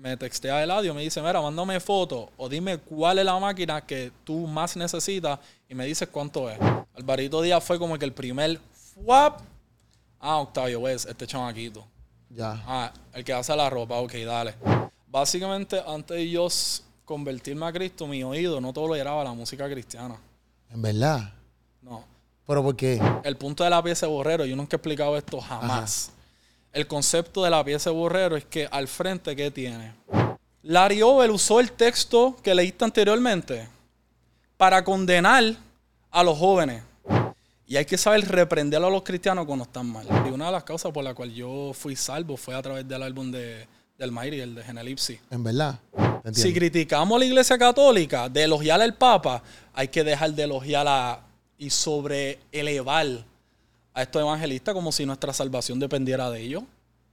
me textea Eladio, me dice, mira, mándame foto o dime cuál es la máquina que tú más necesitas y me dices cuánto es. Alvarito Díaz fue como que el primer ¡fuap! Octavio, ves, este chamaquito. Ya. El que hace la ropa, ok, dale. Básicamente, antes de yo convertirme a Cristo, mi oído no toleraba la música cristiana. ¿En verdad? No. ¿Pero por qué? El punto de la pieza de borrero, yo nunca he explicado esto jamás. Ajá. El concepto de la pieza de borrero es que al frente, ¿qué tiene? Larry Over usó el texto que leíste anteriormente para condenar a los jóvenes. Y hay que saber reprender a los cristianos cuando están mal. Y una de las causas por la cual yo fui salvo fue a través del álbum del Mighty, el de Genelipsis. ¿En verdad? Si criticamos a la Iglesia Católica de elogiar al Papa, hay que dejar de elogiar y sobreelevar a estos evangelistas como si nuestra salvación dependiera de ellos.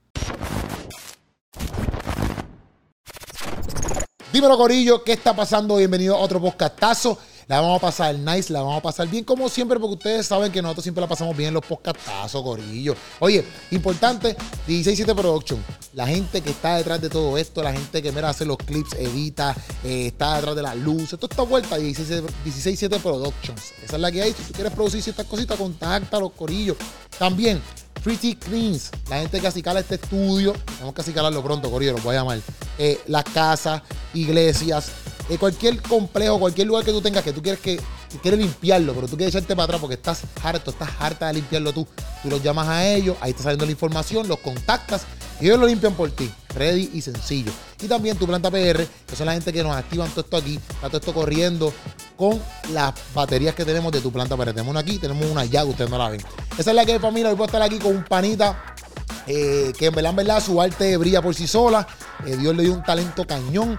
Dímelo, corillo, ¿qué está pasando? Bienvenido a otro podcastazo. La vamos a pasar nice, la vamos a pasar bien como siempre, porque ustedes saben que nosotros siempre la pasamos bien en los podcastazos, corillo. Oye, importante, 167 Production. La gente que está detrás de todo esto, la gente que mira, hace los clips, edita, está detrás de las luces, esto está vuelta, 167 Productions. Esa es la que hay. Si tú quieres producir ciertas cositas, contáctalos, corillo. También, Pretty Cleans, la gente que acicala este estudio, tenemos que acicalarlo pronto, corillo, lo voy a llamar. Las casas, iglesias, cualquier complejo, cualquier lugar que tú tengas que tú quieres limpiarlo, pero tú quieres echarte para atrás porque estás harta de limpiarlo tú. Tú los llamas a ellos, ahí está saliendo la información, los contactas y ellos lo limpian por ti. Ready y sencillo. Y también tu planta PR, que son la gente que nos activan todo esto aquí, está todo esto corriendo con las baterías que tenemos de tu planta PR. Tenemos una aquí, tenemos una allá, que ustedes no la ven. Esa es la que es, familia. Hoy voy a estar aquí con un panita que en verdad su arte brilla por sí sola. Dios le dio un talento cañón.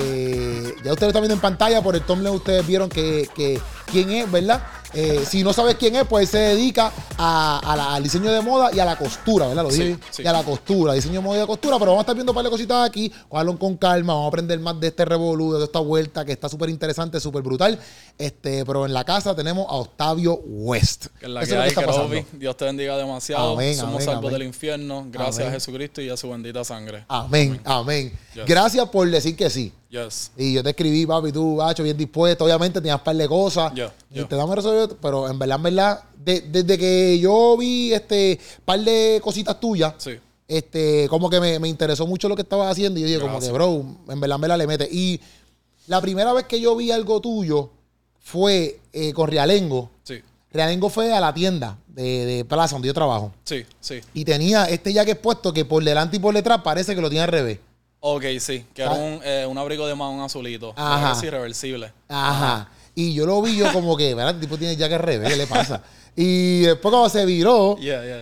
Ya ustedes lo están viendo en pantalla, por el thumbnail ustedes vieron que quién es, ¿verdad? Si no sabes quién es, pues se dedica al diseño de moda y a la costura, ¿verdad? Lo dije. Sí. Y a la costura, diseño de moda y a costura, pero vamos a estar viendo un par de cositas aquí, cójanlo con calma, vamos a aprender más de este revolú, de esta vuelta que está súper interesante, súper brutal. Pero en la casa tenemos a Octavio West. Que es la que hay, que Dios te bendiga demasiado. Amén, somos salvos del infierno, gracias a Jesucristo y a su bendita sangre. Amén. Yes. Gracias por decir que sí. Yes. Y yo te escribí, papi, tú, hacho, bien dispuesto. Obviamente tenías un par de cosas. Y te damos resolver, pero en verdad, desde que yo vi par de cositas tuyas, como que me interesó mucho lo que estabas haciendo. Y yo dije, como que, bro, en verdad le metes. Y la primera vez que yo vi algo tuyo fue con Realengo. Sí. Realengo fue a la tienda de Plaza, donde yo trabajo. Sí. Y tenía este jacket puesto que por delante y por detrás parece que lo tiene al revés. Ok, sí, que era un abrigo de mahón azulito. Ajá. Irreversible. Ajá. Y yo lo vi, yo como que, ¿verdad? El tipo tiene jacket al revés, ¿qué le pasa? Y después cuando se viró,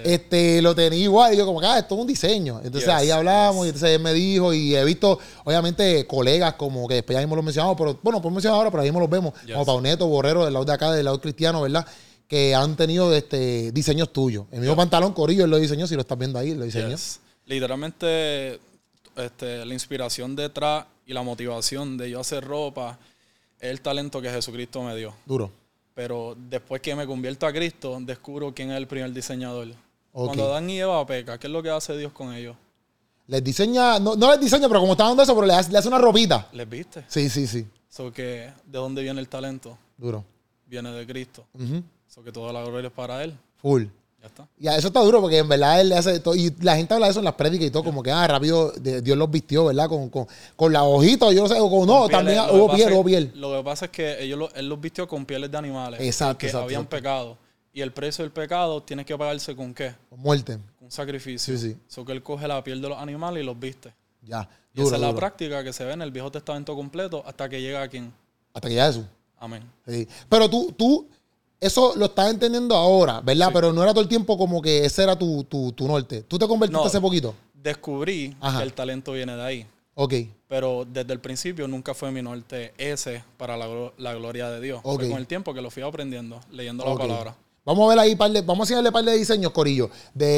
lo tenía igual. Y yo como que, esto es un diseño. Entonces ahí hablamos y entonces él me dijo, y he visto, obviamente, colegas como que después ya mismo los mencionamos, pero bueno, pues mencionar ahora, pero ahí mismo los vemos. Como Pauneto, Borrero, del lado de acá, del lado cristiano, ¿verdad? Que han tenido diseños tuyos. El mismo pantalón, Corillo, él lo diseñó, si lo estás viendo ahí, él lo diseñó. Literalmente, la inspiración detrás y la motivación de yo hacer ropa es el talento que Jesucristo me dio. Duro. Pero después que me convierto a Cristo, descubro quién es el primer diseñador. Okay. Cuando Adán y Eva pecan, ¿qué es lo que hace Dios con ellos? Les diseña, no les diseña, pero como está dando eso, pero le hace una ropita. ¿Les viste? Sí. So que, ¿de dónde viene el talento? Duro. Viene de Cristo. So que toda la gloria es para Él. Full. Ya está. Y eso está duro porque en verdad él le hace todo. Y la gente habla de eso en las prédicas y todo, como que rápido Dios los vistió, ¿verdad? Con la hojita, yo no sé, también hubo piel. Lo que pasa es que él los vistió con pieles de animales. Exacto. Habían pecado. Y el precio del pecado tiene que pagarse ¿con qué? Con muerte. Con sacrificio. Sí. So que él coge la piel de los animales y los viste. Ya. Y esa es la práctica que se ve en el Viejo Testamento completo hasta que llega a quién. Hasta que llega Jesús. Amén. Sí. Pero tú eso lo estás entendiendo ahora, ¿verdad? Sí. Pero no era todo el tiempo como que ese era tu norte. ¿Tú te convertiste hace poquito? Descubrí que el talento viene de ahí. Ok. Pero desde el principio nunca fue mi norte ese para la gloria de Dios. Okay. Fue con el tiempo que lo fui aprendiendo, leyendo la palabra. Vamos a ver ahí, vamos a enseñarle un par de diseños, corillo,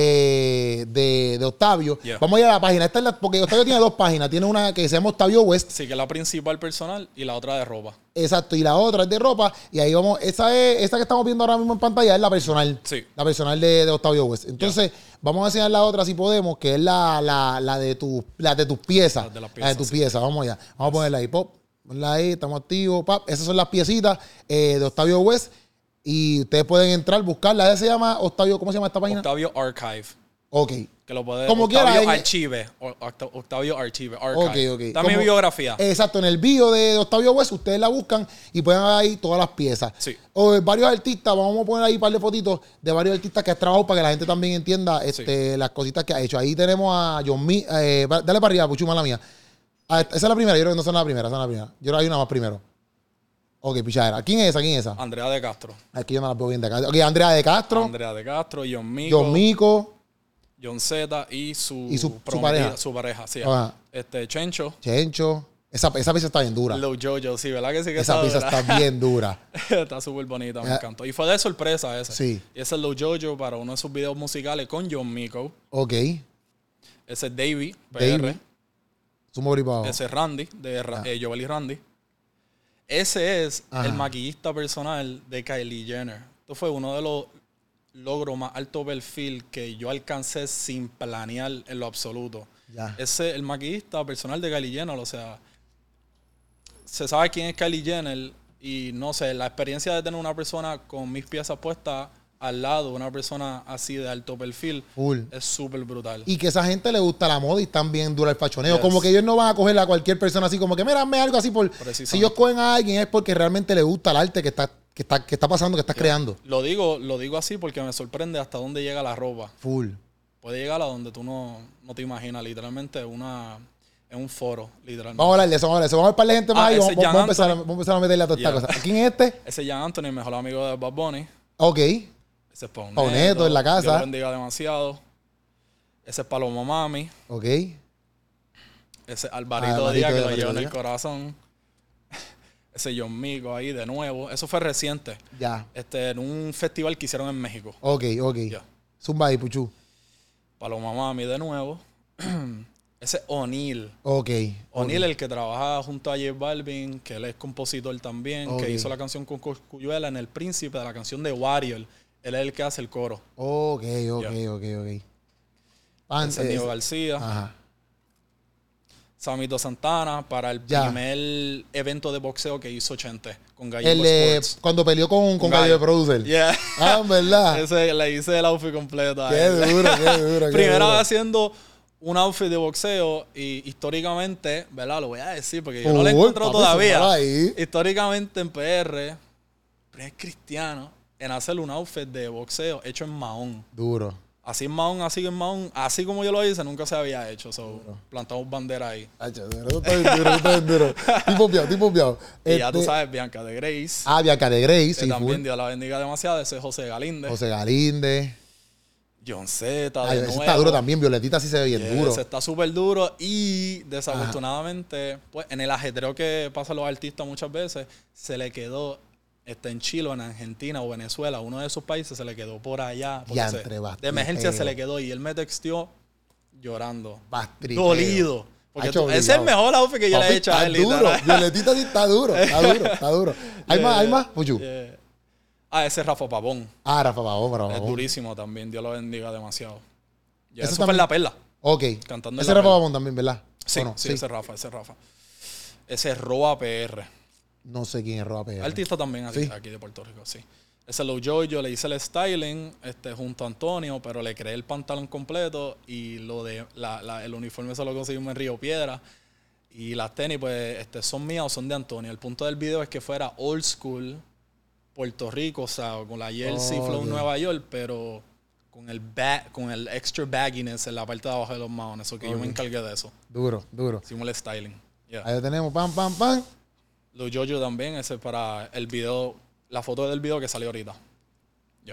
de Octavio. Yeah. Vamos a ir a la página. Porque Octavio tiene 2 páginas. Tiene una que se llama Octavio West. Sí, que es la principal personal y la otra de ropa. Exacto, y la otra es de ropa. Y ahí vamos, esa que estamos viendo ahora mismo en pantalla es la personal. Sí. La personal de Octavio West. Entonces, vamos a enseñar la otra si podemos, que es la de tus piezas. La de las La de tus sí. piezas, vamos allá. Vamos a ponerla ahí, pop. Ponla ahí, estamos activos, pap. Esas son las piecitas de Octavio West. Y ustedes pueden entrar, buscarla. Esa se llama Octavio, ¿cómo se llama esta página? Octavio Archive. Ok. Que lo puede Como Octavio quiera, Archive. Octavio Archive. Archive. Ok. Está mi biografía. Exacto, en el bio de Octavio West, ustedes la buscan y pueden ver ahí todas las piezas. Sí. O varios artistas, vamos a poner ahí un par de fotitos de varios artistas que has trabajado para que la gente también entienda las cositas que ha hecho. Ahí tenemos a John Me. Dale para arriba, Puchu, mala mía. Esa es la primera, yo creo que no son la primera, esa es la primera. Yo creo que hay una más primero. Ok, pichadera. ¿Quién es esa? ¿Quién es esa? Andrea de Castro. Aquí yo no la veo bien de acá. Ok, Andrea de Castro. Andrea de Castro, John Mico. John Mico. John Z y su pareja. Su pareja, sí. Ajá. Chencho. Chencho. Esa pieza está bien dura. Low Jojo, sí, ¿verdad que sí que Esa pieza dura? está bien dura. Está súper bonita, me encantó. Y fue de sorpresa ese. Sí. Y ese es Low Jojo para uno de sus videos musicales con John Mico. Ok. Ese es Davey, PR. Davey. Sumo gripado. Ese es Randy, de Joel y Randy. Ese es Ajá. el maquillista personal de Kylie Jenner. Esto fue uno de los logros más alto perfil que yo alcancé sin planear en lo absoluto. Ya. Ese es el maquillista personal de Kylie Jenner. O sea, se sabe quién es Kylie Jenner y no sé, la experiencia de tener una persona con mis piezas puestas al lado de una persona así de alto perfil Full. es súper brutal. Y que a esa gente le gusta la moda y también dura el fachoneo. Yes. Como que ellos no van a coger a cualquier persona así como que, mírame algo así. Si ellos cogen a alguien es porque realmente le gusta el arte que está pasando, que estás creando. Lo digo así porque me sorprende hasta dónde llega la ropa. Full. Puede llegar a donde tú no te imaginas, literalmente es un foro, literalmente. Vamos a hablar de eso, vamos a ver un par de gente más y ese vamos a Jan empezar a meterle a todas estas cosas. ¿Quién es este? Ese es Jan Anthony, el mejor amigo de Bad Bunny. Ok. Ese es Pauneto. Pauneto en la casa. Dios lo bendiga demasiado. Ese es Paloma Mami. Ok. Ese es Alvarito Alvarito Díaz, que Díaz, lo lleva en el Díaz. corazón. Ese John Mico ahí de nuevo. Eso fue reciente. Ya. En un festival que hicieron en México. Ok. Ya. Zumba ahí, Puchu. Paloma Mami de nuevo. Ese es O'Neal. Ok. O'Neal, el que trabaja junto a J Balvin, que él es compositor también, Ok. que hizo la canción con Cosculluela en El Príncipe, de la canción de Warrior. Él es el que hace el coro. Ok. Ese es Nio García. Ajá. Samito Santana para el Ya. primer evento de boxeo que hizo Chente con Gallego El de Sports. cuando peleó con Gallo de Producer. Yeah. Ah, en verdad. Ese, le hice el outfit completo. a Qué él. duro, qué duro. qué Primera duro. vez haciendo un outfit de boxeo y históricamente, ¿verdad? Lo voy a decir porque yo no lo Uy, encuentro papi, todavía. zúmbala ahí. Históricamente en PR, primer cristiano en hacer un outfit de boxeo hecho en Mahón. Duro. Así en Mahón, así como yo lo hice, nunca se había hecho. So, plantamos bandera ahí. Acho, eso está bien duro, eso está bien duro. Tipo piado. Y ya tú sabes, Bianca de Grace. Bianca de Grace, Que sí, también full. Dios la bendiga demasiado. Ese es José Galinde. José Galinde. John Z. Ay, De ese nuevo. está duro también. Violetita sí se ve bien duro. Ese está súper duro. Y desafortunadamente, pues en el ajetreo que pasan los artistas muchas veces, se le quedó en Chile o en Argentina o Venezuela, uno de esos países se le quedó por allá. porque Diantre, de emergencia se bastipeo. le quedó y él me texteó llorando. Bastipeo. Dolido. Porque Hacho, ese es el obligado. mejor outfit que yo le he Papi, hecho a él. está duro. literal. Violetita sí está duro. Está duro. ¿Hay más? Puchu. Yeah. Ese es Rafa Pavón. Rafa Pavón, Es durísimo también. Dios lo bendiga demasiado. Ya, Ese eso fue también- en La Perla. Ok. Cantando en Ese la Rafa perla. Pavón también, ¿verdad? Sí, ¿O no? sí, ese es Rafa. Ese es Roa PR. No sé quién es Roa PR. Artista también aquí de Puerto Rico, sí. Ese Low Joy, yo le hice el styling junto a Antonio, pero le creé el pantalón completo y lo de el uniforme se lo conseguimos en Río Piedra. Y las tenis, pues, son mías o son de Antonio. El punto del video es que fuera old school Puerto Rico, o sea, con la jersey flow Ok. Nueva York, pero con el extra bagginess en la parte de abajo de los maones. Eso que yo me encargué de eso. Duro. Hicimos el styling. Yeah. Ahí lo tenemos. Pam. Lo Jojo también, ese para el video, la foto del video que salió ahorita. Ya.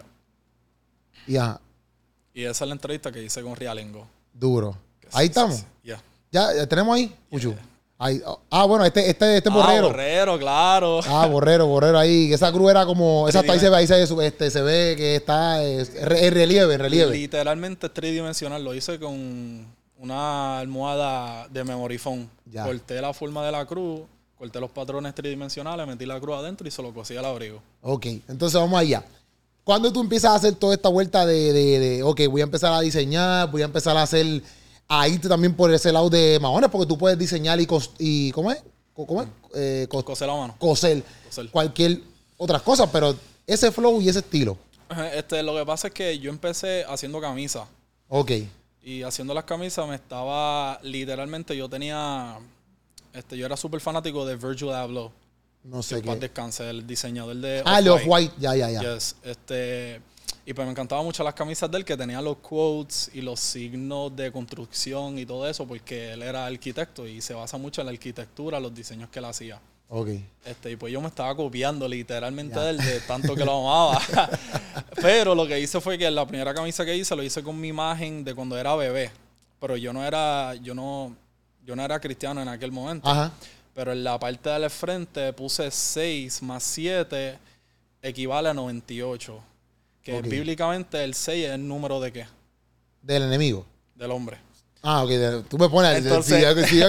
Ya. Y esa es la entrevista que hice con Rialengo. Duro. Que Ahí sí, estamos. sí. Ya. Ya tenemos ahí. Puchu. Bueno, este Borrero. Borrero, claro. Borrero ahí. Esa cruz era como... Exacto, ahí se ve que está en relieve. Literalmente es tridimensional. Lo hice con una almohada de memory foam. Ya. Corté la forma de la cruz, corté los patrones tridimensionales, metí la cruz adentro y se lo cosí al abrigo. Ok, entonces vamos allá. ¿Cuándo tú empiezas a hacer toda esta vuelta ok, voy a empezar a diseñar, voy a empezar a hacer... a irte también por ese lado de mahones, porque tú puedes diseñar y ¿cómo es? Coser la mano. Coser cualquier otras cosas, pero ese flow y ese estilo. Lo que pasa es que yo empecé haciendo camisas. Ok. Y haciendo las camisas me estaba, literalmente yo tenía, yo era súper fanático de Virgil Abloh. No sé qué. Paz descanse, el diseñador de el Off-White, ya. Yes, y pues me encantaban mucho las camisas de él que tenían los quotes y los signos de construcción y todo eso porque él era arquitecto y se basa mucho en la arquitectura, los diseños que él hacía. Ok. Y pues yo me estaba copiando literalmente de él de tanto que lo amaba. Pero lo que hice fue que la primera camisa que hice lo hice con mi imagen de cuando era bebé. Pero yo no era cristiano en aquel momento. Ajá. Pero en la parte del frente puse 6 más 7 equivale a 98. Que bíblicamente el 6 es el número de ¿qué? Del enemigo. Del hombre. Ok. Tú me pones... Entonces,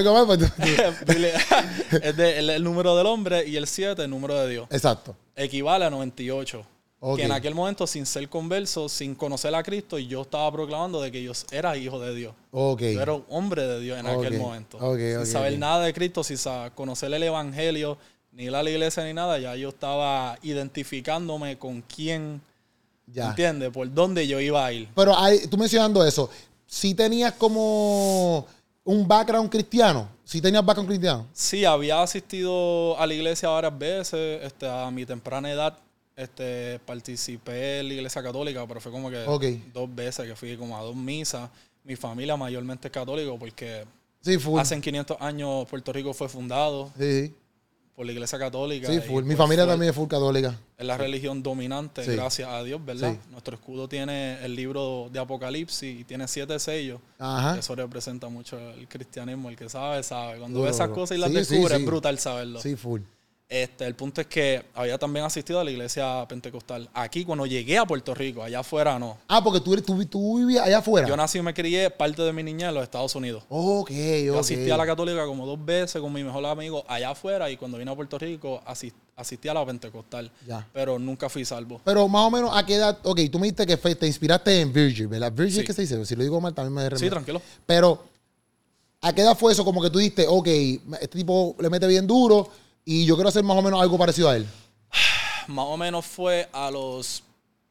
es el número del hombre y el 7 el número de Dios. Exacto. Equivale a 98. Okay. Que en aquel momento, sin ser converso, sin conocer a Cristo, yo estaba proclamando de que yo era hijo de Dios. Okay. Yo era un hombre de Dios en aquel momento. Sin saber nada de Cristo, sin conocer el evangelio, ni ir a la iglesia ni nada, ya yo estaba identificándome con quién... Ya. ¿Entiendes? Por dónde yo iba a ir. Pero tú mencionando eso, ¿sí tenías como un background cristiano? ¿Sí tenías background cristiano? Sí, había asistido a la iglesia varias veces. A mi temprana edad participé en la iglesia católica, pero fue como que 2 veces que fui como a 2 misas. Mi familia mayormente es católica porque hace 500 años Puerto Rico fue fundado. Sí. Por la iglesia católica. Sí, full. Mi familia también es full católica. Es la religión dominante, gracias a Dios, ¿verdad? Sí. Nuestro escudo tiene el libro de Apocalipsis y tiene 7 sellos. Ajá. Eso representa mucho el cristianismo. El que sabe, sabe. Cuando ve esas cosas y las descubre, es brutal saberlo. Sí, full. El punto es que había también asistido a la iglesia pentecostal. Aquí, cuando llegué a Puerto Rico, allá afuera no. Porque tú vivías allá afuera. Yo nací y me crié parte de mi niñez en los Estados Unidos. Yo asistí a la católica como 2 veces con mi mejor amigo allá afuera y cuando vine a Puerto Rico asistí a la pentecostal. Ya. Pero nunca fui salvo. Pero más o menos, ¿a qué edad? Ok, tú me dijiste que te inspiraste en Virgil, ¿verdad? Virgil, ¿qué se dice? Si lo digo mal, también me derrame. Sí, tranquilo. Pero, ¿a qué edad fue eso? Como que tú dijiste, ok, este tipo le mete bien duro y yo quiero hacer más o menos algo parecido a él. Más o menos fue a los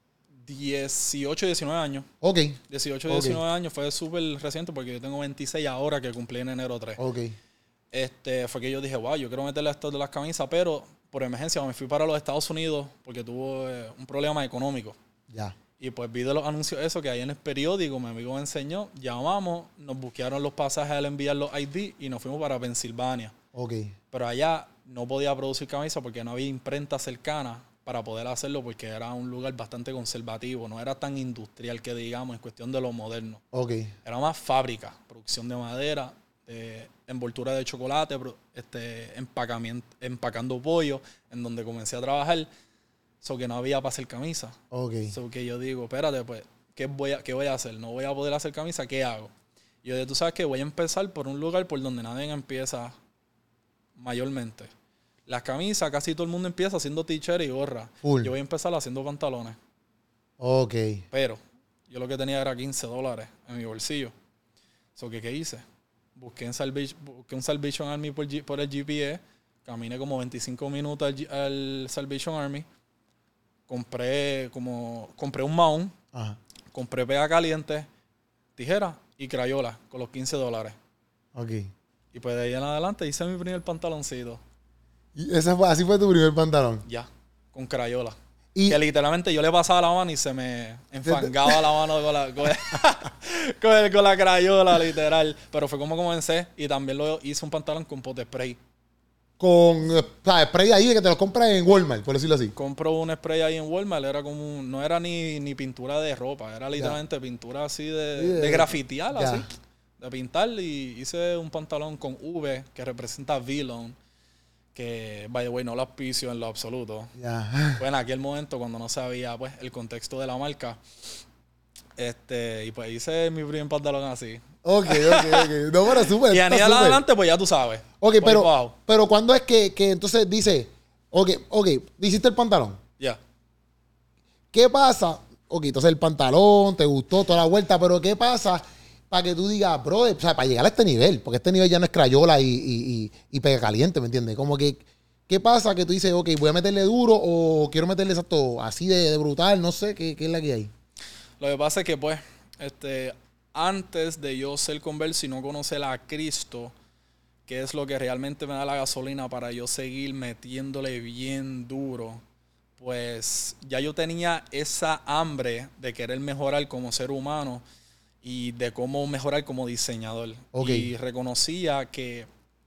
18, 19 años. Ok. 18, 19 años. Fue súper reciente porque yo tengo 26 ahora que cumplí en enero 3. Ok. Fue que yo dije, wow, yo quiero meterle a esto de las camisas, pero por emergencia me fui para los Estados Unidos porque tuve un problema económico. Ya. Y pues vi de los anuncios eso que hay en el periódico, mi amigo me enseñó, llamamos, nos buquearon los pasajes al enviar los ID y nos fuimos para Pensilvania. Ok. Pero allá no podía producir camisas porque no había imprenta cercana para poder hacerlo porque era un lugar bastante conservativo, no era tan industrial que digamos en cuestión de lo moderno. Ok. Era más fábrica, producción de madera, de envoltura de chocolate, empacando pollo, en donde comencé a trabajar, so que no había para hacer camisa. Okay. So que yo digo, espérate, pues, ¿qué voy a hacer? No voy a poder hacer camisa, ¿qué hago? Y yo dije, tú sabes que voy a empezar por un lugar por donde nadie empieza mayormente. Las camisas, casi todo el mundo empieza haciendo t-shirt y gorra. Full. Yo voy a empezar haciendo pantalones. Ok. Pero yo lo que tenía era $15 en mi bolsillo. So que, ¿qué hice? Busqué un Salvation Army por el GPS. Caminé como 25 minutos al Salvation Army. Compré un mount. Ajá. Compré pega caliente, tijera y crayola con los $15. Ok. Y pues de ahí en adelante hice mi primer pantaloncito. ¿Y así fue tu primer pantalón? Ya, con crayola. Que literalmente yo le pasaba la mano y se me enfangaba la mano con la crayola, literal. Pero fue como comencé y también lo hice un pantalón con pot spray. Con spray ahí que te lo compras en Walmart, por decirlo así. Compro un spray ahí en Walmart, era como no era ni pintura de ropa, era literalmente pintura así de grafitear, así. de pintar y hice un pantalón con V que representa villain, que, by the way, no lo auspicio en lo absoluto. Ya. Pues en aquel momento, cuando no sabía pues el contexto de la marca, y pues hice mi primer pantalón así. Ok. No, pero súper. Y a está nivel súper. adelante, pues ya tú sabes. Ok, Por ahí para abajo. pero ¿cuándo es que entonces dice, ok, hiciste el pantalón? Ya. ¿Qué pasa? Ok, entonces el pantalón, te gustó toda la vuelta, pero ¿qué pasa para que tú digas, bro, o sea, para llegar a este nivel? Porque este nivel ya no es crayola y pega caliente, ¿me entiendes? Como que, ¿qué pasa que tú dices, ok, voy a meterle duro o quiero meterle exacto así de brutal? No sé, ¿qué es la que hay? Lo que pasa es que, pues, antes de yo ser converso y no conocer a Cristo, que es lo que realmente me da la gasolina para yo seguir metiéndole bien duro, pues ya yo tenía esa hambre de querer mejorar como ser humano y de cómo mejorar como diseñador. Ok. Y reconocía que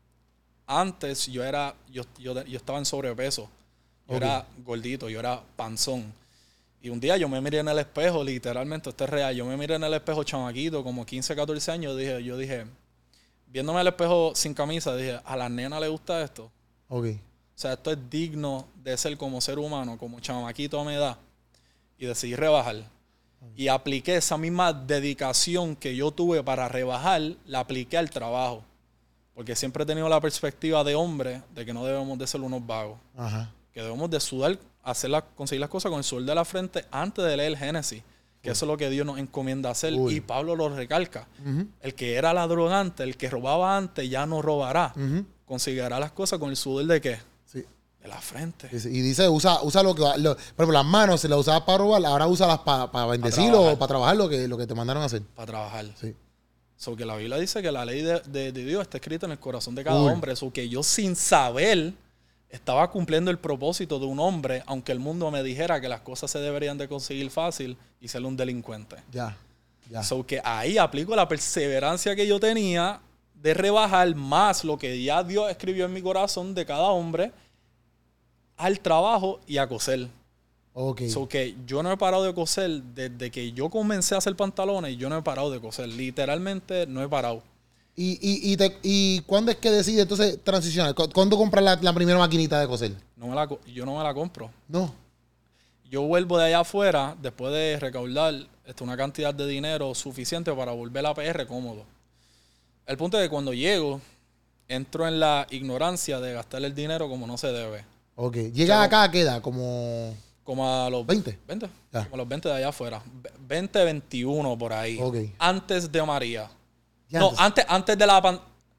antes yo estaba en sobrepeso, yo Ok. era gordito, yo era panzón. Y un día yo me miré en el espejo, literalmente, esto es real, yo me miré en el espejo chamaquito, como 15, 14 años, yo dije, viéndome al espejo sin camisa, dije, a la nena le gusta esto. Ok. O sea, esto es digno de ser como ser humano, como chamaquito a mi edad. Y decidí rebajar. Y apliqué esa misma dedicación que yo tuve para rebajar, la apliqué al trabajo. Porque siempre he tenido la perspectiva de hombre de que no debemos de ser unos vagos. Ajá. Que debemos de sudar, conseguir las cosas con el sudor de la frente antes de leer el Génesis. Que eso es lo que Dios nos encomienda hacer. Uy. Y Pablo lo recalca. Ujú. El que era ladrón antes, el que robaba antes, ya no robará. Ujú. Conseguirá las cosas con el sudor de qué? Sí. De la frente. Y dice, usa lo que por ejemplo, las manos se las usaba para robar, ahora úsalas para bendecir trabajar. o para trabajar lo que te mandaron a hacer. Para trabajar. Sí. So que la Biblia dice que la ley de Dios está escrita en el corazón de cada Cool. hombre. So que yo sin saber estaba cumpliendo el propósito de un hombre, aunque el mundo me dijera que las cosas se deberían de conseguir fácil y ser un delincuente. Ya. So que ahí aplico la perseverancia que yo tenía de rebajar más lo que ya Dios escribió en mi corazón de cada hombre al trabajo y a coser. Ok. So que yo no he parado de coser desde que yo comencé a hacer pantalones, yo no he parado de coser. Literalmente no he parado. ¿Y cuándo es que decides entonces transicionar? ¿Cuándo compras la primera maquinita de coser? Yo no me la compro. No. Yo vuelvo de allá afuera después de recaudar una cantidad de dinero suficiente para volver a PR cómodo. El punto es que cuando llego, entro en la ignorancia de gastar el dinero como no se debe. Ok. Llegas acá a qué edad, como Como a los 20. 20. Ya. Como a los 20 de allá afuera. 20, 21 por ahí. Ok. Antes de María. Ya, No, entonces- antes de la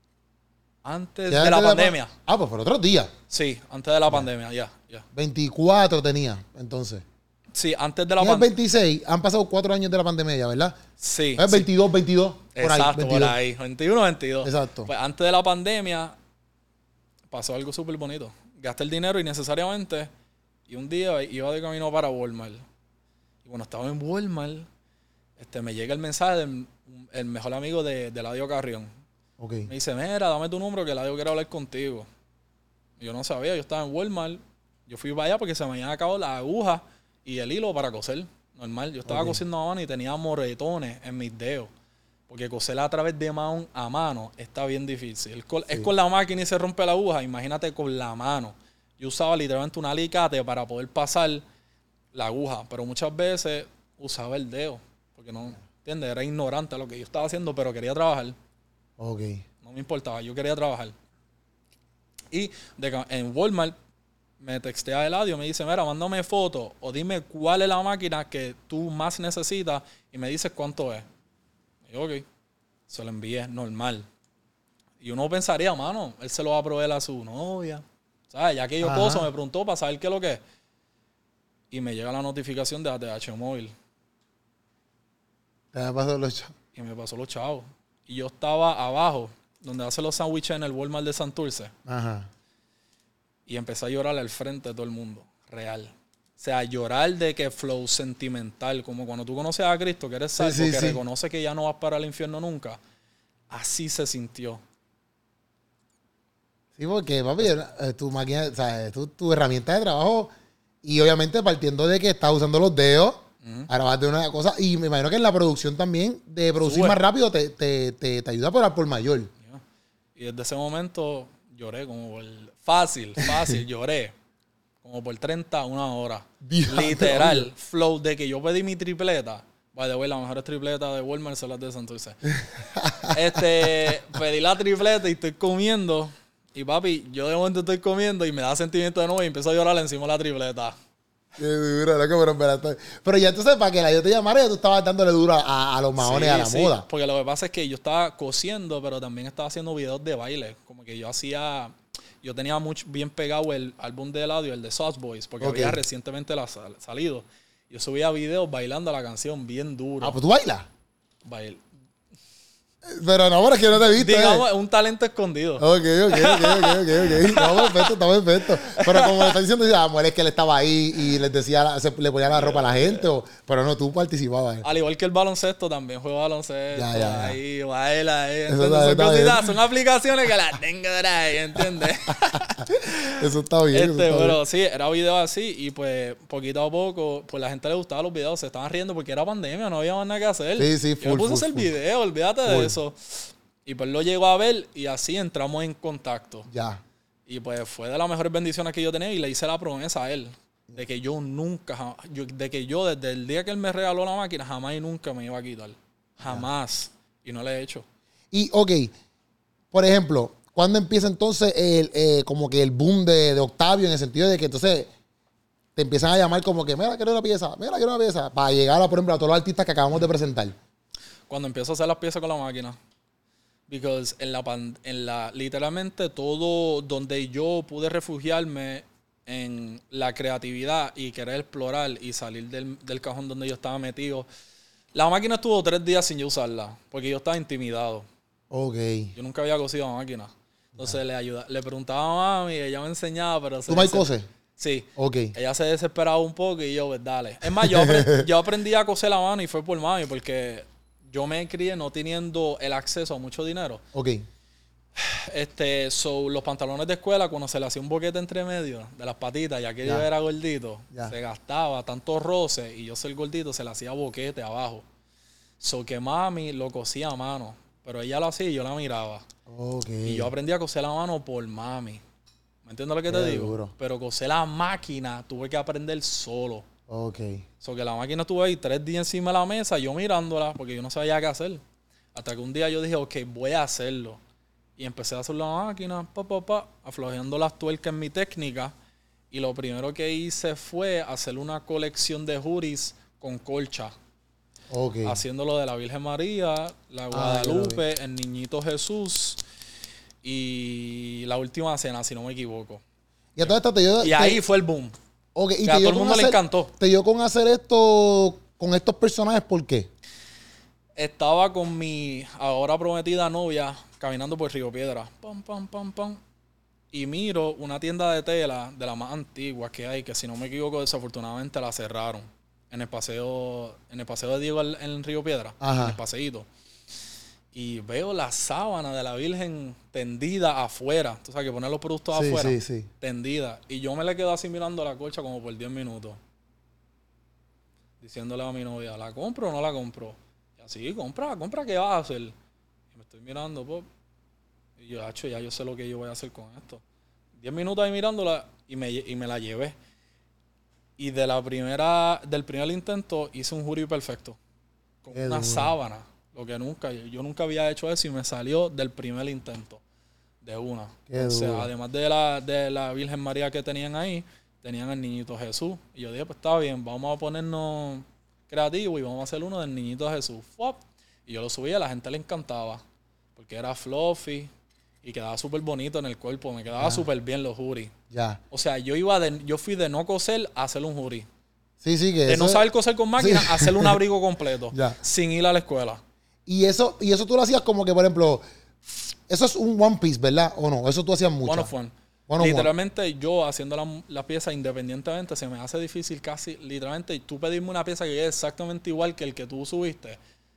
antes ya de la antes pandemia. Pues por otros días. Sí, antes de la pandemia, ya. 24 tenía, entonces. Sí, antes de la Y el pandemia. 26, han pasado 4 años de la pandemia ya, ¿verdad? Sí. Es sí. 22, por Exacto, ahí. 22. por ahí. 21, 22. Exacto. Pues antes de la pandemia pasó algo súper bonito. Gasté el dinero innecesariamente y un día iba de camino para Walmart. Y cuando estaba en Walmart, me llega el mensaje del mejor amigo de Eladio Carrión. Ok. Me dice, mira, dame tu número que Eladio quiere hablar contigo. Y yo no sabía, yo estaba en Walmart. Yo fui para allá porque se me habían acabado las agujas y el hilo para coser. Normal. Yo estaba Ok. cosiendo a mano y tenía moretones en mis dedos. Porque coser a través de mano a mano está bien difícil. Es con la máquina y se rompe la aguja. Imagínate con la mano. Yo usaba literalmente un alicate para poder pasar la aguja. Pero muchas veces usaba el dedo. Porque no, ¿entiendes? Era ignorante a lo que yo estaba haciendo, pero quería trabajar. Ok. No me importaba, yo quería trabajar. Y en Walmart me textea a Eladio y me dice, mira, mándame fotos o dime cuál es la máquina que tú más necesitas y me dices cuánto es. Y yo, ok, se lo envié normal. Y uno pensaría, mano, él se lo va a proveer a su novia. ¿Sabes? Ya que yo coso, me preguntó para saber qué es lo que es. Y me llega la notificación de ATH Móvil. Te me pasó los chavos. Y me pasó los chavos. Y yo estaba abajo, donde hacen los sándwiches en el Walmart de Santurce. Ajá. Y empecé a llorar al frente de todo el mundo. Real. O sea, llorar de que flow sentimental, como cuando tú conoces a Cristo, que eres salvo, sí, que sí. reconoce que ya no vas para el infierno nunca. Así se sintió. Sí, porque, papi, tu máquina, o sea, tu herramienta de trabajo, y obviamente partiendo de que estás usando los dedos, Ahora vas de una cosa. Y me imagino que en la producción también, de producir más rápido, te ayuda por mayor. Yeah. Y desde ese momento lloré como por... Fácil, lloré. Como por 31 horas. Literal. Flow de que yo pedí mi tripleta. By the way, las mejores tripletas de Walmart son las de Santurce. Pedí la tripleta y estoy comiendo. Y papi, yo de momento estoy comiendo y me da sentimiento de nuevo y empiezo a llorar encima de la tripleta. Qué duro, loco, pero ya entonces, para que yo te llamara, ya tú estabas dándole duro a los maones, a la moda. Porque lo que pasa es que yo estaba cosiendo, pero también estaba haciendo videos de baile. Como que yo tenía bien pegado el álbum de Eladio, el de Sauce Boys, porque había recientemente salido. Yo subía videos bailando la canción bien duro. Ah, pues tú bailas. Bail. Pero no, pero es que no te he visto. Digamos, un talento escondido. Ok. Está perfecto. Pero como le estás diciendo, amor, es que él estaba ahí y les decía, le ponía la ropa a la gente, pero no, tú particibabas. Al igual que el baloncesto, también juego baloncesto. Ya. Ahí, baila ahí. Son cositas, son aplicaciones que las tengo de ahí, ¿entiendes? Eso está bien. Pero sí, era video así y pues poquito a poco, pues la gente le gustaba los videos, se estaban riendo porque era pandemia, no había más nada que hacer. Sí, yo me puse a hacer video, olvídate de eso. Y pues lo llegó a ver y así entramos en contacto. Ya. Y pues fue de las mejores bendiciones que yo tenía y le hice la promesa a él. De que yo nunca, desde el día que él me regaló la máquina, jamás y nunca me iba a quitar. Jamás. Y no le he hecho. Y, ok, por ejemplo, ¿cuándo empieza entonces como que el boom de Octavio en el sentido de que entonces te empiezan a llamar como que, mira, quiero una pieza, para llegar a, por ejemplo, a todos los artistas que acabamos de presentar? Cuando empiezo a hacer las piezas con la máquina. Because literalmente todo donde yo pude refugiarme en la creatividad y querer explorar y salir del cajón donde yo estaba metido. La máquina estuvo 3 días sin yo usarla, porque yo estaba intimidado. Ok. Yo nunca había cosido la máquina. Entonces le preguntaba a mami, ella me enseñaba, pero... ¿Tú me coses? Sí. Ok. Ella se desesperaba un poco y yo, pues dale. Es más, yo aprendí a coser la mano y fue por mami, porque yo me crié no teniendo el acceso a mucho dinero. Ok. Los pantalones de escuela, cuando se le hacía un boquete entre medio de las patitas, ya que yo era gordito, se gastaba tantos roces y yo soy gordito, se le hacía boquete abajo. Que mami lo cosía a mano, pero ella lo hacía y yo la miraba. Okay. Y yo aprendí a coser la mano por mami. ¿Me entiendes lo que te digo? Duro. Pero coser la máquina tuve que aprender solo. Ok. Que la máquina estuvo ahí 3 días encima de la mesa, yo mirándola, porque yo no sabía qué hacer. Hasta que un día yo dije, ok, voy a hacerlo. Y empecé a hacer la máquina, aflojando las tuercas en mi técnica. Y lo primero que hice fue hacer una colección de juris con colcha. Okay. Haciéndolo de la Virgen María, la Guadalupe, el Niñito Jesús y la Última Cena, si no me equivoco. Y, a todo esto ahí fue el boom. Okay. Y a todo el mundo le encantó. ¿Te dio con hacer esto con estos personajes? ¿Por qué? Estaba con mi ahora prometida novia caminando por Río Piedra. Y miro una tienda de tela de las más antiguas que hay, que si no me equivoco, desafortunadamente la cerraron. En el paseo de Diego en Río Piedra. Ajá. En el paseíto. Y veo la sábana de la Virgen tendida afuera. Tú sabes que poner los productos afuera. Sí. Tendida. Y yo me le quedo así mirando la colcha como por 10 minutos. Diciéndole a mi novia, ¿la compro o no la compro? Y así, compra, ¿qué vas a hacer? Y me estoy mirando, pop. Y yo, ya yo sé lo que yo voy a hacer con esto. 10 minutos ahí mirándola y me la llevé. Y del primer intento hice un jury perfecto. Con una sábana. Lo que yo nunca había hecho eso y me salió del primer intento. De una. Entonces, además de la Virgen María que tenían ahí, tenían el Niñito Jesús. Y yo dije, pues está bien, vamos a ponernos creativos y vamos a hacer uno del Niñito Jesús. ¡Fop! Y yo lo subí, a la gente le encantaba. Porque era fluffy y quedaba súper bonito en el cuerpo. Me quedaba súper bien los juris. Ya. O sea, yo fui de no coser a hacer un jury. Sí, que de no saber coser con máquina a hacer un abrigo completo. Ya. Sin ir a la escuela. Y eso tú lo hacías como que, por ejemplo, eso es un One Piece, ¿verdad? ¿O no? Eso tú hacías mucho. One of one. Literalmente yo haciendo la pieza independientemente se me hace difícil casi, literalmente, tú pedirme una pieza que quede exactamente igual que el que tú subiste.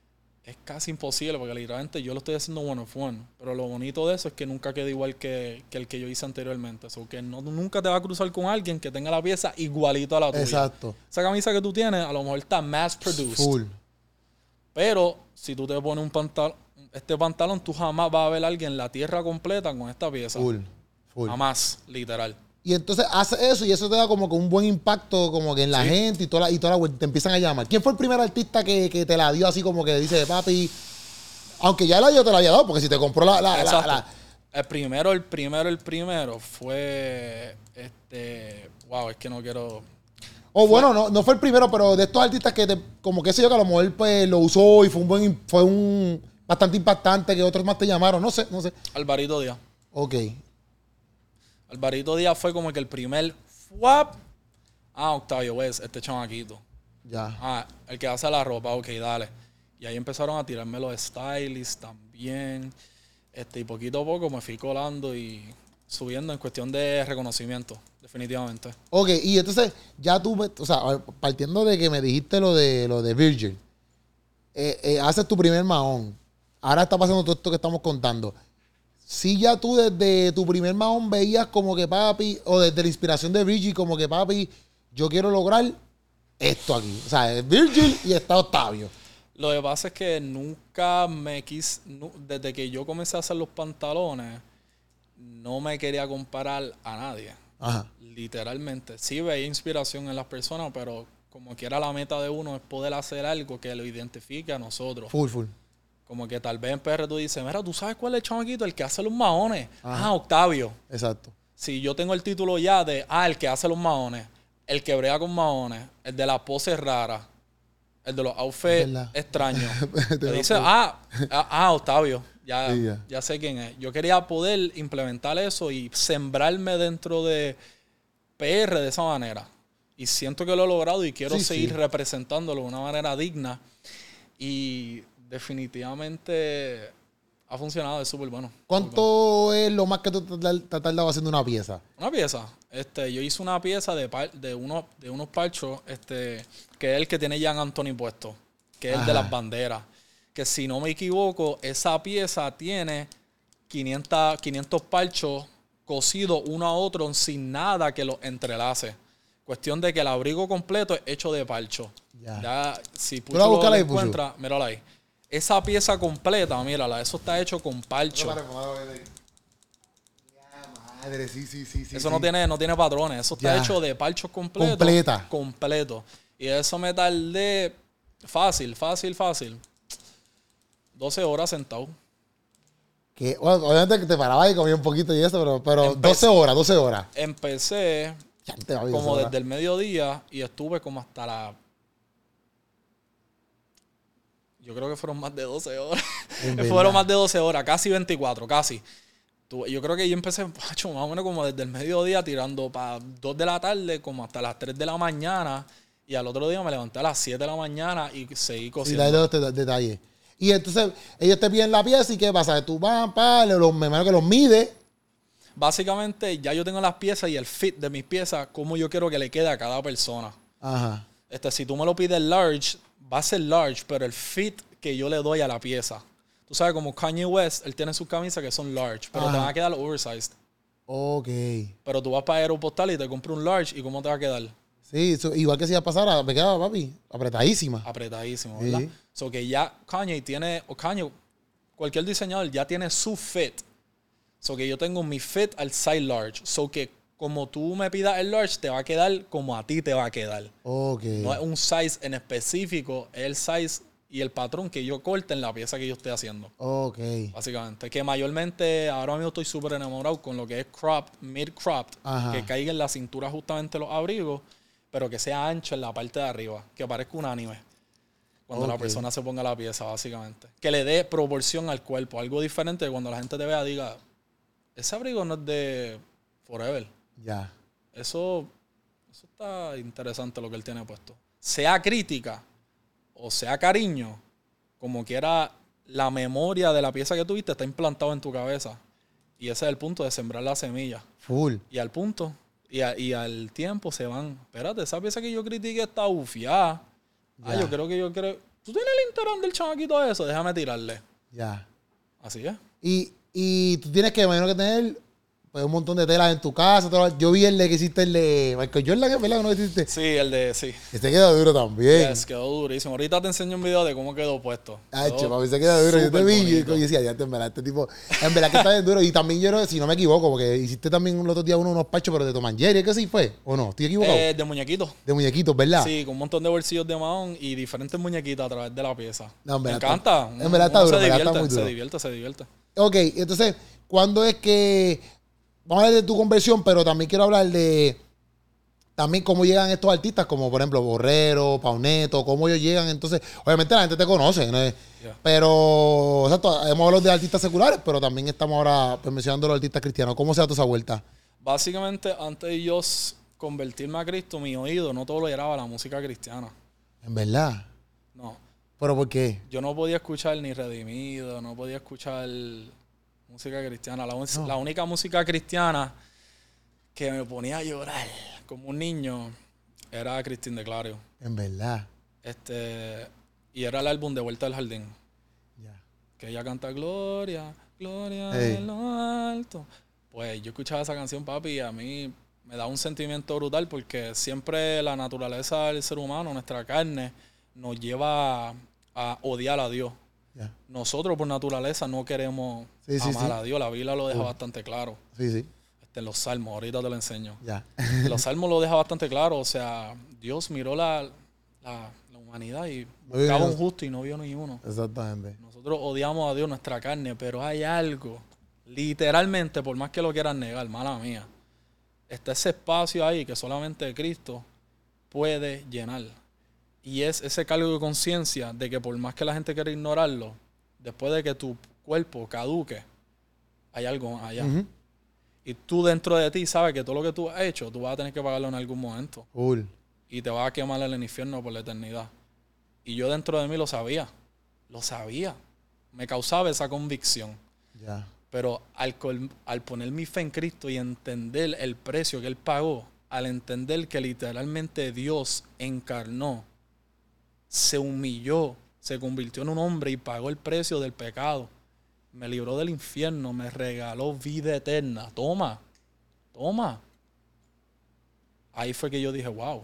es casi imposible porque literalmente yo lo estoy haciendo one of one. Pero lo bonito de eso es que nunca queda igual que el que yo hice anteriormente. O sea, que nunca te va a cruzar con alguien que tenga la pieza igualito a la tuya. Exacto. Esa camisa que tú tienes a lo mejor está mass produced. Full. Pero si tú te pones este pantalón, tú jamás vas a ver a alguien la tierra completa con esta pieza. Full. Jamás, literal. Y entonces hace eso y eso te da como que un buen impacto como que en la gente y toda la vuelta te empiezan a llamar. ¿Quién fue el primer artista que te la dio así como que dice, papi, aunque ya te la había dado, porque si te compró El primero fue wow, es que no quiero. O bueno, no fue el primero, pero de estos artistas que como que sé yo, que a lo mejor pues lo usó y fue un bastante impactante que otros más te llamaron, no sé. Alvarito Díaz. Ok. Alvarito Díaz fue como que el primer ¡fuap! Octavio West, este chamaquito. Ya. El que hace la ropa, ok, dale. Y ahí empezaron a tirarme los stylists también. Y poquito a poco me fui colando y subiendo en cuestión de reconocimiento, definitivamente. Ok, y entonces ya tú, o sea, partiendo de que me dijiste lo de Virgil, haces tu primer mahón. Ahora está pasando todo esto que estamos contando. Si ya tú desde tu primer mahón veías como que papi, o desde la inspiración de Virgil, como que papi, yo quiero lograr esto aquí. O sea, es Virgil y está Octavio. Lo que pasa es que nunca desde que yo comencé a hacer los pantalones, no me quería comparar a nadie. Ajá. Literalmente. Sí veía inspiración en las personas, pero como quiera la meta de uno es poder hacer algo que lo identifique a nosotros. Full. Como que tal vez en PR tú dices, mira, ¿tú sabes cuál es el chamaquito? El que hace los maones. Ajá. Octavio. Exacto. Si yo tengo el título ya de, el que hace los maones, el que brega con maones, el de las poses raras, el de los outfits extraños. Te dice, Octavio. Ya sé quién es. Yo quería poder implementar eso y sembrarme dentro de PR de esa manera. Y siento que lo he logrado y quiero seguir representándolo de una manera digna. Y definitivamente ha funcionado, es súper bueno. ¿Cuánto es lo más que tú te has tardado haciendo una pieza? Una pieza. Yo hice una pieza de unos parchos, que es el que tiene Jan Anthony puesto, que es el de las banderas. Que si no me equivoco, esa pieza tiene 500 parchos cosidos uno a otro sin nada que los entrelace. Cuestión de que el abrigo completo es hecho de parcho. Ya, si Pucho lo encuentra, mírala ahí. Esa pieza completa, mírala, eso está hecho con parcho. Madre, sí. Eso no tiene patrones, eso está hecho de parcho completo. Y eso me tardé fácil. 12 horas sentado. Que, bueno, obviamente que te parabas y comía un poquito y eso, pero 12 horas. Empecé como desde el mediodía y estuve como hasta yo creo que fueron más de 12 horas. Fueron más de 12 horas, casi 24, casi. Yo creo que yo empecé, más o menos como desde el mediodía tirando para 2 de la tarde, como hasta las 3 de la mañana. Y al otro día me levanté a las 7 de la mañana y seguí cosiendo. Sí, dale los detalles. Y entonces ellos te piden la pieza y ¿qué pasa? Tú vas, me imagino que los mides. Básicamente ya yo tengo las piezas y el fit de mis piezas, cómo yo quiero que le quede a cada persona. Ajá. Si tú me lo pides large, va a ser large, pero el fit que yo le doy a la pieza. Tú sabes, como Kanye West, él tiene sus camisas que son large, pero te van a quedar oversized. Ok. Pero tú vas para Aeropostal y te compras un large, ¿y cómo te va a quedar? Sí, igual que si ya pasara, me quedaba, papi, apretadísimo, ¿verdad? Sí. So que ya Kanye, cualquier diseñador ya tiene su fit. So que yo tengo mi fit al size large. So que como tú me pidas el large, te va a quedar como a ti te va a quedar. Ok. No es un size en específico, es el size y el patrón que yo corte en la pieza que yo esté haciendo. Ok. Básicamente. Que mayormente ahora mismo estoy súper enamorado con lo que es cropped, mid-cropped. Que caiga en la cintura justamente los abrigos, pero que sea ancho en la parte de arriba. Que parezca un anime. Cuando la persona se ponga la pieza, básicamente. Que le dé proporción al cuerpo. Algo diferente, cuando la gente te vea diga, ese abrigo no es de Forever. Ya. Eso está interesante lo que él tiene puesto. Sea crítica o sea cariño, como quiera, la memoria de la pieza que tuviste está implantado en tu cabeza. Y ese es el punto de sembrar la semilla. Full. Y al punto, y al tiempo se van. Espérate, esa pieza que yo critiqué está bufiada. Yo creo ¿Tú tienes el Instagram del chamaquito eso? Déjame tirarle. Ya. Así es. Y tú tienes que, imagino que tener pues, un montón de telas en tu casa. Yo vi el de que hiciste el de Michael Jordan, ¿verdad? ¿No hiciste? Sí, el de, sí. Este queda duro también. Yes, quedó durísimo. Ahorita te enseño un video de cómo quedó puesto. Papi, se queda duro. Yo te vi y decía, ya, en verdad, este tipo, en verdad que está bien duro. Y también yo, si no me equivoco, porque hiciste también el otro día unos pachos, pero de Tom and Jerry, ¿qué sí fue? ¿O no? ¿Estoy equivocado? De muñequitos. De muñequitos, ¿verdad? Sí, con un montón de bolsillos de mahón y diferentes muñequitas a través de la pieza. No, me encanta. En verdad está duro, se divierte, está muy duro. se divierte. Ok, entonces, ¿cuándo es que... Vamos a hablar de tu conversión, pero también quiero hablar de también cómo llegan estos artistas, como por ejemplo Borrero, Pauneto, cómo ellos llegan. Entonces, obviamente la gente te conoce, ¿no? Yeah. Pero, exacto, hemos hablado de artistas seculares, pero también estamos ahora pues, mencionando a los artistas cristianos. ¿Cómo se da toda esa vuelta? Básicamente, antes de yo convertirme a Cristo, mi oído no toleraba la música cristiana. ¿En verdad? No. ¿Pero por qué? Yo no podía escuchar ni Redimido, no podía escuchar música cristiana. La única música cristiana que me ponía a llorar como un niño era Cristín de Clario. En verdad. Y era el álbum de Vuelta al Jardín. Yeah. Que ella canta Gloria, Gloria en lo alto. Pues yo escuchaba esa canción, papi, y a mí me da un sentimiento brutal porque siempre la naturaleza del ser humano, nuestra carne, nos lleva a odiar a Dios. Yeah. Nosotros por naturaleza no queremos amar a Dios. La Biblia lo deja bastante claro. Sí. En los salmos, ahorita te lo enseño. Yeah. Los salmos lo deja bastante claro. O sea, Dios miró la humanidad y buscaba un justo y no vio ni uno. Exactamente. Nosotros odiamos a Dios, nuestra carne, pero hay algo, literalmente, por más que lo quieran negar, mala mía, está ese espacio ahí que solamente Cristo puede llenar. Y es ese cargo de conciencia de que por más que la gente quiera ignorarlo, después de que tu cuerpo caduque, hay algo allá. Uh-huh. Y tú dentro de ti sabes que todo lo que tú has hecho, tú vas a tener que pagarlo en algún momento. Cool. Y te vas a quemar en el infierno por la eternidad. Y yo dentro de mí lo sabía. Lo sabía. Me causaba esa convicción. Yeah. Pero al poner mi fe en Cristo y entender el precio que Él pagó, al entender que literalmente Dios encarnó, se humilló, se convirtió en un hombre y pagó el precio del pecado. Me libró del infierno, me regaló vida eterna. Toma. Ahí fue que yo dije, wow.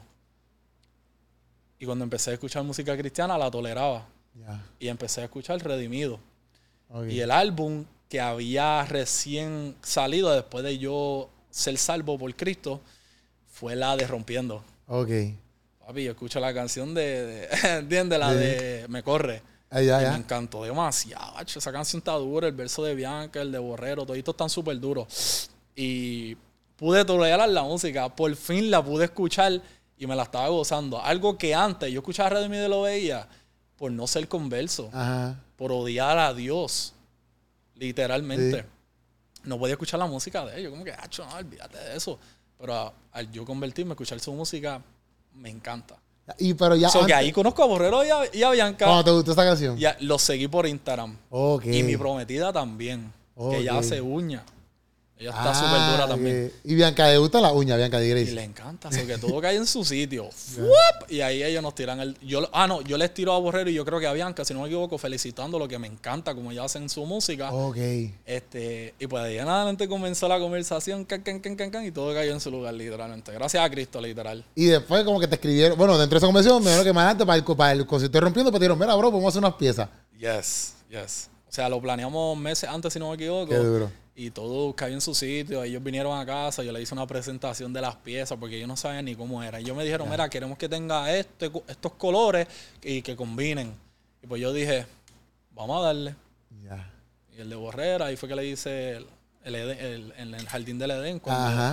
Y cuando empecé a escuchar música cristiana, la toleraba. Yeah. Y empecé a escuchar Redimido. Okay. Y el álbum que había recién salido después de yo ser salvo por Cristo fue la de Rompiendo. Ok. Papi, yo escucho la canción ¿entiendes? La de Me Corre. Ya. Me encantó demasiado. Esa canción está dura. El verso de Bianca, el de Borrero, todos están súper duros. Y pude tolerar la música. Por fin la pude escuchar y me la estaba gozando. Algo que antes yo escuchaba Redimido y lo veía por no ser converso. Ajá. Por odiar a Dios. Literalmente. Sí. No podía escuchar la música de ellos. Como que, no, olvídate de eso. Pero al yo convertirme, escuchar su música, me encanta. Pero ya que ahí conozco a Borrero y a Bianca. ¿Cómo te gustó esa canción? Ya, los seguí por Instagram. Okay. Y mi prometida también. Okay. Que ella hace uña. Ella está súper dura también. Y Bianca le gusta la uña, Bianca de Grace. Y le encanta, sobre todo cae en su sitio. Y ahí ellos nos tiran el... Yo les tiro a Borrero y yo creo que a Bianca, si no me equivoco, felicitando lo que me encanta, como ella hacen su música. Ok. Y pues de ahí en adelante comenzó la conversación, y todo cayó en su lugar, literalmente. Gracias a Cristo, literal. Y después como que te escribieron, bueno, dentro de esa conversación, me dijeron que más adelante para el concierto de Rompiendo, pero dijeron, mira, bro, vamos a hacer unas piezas. Yes. O sea, lo planeamos meses antes, si no me equivoco. Qué duro. Y todo cayó en su sitio. Ellos vinieron a casa, yo le hice una presentación de las piezas porque ellos no sabían ni cómo era. Y ellos me dijeron, mira, queremos que tenga estos colores y que combinen. Y pues yo dije, vamos a darle. Ya. Y el de Borrera, ahí fue que le hice en el jardín del Edén, cuando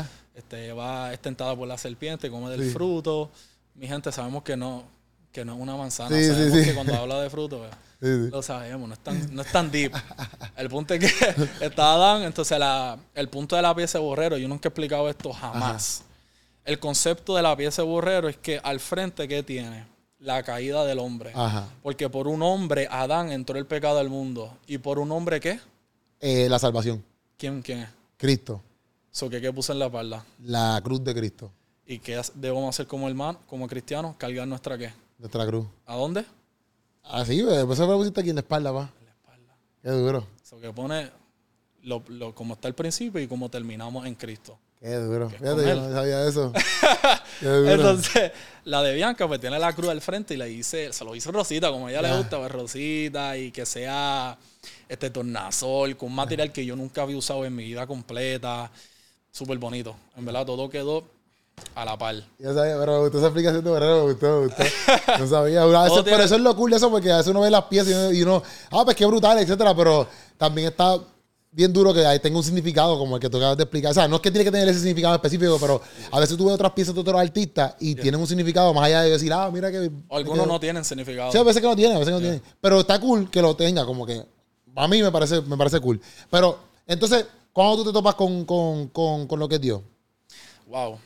es tentada por la serpiente, come del fruto. Mi gente, sabemos que no es una manzana. Sabemos que cuando habla de fruto, lo sabemos, no es tan deep. El punto es que está Adán, entonces el punto de la pieza de Borrero, yo nunca he explicado esto jamás. Ajá. El concepto de la pieza de Borrero es que al frente, ¿qué tiene? La caída del hombre. Ajá. Porque por un hombre, Adán, entró el pecado al mundo. ¿Y por un hombre qué? La salvación. ¿Quién es? Cristo. ¿Qué puso en la espalda? La cruz de Cristo. ¿Y qué debemos hacer como hermanos, como cristianos? Cargar nuestra ¿qué? Nuestra cruz. ¿A dónde? Así, después se me pusiste aquí en la espalda, pa. En la espalda. Qué duro. Eso que pone como está el principio y cómo terminamos en Cristo. Qué duro. Que Fíjate, yo no sabía eso. Qué duro. Entonces, la de Bianca, pues tiene la cruz al frente y se lo hizo Rosita, como a ella le gusta, pues Rosita, y que sea tornasol, con un material que yo nunca había usado en mi vida completa. Súper bonito. En verdad, todo quedó a la par. Ya sabía, pero me gustó esa explicación de Guerrero, me gustó. No sabía. A veces, por eso es lo cool de eso, porque a veces uno ve las piezas y uno, pues qué brutal, etcétera, pero también está bien duro que ahí tenga un significado como el que tú acabas de explicar. O sea, no es que tiene que tener ese significado específico, pero a veces tú ves otras piezas de otros artistas y tienen un significado más allá de decir, mira que... O algunos no tienen significado. Sí, a veces que no tienen, a veces que no tienen. Pero está cool que lo tenga, como que a mí me parece cool. Pero, entonces, ¿cuándo tú te topas con lo que es Dios? Wow.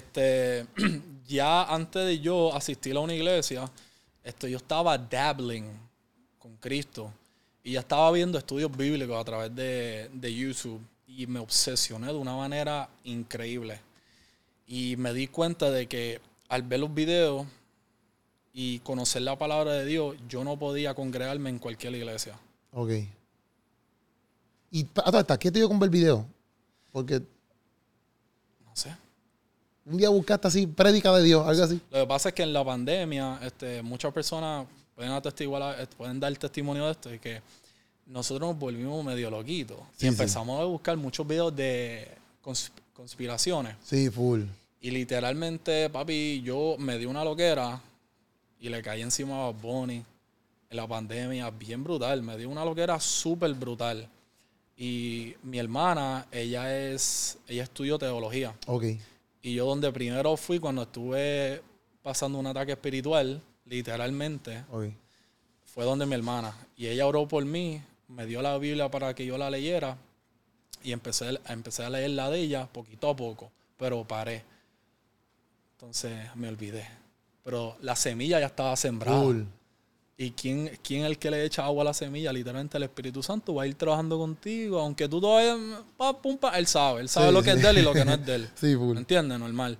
Ya antes de yo asistir a una iglesia, yo estaba dabbling con Cristo. Y ya estaba viendo estudios bíblicos a través de YouTube y me obsesioné de una manera increíble. Y me di cuenta de que al ver los videos y conocer la palabra de Dios, yo no podía congregarme en cualquier iglesia. Ok. ¿Y qué te dio con ver el video? Porque... No sé. Un día buscaste así, prédica de Dios, algo así. Lo que pasa es que en la pandemia muchas personas pueden dar testimonio de esto y que nosotros nos volvimos medio loquitos. Sí, y empezamos a buscar muchos videos de conspiraciones. Sí, full. Y literalmente, papi, yo me di una loquera y le caí encima a Bad Bunny en la pandemia, bien brutal. Me di una loquera súper brutal. Y mi hermana, ella estudió teología. Ok. Y yo donde primero fui cuando estuve pasando un ataque espiritual, literalmente, fue donde mi hermana. Y ella oró por mí, me dio la Biblia para que yo la leyera y empecé a leer la de ella poquito a poco, pero paré. Entonces me olvidé. Pero la semilla ya estaba sembrada. Cool. ¿Y quién es el que le echa agua a la semilla? Literalmente el Espíritu Santo va a ir trabajando contigo, aunque tú todavía, él sabe lo que es de él y lo que no es de él. Sí, full. ¿Me entiendes? Normal.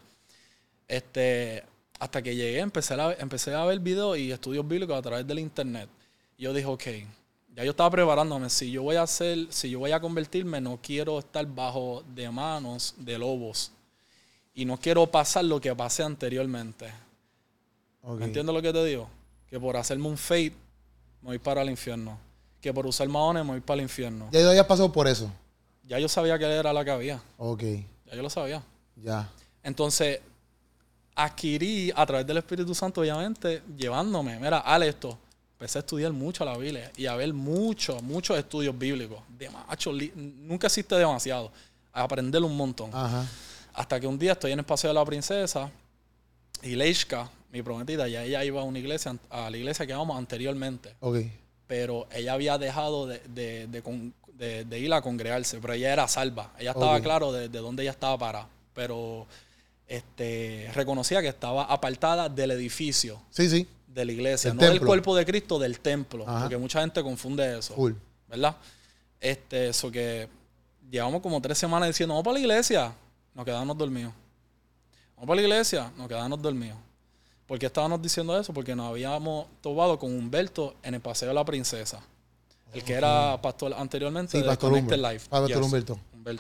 Hasta que llegué, empecé a ver videos y estudios bíblicos a través del internet. Y yo dije, ok, ya yo estaba preparándome. Si yo voy a convertirme, no quiero estar bajo de manos de lobos. Y no quiero pasar lo que pasé anteriormente. ¿Me entiendes lo que te digo? Que por hacerme un fade, me voy para el infierno. Que por usar maones, me voy para el infierno. Ya yo había pasado por eso. Ya yo sabía que era la que había. Ok. Ya yo lo sabía. Ya. Entonces, adquirí a través del Espíritu Santo, obviamente, llevándome. Mira, haz esto. Empecé a estudiar mucho la Biblia y a ver muchos estudios bíblicos. Nunca existe demasiado. A aprender un montón. Ajá. Hasta que un día estoy en el Paseo de la Princesa y Leishka, mi prometida, ya ella iba a la iglesia que íbamos anteriormente. Ok. Pero ella había dejado de ir a congregarse, pero ella era salva. Ella estaba claro de dónde ella estaba parada. Pero reconocía que estaba apartada del edificio. Sí. De la iglesia, El no templo. del cuerpo de Cristo, del templo. Ajá. Porque mucha gente confunde eso. Full. ¿Verdad? Eso que llevamos como 3 semanas diciendo, vamos para la iglesia. Nos quedamos dormidos. Vamos para la iglesia, nos quedamos dormidos. ¿Por qué estábamos diciendo eso? Porque nos habíamos topado con Humberto en el Paseo de la Princesa. El que era pastor anteriormente Sí, de Pastor Connected Humberto. Life. Pastor Humberto.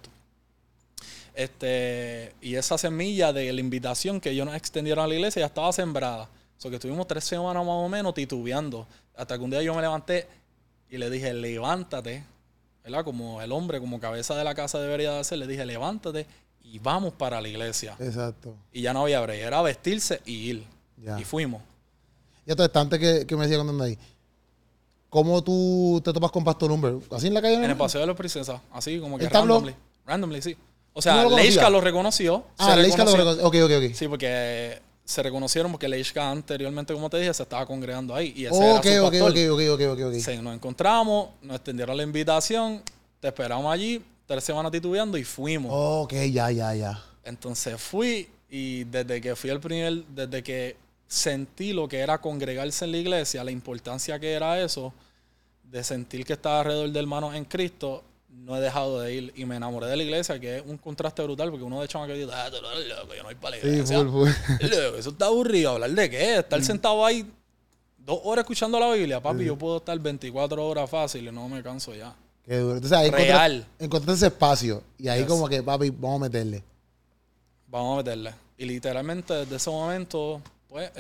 Y esa semilla de la invitación que ellos nos extendieron a la iglesia ya estaba sembrada. O sea, que estuvimos 3 semanas más o menos titubeando. Hasta que un día yo me levanté y le dije, levántate. ¿Verdad? Como el hombre, como cabeza de la casa debería de hacer. Le dije, levántate y vamos para la iglesia. Exacto. Y ya no había break. Era vestirse y ir. Ya. Y fuimos. Y entonces, antes que me decía contando ahí, ¿cómo tú te topas con Pastor Humberto? ¿Así en la calle? En el Paseo de las Princesas. Así como que ¿Él te habló? randomly, sí. O ¿Tú sea, no lo conocías? Leishka lo reconoció. Leishka lo reconoció. Ok. Sí, porque se reconocieron porque Leishka anteriormente, como te dije, se estaba congregando ahí. Y ese era su pastor. Ok. Sí, nos encontramos, nos extendieron la invitación, te esperamos allí, 3 semanas titubeando y fuimos. Ok, ya. Entonces fui y desde que sentí lo que era congregarse en la iglesia, la importancia que era eso, de sentir que estaba alrededor de hermanos en Cristo, no he dejado de ir y me enamoré de la iglesia, que es un contraste brutal, porque uno de chamaco dice, tú eres loco, yo no voy para la iglesia. Sí, full. Loco, eso está aburrido, ¿hablar de qué? Estar sentado ahí 2 horas escuchando la Biblia, papi, yo puedo estar 24 horas fácil y no me canso ya. Qué duro. Entonces, ahí Real. encontraste ese espacio. Y ahí Yes. como que, papi, vamos a meterle. Vamos a meterle. Y literalmente desde ese momento, pues,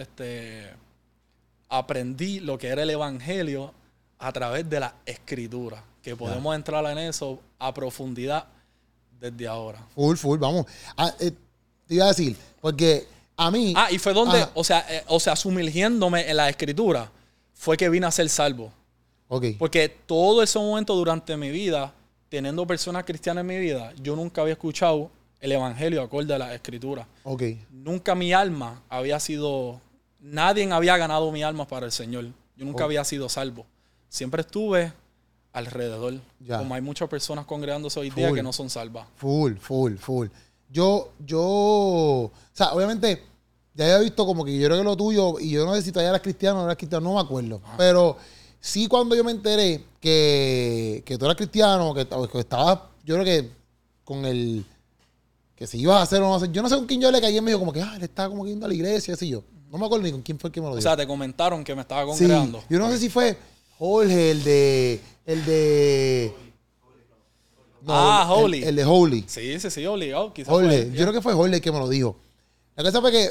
aprendí lo que era el evangelio a través de la escritura. Que podemos entrar en eso a profundidad desde ahora. Full, vamos. Te iba a decir, porque a mí... Y fue donde, o sea, sumergiéndome en la escritura, fue que vine a ser salvo. Ok. Porque todo ese momento durante mi vida, teniendo personas cristianas en mi vida, yo nunca había escuchado el evangelio acorde a la escritura. Ok. Nunca mi alma había sido... Nadie había ganado mi alma para el Señor. Yo nunca había sido salvo. Siempre estuve alrededor. Ya. Como hay muchas personas congregándose hoy día que no son salvas. Full. O sea, obviamente, ya había visto como que yo creo que lo tuyo, y yo no sé si todavía eras cristiano o no eras cristiano, no me acuerdo. Ajá. Pero sí, cuando yo me enteré que tú eras cristiano, que estabas, yo creo que con el... que si ibas a hacer o no hacer. Yo no sé con quién yo hablé, que alguien me dijo como que, él estaba como que yendo a la iglesia, así yo. No me acuerdo ni con quién fue el que me lo dijo. O sea, te comentaron que me estaba congregando. Sí, yo no sé si fue Jorge, el de... No, Holy. El de Holy. Sí, obligado. Quizás Jorge, yo creo que fue Jorge el que me lo dijo. La cosa fue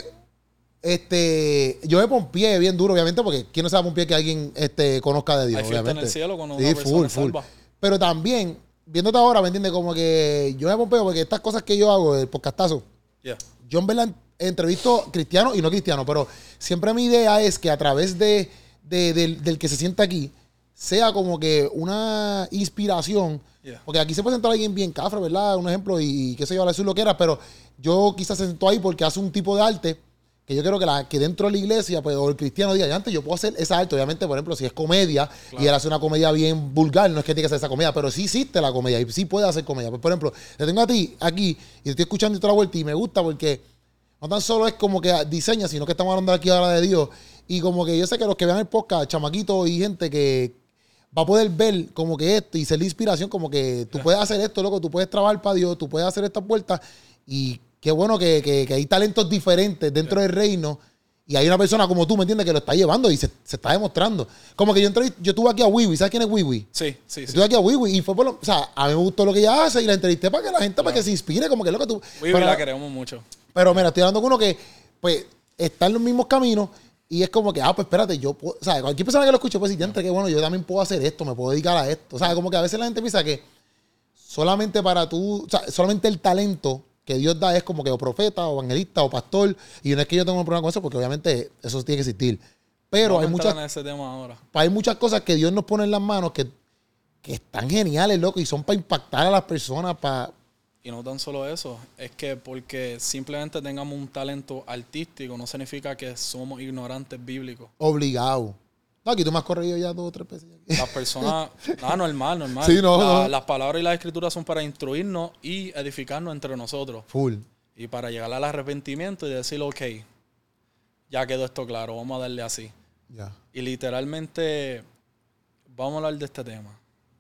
que yo me pompié bien duro, obviamente, porque ¿quién no se va a pompiar que alguien conozca de Dios? Hay fiesta obviamente. en el cielo cuando una persona es salva. Pero también, viéndote ahora, ¿me entiendes? Como que yo me pompeo porque estas cosas que yo hago, el podcastazo, yo en verdad entrevisto cristianos y no cristianos, pero siempre mi idea es que a través del que se sienta aquí, sea como que una inspiración, porque aquí se puede sentar alguien bien cafre, ¿verdad? Un ejemplo, y qué sé yo, decir lo que era, pero yo quizás se sentó ahí porque hace un tipo de arte que yo creo que dentro de la iglesia, pues, o el cristiano diga, antes yo puedo hacer esa arte, obviamente, por ejemplo, si es comedia, y él hace una comedia bien vulgar, no es que tiene que hacer esa comedia, pero sí existe la comedia, y sí puede hacer comedia. Pues, por ejemplo, te tengo a ti aquí, y te estoy escuchando y toda la vuelta, y me gusta porque no tan solo es como que diseña, sino que estamos hablando aquí ahora de Dios, y como que yo sé que los que vean el podcast, chamaquitos y gente que va a poder ver como que esto y ser la inspiración, como que tú puedes hacer esto, loco, tú puedes trabajar para Dios, tú puedes hacer estas puertas, y qué bueno que hay talentos diferentes dentro del reino. Y hay una persona como tú, ¿me entiendes? Que lo está llevando y se está demostrando. Como que yo tuve aquí a Wiwi. ¿Sabes quién es Wiwi? Sí. Estuve aquí a Wiwi y fue por o sea, a mí me gustó lo que ella hace y la entrevisté para que la gente, para que se inspire, como que es lo que tú... Wiwi la queremos mucho. Pero mira, estoy hablando con uno que, pues, está en los mismos caminos y es como que, pues, espérate, yo puedo... O sea, cualquier persona que lo escuche puede decir, que bueno, yo también puedo hacer esto, me puedo dedicar a esto. O sea, como que a veces la gente piensa que solamente para tú... O sea, solamente el talento que Dios da es como que o profeta, o evangelista, o pastor. Y no es que yo tenga un problema con eso, porque obviamente eso tiene que existir. Pero hay muchas cosas que Dios nos pone en las manos que están geniales, loco, y son para impactar a las personas, Y no tan solo eso, es que porque simplemente tengamos un talento artístico no significa que somos ignorantes bíblicos. Obligado. No, aquí tú me has corregido ya 2 o 3 veces. Las personas... normal. Sí, no. Las palabras y las escrituras son para instruirnos y edificarnos entre nosotros. Full. Y para llegar al arrepentimiento y decir, ok, ya quedó esto claro, vamos a darle así. Ya. Y literalmente, vamos a hablar de este tema.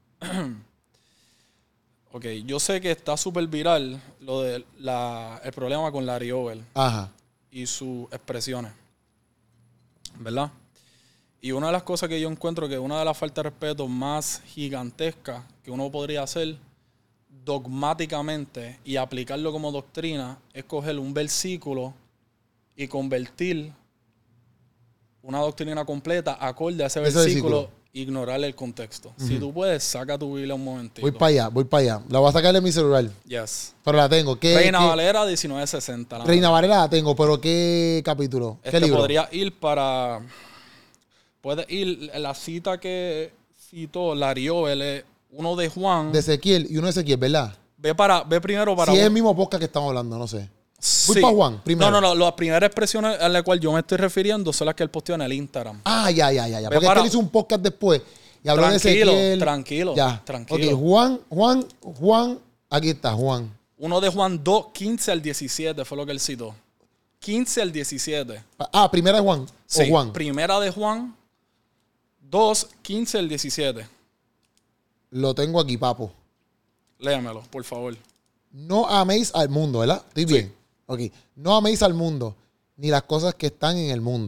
Ok, yo sé que está súper viral lo de el problema con Larry Over. Ajá. Y sus expresiones. ¿Verdad? Y una de las cosas que yo encuentro que una de las faltas de respeto más gigantescas que uno podría hacer dogmáticamente y aplicarlo como doctrina es coger un versículo y convertir una doctrina completa acorde a ese versículo, ignorarle el contexto. Si tú puedes, saca tu Biblia un momentito. Voy para allá. La voy a sacar de mi celular. Yes. Pero la tengo. Reina Valera 1960. Reina Valera la tengo, pero ¿qué capítulo? ¿Qué libro? Podría ir para... Puede ir la cita que citó Larry Over, uno de Juan. De Ezequiel y uno de Ezequiel, ¿verdad? Ve primero para... Si es el mismo podcast que estamos hablando, no sé. Sí. Voy para Juan primero. No. Las primeras expresiones a las cuales yo me estoy refiriendo son las que él posteó en el Instagram. Ya. Porque es que él hizo un podcast después y habló de Ezequiel. Tranquilo. Ok, Juan, aquí está, Juan. Uno de Juan 2, 15 al 17 fue lo que él citó. 15 al 17. Primera de Juan. Sí, o Juan. Primera de Juan 2, 15 al 17. Lo tengo aquí, papo. Léamelo, por favor. No améis al mundo, ¿verdad? Estoy bien. Ok. No améis al mundo, ni las cosas que están en el mundo.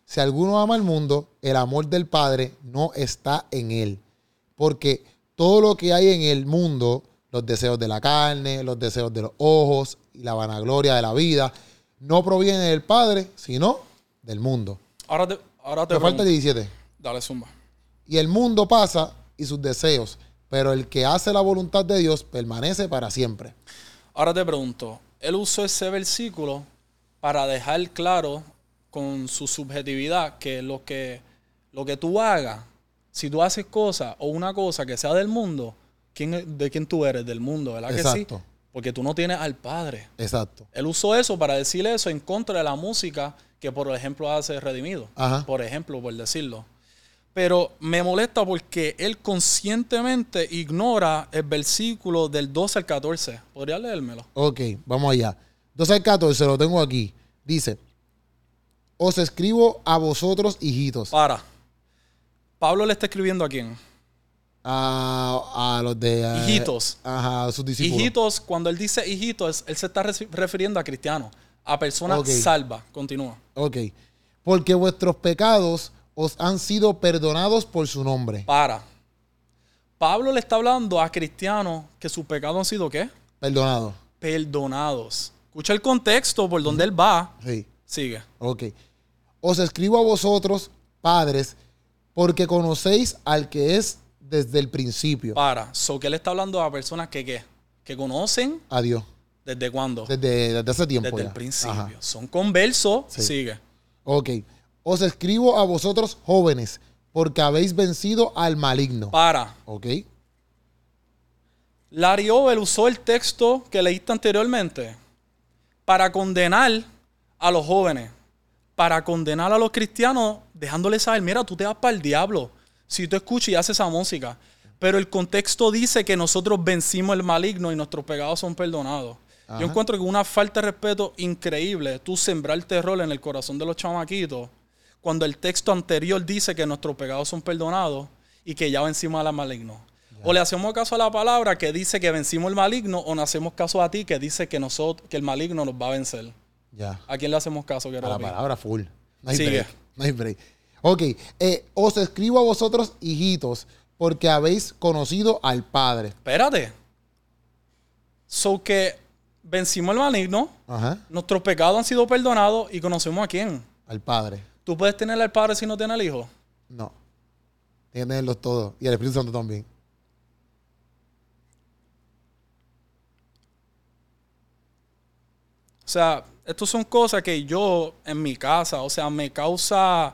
Si alguno ama al mundo, el amor del Padre no está en él. Porque todo lo que hay en el mundo, los deseos de la carne, los deseos de los ojos y la vanagloria de la vida, no proviene del Padre, sino del mundo. Ahora te Me falta el 17. Dale, zumba. Y el mundo pasa y sus deseos, pero el que hace la voluntad de Dios permanece para siempre. Ahora te pregunto, él usó ese versículo para dejar claro con su subjetividad que lo que tú hagas, si tú haces cosas o una cosa que sea del mundo, ¿de quién tú eres? Del mundo, ¿verdad que sí? Exacto. Porque tú no tienes al Padre. Exacto. Él usó eso para decirle eso en contra de la música que, por ejemplo, hace Redimido. Ajá. Por ejemplo, por decirlo. Pero me molesta porque él conscientemente ignora el versículo del 12 al 14. ¿Podría leérmelo? Ok, vamos allá. 12 al 14 lo tengo aquí. Dice, os escribo a vosotros, hijitos. Pablo le está escribiendo ¿a quién? A los de... Hijitos. Ajá, a sus discípulos. Hijitos, cuando él dice hijitos, él se está refiriendo a cristianos, a personas salvas. Continúa. Ok. Porque vuestros pecados os han sido perdonados por su nombre. Pablo le está hablando a cristianos que sus pecados han sido ¿qué? Perdonados. Perdonados. Escucha el contexto por donde él va. Sí. Sigue. Ok. Os escribo a vosotros, padres, porque conocéis al que es desde el principio. Que él está hablando a personas que conocen a Dios. ¿Desde cuándo? Desde hace tiempo. Desde ya. el principio. Ajá. Son conversos. Sí. Sigue. Ok. Os escribo a vosotros jóvenes, porque habéis vencido al maligno. Ok. Larry Over usó el texto que leíste anteriormente para condenar a los jóvenes, para condenar a los cristianos, dejándoles saber, mira, tú te vas para el diablo si tú escuchas y haces esa música. Pero el contexto dice que nosotros vencimos el maligno y nuestros pecados son perdonados. Ajá. Yo encuentro que una falta de respeto increíble tú sembrar terror en el corazón de los chamaquitos cuando el texto anterior dice que nuestros pecados son perdonados y que ya vencimos al maligno. O le hacemos caso a la palabra que dice que vencimos el maligno, o le hacemos caso a ti que dice que el maligno nos va a vencer. Ya. ¿A quién le hacemos caso? A la palabra full. No hay Sigue. break. No hay break. Ok. Os escribo a vosotros, hijitos, porque habéis conocido al Padre. Espérate. Que vencimos el maligno, ajá, nuestros pecados han sido perdonados y conocemos a quién. Al Padre. ¿Tú puedes tener al Padre si no tienes al Hijo? No. Tienes que tenerlos todos. Y al Espíritu Santo también. O sea, estas son cosas que yo en mi casa, o sea, me causa,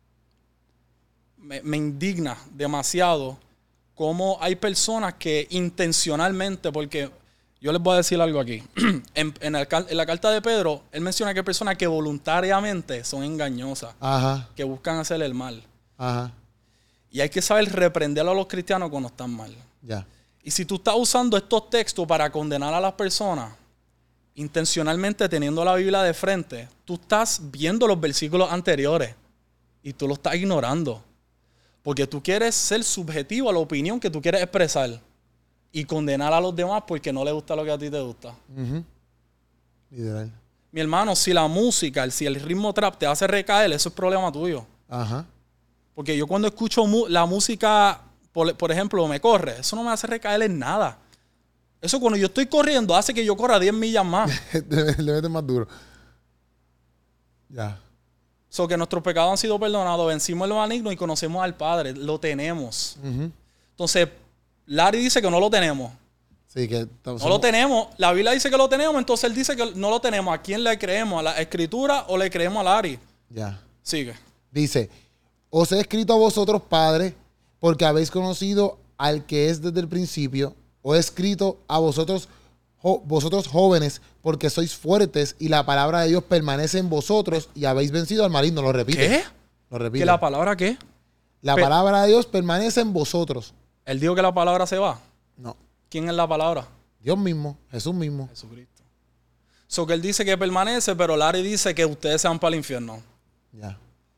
me indigna demasiado cómo hay personas que intencionalmente, porque yo les voy a decir algo aquí, en la carta de Pedro, él menciona que hay personas que voluntariamente son engañosas, ajá, que buscan hacer el mal. Ajá. Y hay que saber reprenderlo a los cristianos cuando están mal. Ya. Y si tú estás usando estos textos para condenar a las personas, intencionalmente teniendo la Biblia de frente, tú estás viendo los versículos anteriores y tú lo estás ignorando. Porque tú quieres ser subjetivo a la opinión que tú quieres expresar y condenar a los demás porque no les gusta lo que a ti te gusta. Uh-huh. Literal. Mi hermano, si la música, si el ritmo trap te hace recaer, eso es problema tuyo. Ajá. Porque yo cuando escucho la música, por ejemplo, me corre, eso no me hace recaer en nada. Eso cuando yo estoy corriendo hace que yo corra 10 millas más. Le metes más duro. Ya. Que nuestros pecados han sido perdonados, vencimos el maligno y conocemos al Padre. Lo tenemos. Uh-huh. Entonces, Larry dice que no lo tenemos. Sí, que no lo tenemos. La Biblia dice que lo tenemos, entonces él dice que no lo tenemos. ¿A quién le creemos? ¿A la Escritura o le creemos a Larry? Ya. Sigue. Dice, os he escrito a vosotros, padres, porque habéis conocido al que es desde el principio. Os he escrito a vosotros, vosotros jóvenes, porque sois fuertes y la palabra de Dios permanece en vosotros y habéis vencido al maligno. Lo repite. ¿Qué? Lo repite. ¿Que la palabra qué? La palabra de Dios permanece en vosotros. ¿Él dijo que la palabra se va? No. ¿Quién es la palabra? Dios mismo, Jesús mismo. Jesucristo. Que él dice que permanece, pero Larry dice que ustedes se van para el infierno. Ya.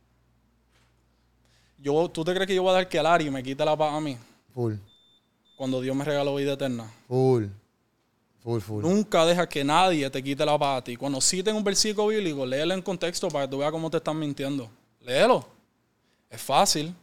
¿Tú te crees que yo voy a dar que Larry me quite la paz a mí? Full. Cuando Dios me regaló vida eterna. Full. Full, full. Nunca deja que nadie te quite la paz a ti. Cuando citen un versículo bíblico, léelo en contexto para que tú veas cómo te están mintiendo. Léelo. Es fácil.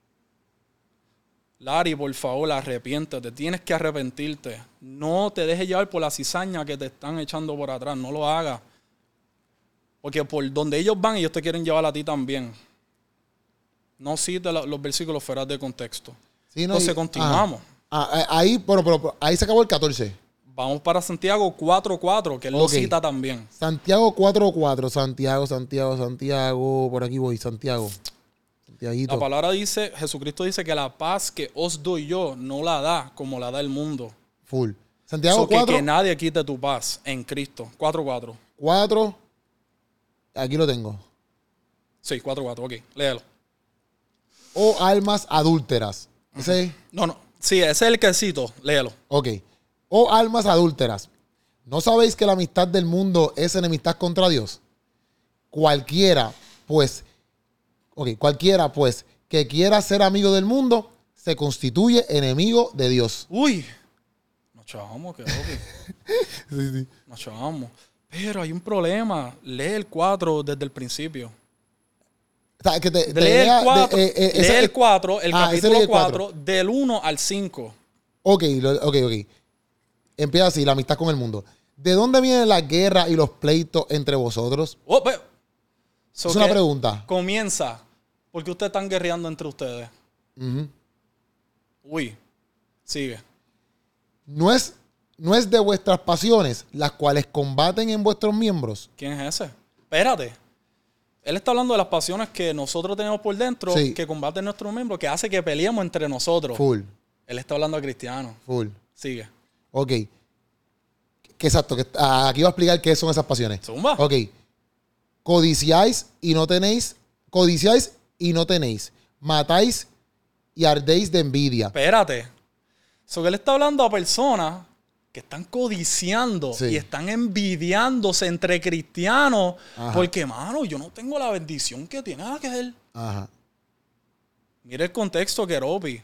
Larry, por favor, arrepiéntete. Tienes que arrepentirte. No te dejes llevar por la cizaña que te están echando por atrás. No lo hagas. Porque por donde ellos van, ellos te quieren llevar a ti también. No cites los versículos fuera de contexto. Sí, no, Entonces, continuamos. Ahí, pero ahí se acabó el 14. Vamos para Santiago 4:4, que él lo cita también. Santiago 4:4. Santiago. Por aquí voy, Santiago. La palabra dice, Jesucristo dice que la paz que os doy yo no la da como la da el mundo. Full. Santiago 4. Que nadie quite tu paz en Cristo. 4:4. 4. Aquí lo tengo. Sí, 4:4. Ok, léelo. O almas adúlteras. ¿Ese? No. Sí, ese es el que cito. Léelo. Ok. O almas adúlteras. ¿No sabéis que la amistad del mundo es enemistad contra Dios? Cualquiera, pues, que quiera ser amigo del mundo, se constituye enemigo de Dios. Uy. Nos chavamos, que Sí. Nos chavamos. Pero hay un problema. Lee el 4 desde el principio. O sea, que lee el 4, el capítulo 4, del 1 al 5. Ok. Empieza así, la amistad con el mundo. ¿De dónde vienen las guerras y los pleitos entre vosotros? Es una pregunta. Comienza. ¿Por qué ustedes están guerreando entre ustedes? Uy. Sigue. ¿No es de vuestras pasiones las cuales combaten en vuestros miembros? ¿Quién es ese? Espérate. Él está hablando de las pasiones que nosotros tenemos por dentro, sí, que combaten nuestros miembros, que hace que peleemos entre nosotros. Full. Él está hablando a cristianos. Full. Sigue. Ok. Exacto. Aquí voy a explicar qué son esas pasiones. Zumba. Ok. Codiciáis y no tenéis. Matáis y ardéis de envidia. Espérate. So que él está hablando a personas que están codiciando y están envidiándose entre cristianos. Ajá. Porque, mano, yo no tengo la bendición que tiene aquel. Ajá. Mira el contexto, Keropi.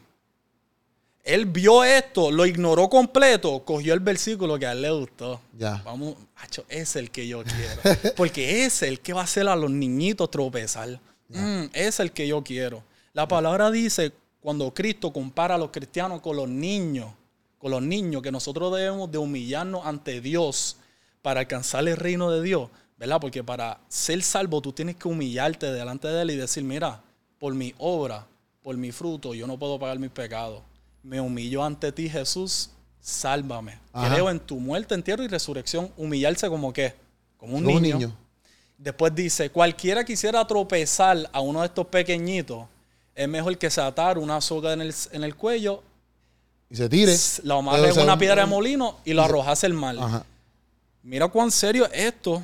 Él vio esto, lo ignoró completo, cogió el versículo que a él le gustó. Ya. Vamos, macho, es el que yo quiero. Porque es el que va a hacer a los niñitos tropezar. Es el que yo quiero. La palabra dice, cuando Cristo compara a los cristianos con los niños, que nosotros debemos de humillarnos ante Dios para alcanzar el reino de Dios, ¿verdad? Porque para ser salvo tú tienes que humillarte delante de Él y decir, mira, por mi obra, por mi fruto, yo no puedo pagar mis pecados. Me humillo ante ti, Jesús, sálvame. Ajá. Creo en tu muerte, entierro y resurrección. Humillarse como ¿qué? Como un niño. Después dice, cualquiera quisiera tropezar a uno de estos pequeñitos, es mejor que se atara una soga en el cuello y se tire. Lo amarre en una piedra de molino y lo arrojase al mar. Ajá. Mira cuán serio es esto.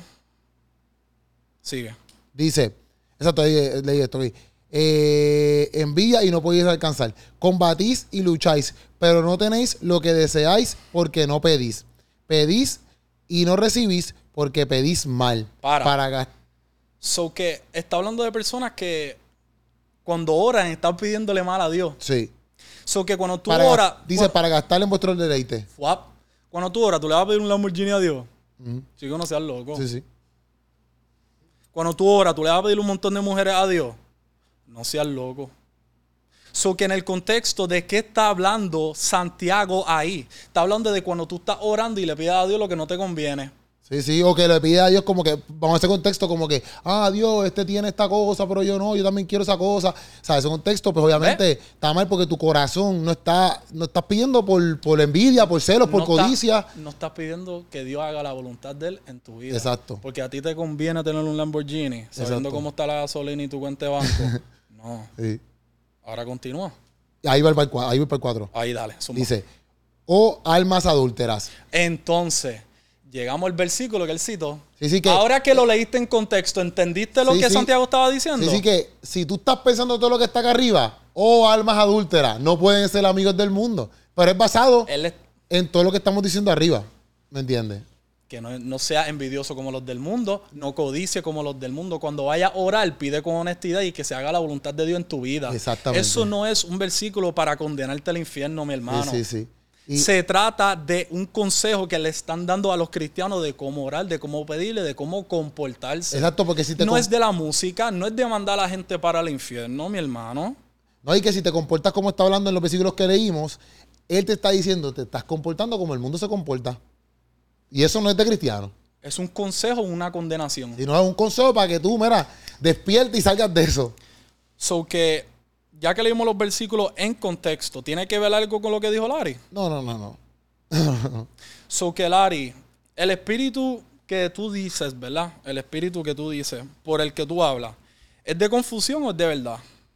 Sigue. Dice, exacto, leí esto. Envidia y no podéis alcanzar. Combatís y lucháis, pero no tenéis lo que deseáis porque no pedís. Pedís y no recibís porque pedís mal. So que está hablando de personas que cuando oran están pidiéndole mal a Dios. Sí. So que cuando tú oras... Dice, para gastar en vuestro deleite. Cuando tú oras, ¿tú le vas a pedir un Lamborghini a Dios? Chico, no seas loco. Sí. Cuando tú oras, ¿tú le vas a pedir un montón de mujeres a Dios? No seas loco. So que en el contexto de qué está hablando Santiago ahí. Está hablando de cuando tú estás orando y le pides a Dios lo que no te conviene. Sí, o que le pide a Dios como que, vamos a ese contexto como que, Dios, este tiene esta cosa, pero yo no, yo también quiero esa cosa. O sea, ese contexto, pues obviamente está mal porque tu corazón no estás pidiendo por envidia, por celos, por codicia. No estás pidiendo que Dios haga la voluntad de Él en tu vida. Exacto. Porque a ti te conviene tener un Lamborghini, sabiendo cómo está la gasolina y tu cuenta de banco. No. Sí. Ahora continúa. Ahí va para el 4. Ahí dale. Suma. Dice, o almas adúlteras. Entonces... llegamos al versículo que él citó. Sí, ahora que lo leíste en contexto, ¿entendiste lo que Santiago estaba diciendo? Sí, que si tú estás pensando todo lo que está acá arriba, almas adúlteras, no pueden ser amigos del mundo. Pero es basado en todo lo que estamos diciendo arriba. ¿Me entiendes? Que no sea envidioso como los del mundo, no codicie como los del mundo. Cuando vaya a orar, pide con honestidad y que se haga la voluntad de Dios en tu vida. Exactamente. Eso no es un versículo para condenarte al infierno, mi hermano. Sí. Se trata de un consejo que le están dando a los cristianos de cómo orar, de cómo pedirle, de cómo comportarse. Exacto, porque si te... No es de la música, no es de mandar a la gente para el infierno, mi hermano. No, y que si te comportas como está hablando en los versículos que leímos, él te está diciendo, te estás comportando como el mundo se comporta. Y eso no es de cristiano. Es un consejo, una condenación. Sino es un consejo para que tú, mira, despiertes y salgas de eso. So que, ya que leímos los versículos en contexto, ¿tiene que ver algo con lo que dijo Larry? No. So que Larry, el espíritu que tú dices, ¿verdad? El espíritu que tú dices, por el que tú hablas, ¿es de confusión o es de verdad?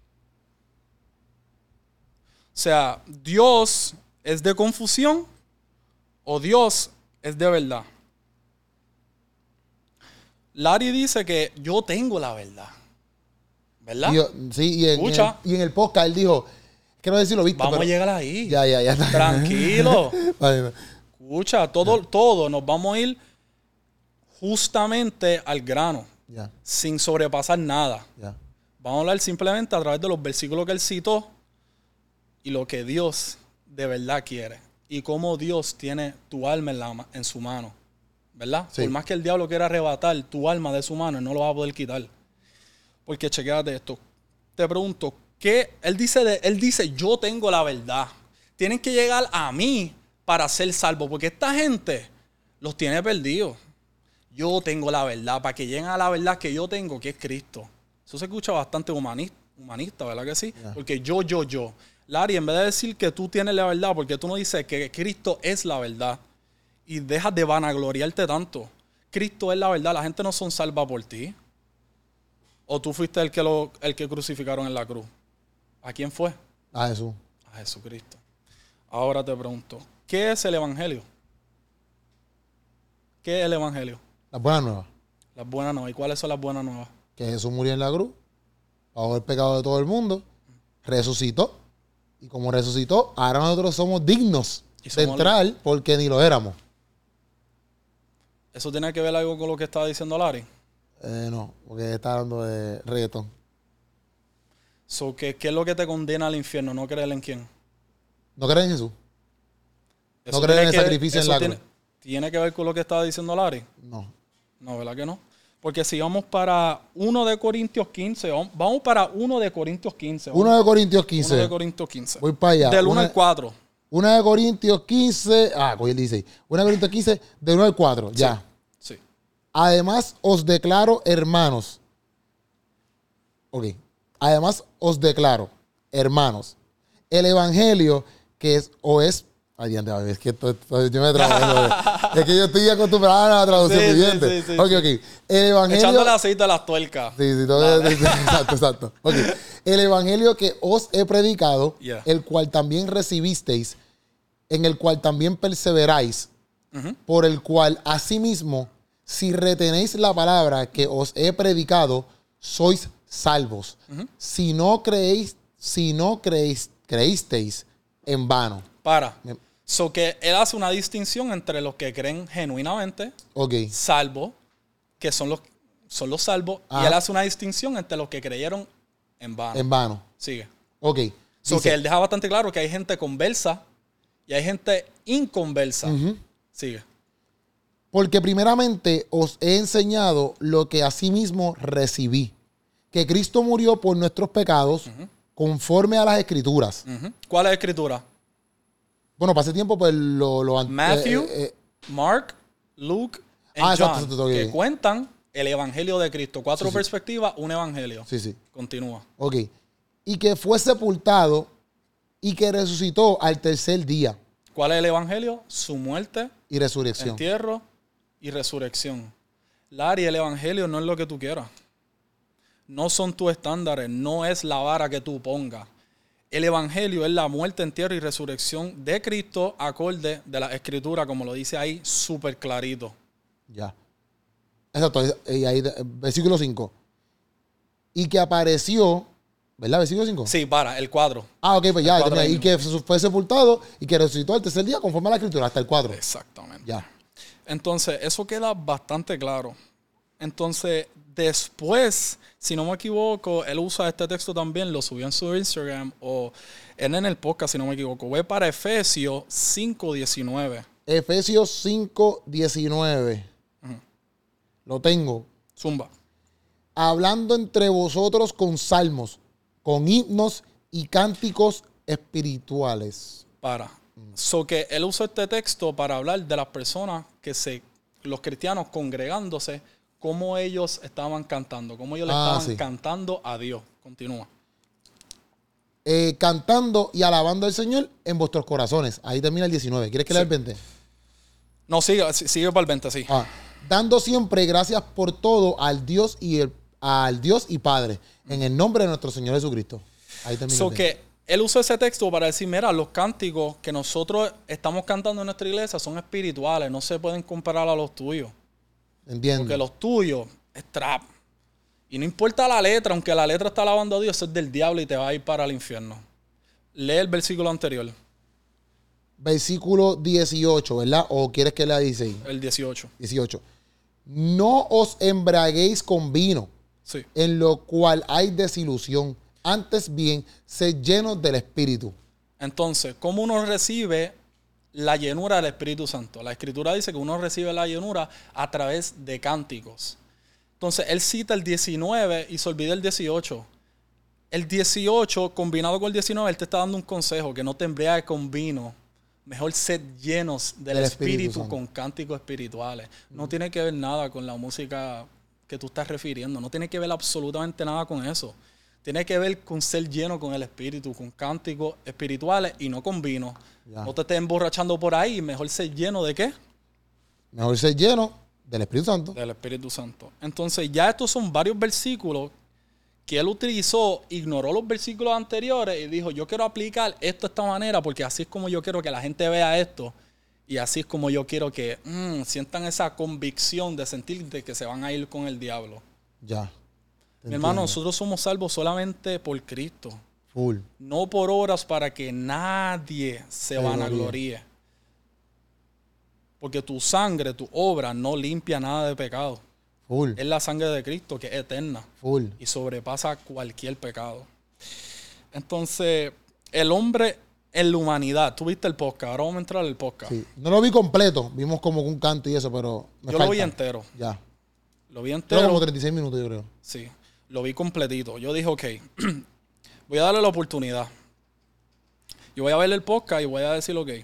O sea, ¿Dios es de confusión o Dios es de verdad? Larry dice que yo tengo la verdad. ¿Verdad? Y en el podcast él dijo, quiero decirlo, ¿viste? Vamos a llegar ahí. Ya. Tranquilo. Vale. Escucha, todo nos vamos a ir justamente al grano, Ya. sin sobrepasar nada. Ya. Vamos a hablar simplemente a través de los versículos que él citó y lo que Dios de verdad quiere y cómo Dios tiene tu alma en su mano, ¿verdad? Sí. Por más que el diablo quiera arrebatar tu alma de su mano, él no lo va a poder quitar. Porque chequéate esto. Te pregunto, ¿qué? Él dice, yo tengo la verdad. Tienen que llegar a mí para ser salvos, porque esta gente los tiene perdidos. Yo tengo la verdad, para que lleguen a la verdad que yo tengo, que es Cristo. Eso se escucha bastante humanista, ¿verdad que sí? Yeah. Porque yo. Larry, en vez de decir que tú tienes la verdad, porque tú no dices que Cristo es la verdad, y dejas de vanagloriarte tanto. Cristo es la verdad, la gente no son salva por ti. ¿O tú fuiste el que crucificaron en la cruz? ¿A quién fue? A Jesús. A Jesucristo. Ahora te pregunto, ¿qué es el Evangelio? ¿Qué es el Evangelio? Las buenas nuevas. Las buenas nuevas. ¿Y cuáles son las buenas nuevas? Que Jesús murió en la cruz, pagó el pecado de todo el mundo, resucitó. Y como resucitó, ahora nosotros somos dignos de entrar porque ni lo éramos. ¿Eso tiene que ver algo con lo que estaba diciendo Larry? No, porque está hablando de reggaetón. So, ¿qué es lo que te condena al infierno? ¿No creer en quién? ¿No crees en Jesús? Eso ¿No crees en el tiene sacrificio en la cruz? ¿Tiene que ver con lo que estaba diciendo Larry? No. No, ¿verdad que no? Porque si vamos para 1 de Corintios 15, vamos para 1 de Corintios 15. 1 de Corintios 15. 1 de Corintios 15. Voy para allá. Del 1 al 4. 1 de Corintios 15. Cogí el 16. 1 de Corintios 15, del 1 al 4. Sí. Ya. Sí. Además, os declaro, hermanos. Ok. Además, os declaro, hermanos, el evangelio que es, o es. Adiante, es que yo me trabajo. Es que yo estoy acostumbrado a la traducción viviente. Sí. Ok. El evangelio. Echándole aceite a las tuercas. Sí, exacto. Ok. El evangelio que os he predicado, Yeah. el cual también recibisteis, en el cual también perseveráis, por el cual asimismo, si retenéis la palabra que os he predicado, sois salvos. Si no creísteis en vano. So que él hace una distinción entre los que creen genuinamente, Ok. salvos, que son los salvos, y él hace una distinción entre los que creyeron en vano. En vano. Sigue. Ok. So que él deja bastante claro que hay gente conversa y hay gente inconversa. Sigue. Porque primeramente os he enseñado lo que asimismo recibí, que Cristo murió por nuestros pecados conforme a las Escrituras. ¿Cuál es la escritura? Bueno, pasé tiempo, pues Matthew, Mark, Luke y John, exacto, que cuentan el evangelio de Cristo. 4 perspectivas, un evangelio. Sí. Continúa. Ok. Y que fue sepultado y que resucitó al tercer día. ¿Cuál es el evangelio? Su muerte, Y resurrección. entierro y resurrección. Larry, el evangelio no es lo que tú quieras. No son tus estándares, no es la vara que tú pongas. El evangelio es la muerte, entierro y resurrección de Cristo acorde de la escritura, como lo dice ahí, súper clarito. Ya. Exacto. Y ahí, versículo 5. Y que apareció, ¿verdad? Versículo 5. Sí, el cuadro. Ok, pues ya. cuadro Y que fue sepultado y que resucitó al tercer día conforme a la escritura, hasta el 4. Exactamente. Ya. Entonces, eso queda bastante claro. Entonces, después, si no me equivoco, él usa este texto también, lo subió en su Instagram o en el podcast, si no me equivoco. Voy para Efesios 5:19. Efesios 5:19. Lo tengo. Zumba. Hablando entre vosotros con salmos, con himnos y cánticos espirituales. So que él usó este texto para hablar de las personas los cristianos congregándose, cómo ellos estaban cantando, cómo ellos le estaban cantando a Dios. Continúa. Cantando y alabando al Señor en vuestros corazones. Ahí termina el 19. ¿Quieres que lea el 20? No, sigue para el 20, sí. Dando siempre gracias por todo al Dios y Padre, en el nombre de nuestro Señor Jesucristo. Ahí termina el 20. Que él usó ese texto para decir, mira, los cánticos que nosotros estamos cantando en nuestra iglesia son espirituales, no se pueden comparar a los tuyos. Entiendo. Porque los tuyos es trap. Y no importa la letra, aunque la letra está alabando a Dios, eso es del diablo y te va a ir para el infierno. Lee el versículo anterior. Versículo 18, ¿verdad? ¿O quieres que lea 16? El 18. 18. No os embraguéis con vino, sí, en lo cual hay desilusión. Antes bien, sed llenos del Espíritu. Entonces, ¿cómo uno recibe la llenura del Espíritu Santo? La Escritura dice que uno recibe la llenura a través de cánticos. Entonces, él cita el 19 y se olvida el 18. El 18, combinado con el 19, él te está dando un consejo, que no te embriagues con vino. Mejor sed llenos del Espíritu con cánticos espirituales. No tiene que ver nada con la música que tú estás refiriendo. No tiene que ver absolutamente nada con eso. Tiene que ver con ser lleno con el Espíritu, con cánticos espirituales y no con vino. Ya. No te estés emborrachando por ahí. Mejor ser lleno ¿de qué? Mejor ser lleno del Espíritu Santo. Del Espíritu Santo. Entonces ya estos son varios versículos que él utilizó, ignoró los versículos anteriores y dijo, yo quiero aplicar esto de esta manera porque así es como yo quiero que la gente vea esto y así es como yo quiero que sientan esa convicción de sentir de que se van a ir con el diablo. Ya. Mi hermano, nosotros somos salvos solamente por Cristo. Full. No por obras para que nadie se vanagloríe. Porque tu sangre, tu obra no limpia nada de pecado. Full. Es la sangre de Cristo que es eterna. Full. Y sobrepasa cualquier pecado. Entonces, el hombre en la humanidad. Tú viste el podcast. Ahora vamos a entrar al podcast. Sí. No lo vi completo. Vimos como un canto y eso, pero yo lo vi entero. Ya. Lo vi entero. Pero como 36 minutos, yo creo. Sí. Lo vi completito. Yo dije, ok, voy a darle la oportunidad. Yo voy a ver el podcast y voy a decir, ok,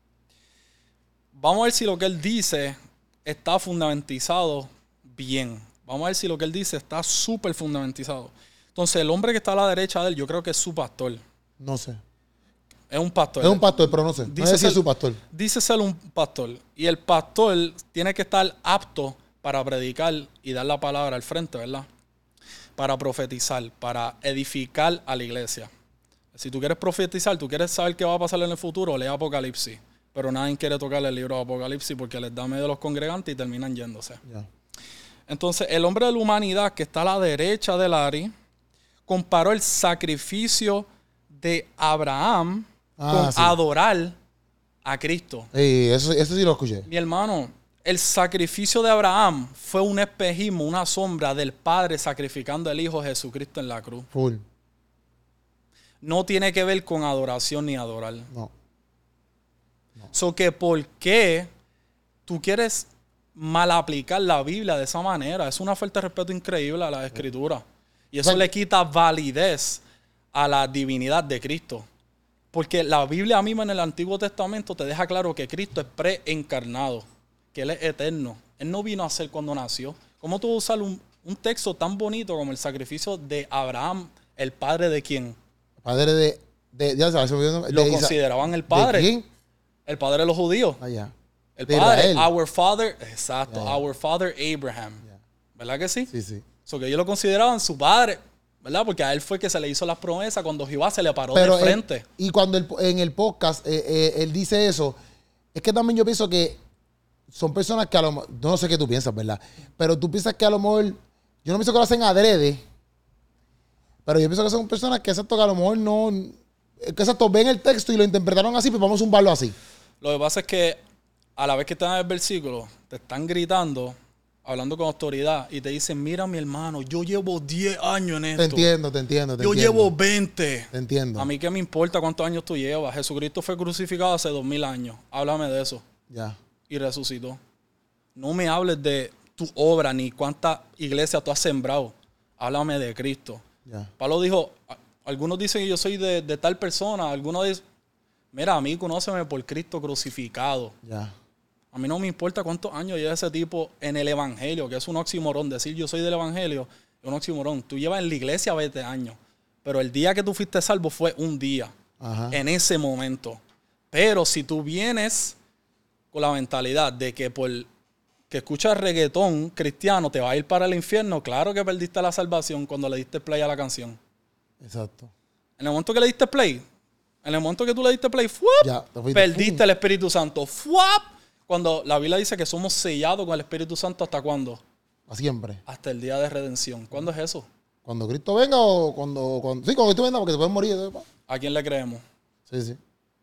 vamos a ver si lo que él dice está fundamentizado bien. Vamos a ver si lo que él dice está súper fundamentizado. Entonces, el hombre que está a la derecha de él, yo creo que es su pastor. No sé. Es un pastor. Es un pastor, pero no sé. No sé si es su pastor. Dice ser un pastor. Y el pastor tiene que estar apto para predicar y dar la palabra al frente, ¿verdad? Para profetizar, para edificar a la iglesia. Si tú quieres profetizar, tú quieres saber qué va a pasar en el futuro, lee Apocalipsis. Pero nadie quiere tocar el libro de Apocalipsis porque les da miedo a los congregantes y terminan yéndose. Yeah. Entonces, el hombre de la humanidad que está a la derecha de Larry comparó el sacrificio de Abraham con adorar a Cristo. Eso sí lo escuché. Mi hermano, el sacrificio de Abraham fue un espejismo, una sombra del Padre sacrificando al Hijo Jesucristo en la cruz. Full. No tiene que ver con adoración ni adorar. No. So que ¿por qué tú quieres mal aplicar la Biblia de esa manera? Es una falta de respeto increíble a la Escritura. Y eso le quita validez a la divinidad de Cristo. Porque la Biblia misma en el Antiguo Testamento te deja claro que Cristo es preencarnado, que Él es eterno. Él no vino a ser cuando nació. ¿Cómo tú usas un texto tan bonito como el sacrificio de Abraham, el padre de quién? Padre de ya sabes, lo consideraban el padre. ¿De quién? El padre de los judíos. Ya. El padre, our father, exacto, our father Abraham. ¿Verdad que sí? Sí, sí. So que ellos lo consideraban su padre, ¿verdad? Porque a él fue que se le hizo las promesas cuando Jehová se le paró de frente. Y cuando en el podcast él dice eso, es que también yo pienso que son personas que a lo mejor, no sé qué tú piensas, ¿verdad? Pero tú piensas que a lo mejor, yo no pienso que lo hacen adrede, pero yo pienso que son personas que exacto que a lo mejor no, que exacto ven el texto y lo interpretaron así, pues vamos a zumbarlo así. Lo que pasa es que a la vez que están en el versículo, te están gritando hablando con autoridad, y te dicen, mira mi hermano, yo llevo 10 años en esto. Te entiendo. Yo llevo 20. Te entiendo. A mí qué me importa cuántos años tú llevas. Jesucristo fue crucificado hace 2000 años. Háblame de eso. Ya. Y resucitó. No me hables de tu obra ni cuántas iglesias tú has sembrado. Háblame de Cristo. Ya. Pablo dijo, algunos dicen que yo soy de tal persona. Algunos dicen, mira, a mí conóceme por Cristo crucificado. Ya. A mí no me importa cuántos años lleva ese tipo en el evangelio, que es un oxímoron. Decir yo soy del evangelio es un oxímoron. Tú llevas en la iglesia 20 años, pero el día que tú fuiste salvo fue un día. Ajá. En ese momento. Pero si tú vienes con la mentalidad de que por que escuchas reggaetón cristiano te va a ir para el infierno, claro que perdiste la salvación cuando le diste play a la canción. Exacto. En el momento que le diste play, en el momento que tú le diste play, ¡fuap! Ya, Perdiste el Espíritu Santo. ¡Fuap! Cuando la Biblia dice que somos sellados con el Espíritu Santo, ¿hasta cuándo? A siempre. Hasta el día de redención. ¿Cuándo es eso? Cuando Cristo venga o cuando sí, cuando Cristo venga, porque te pueden morir. ¿A quién le creemos? Sí.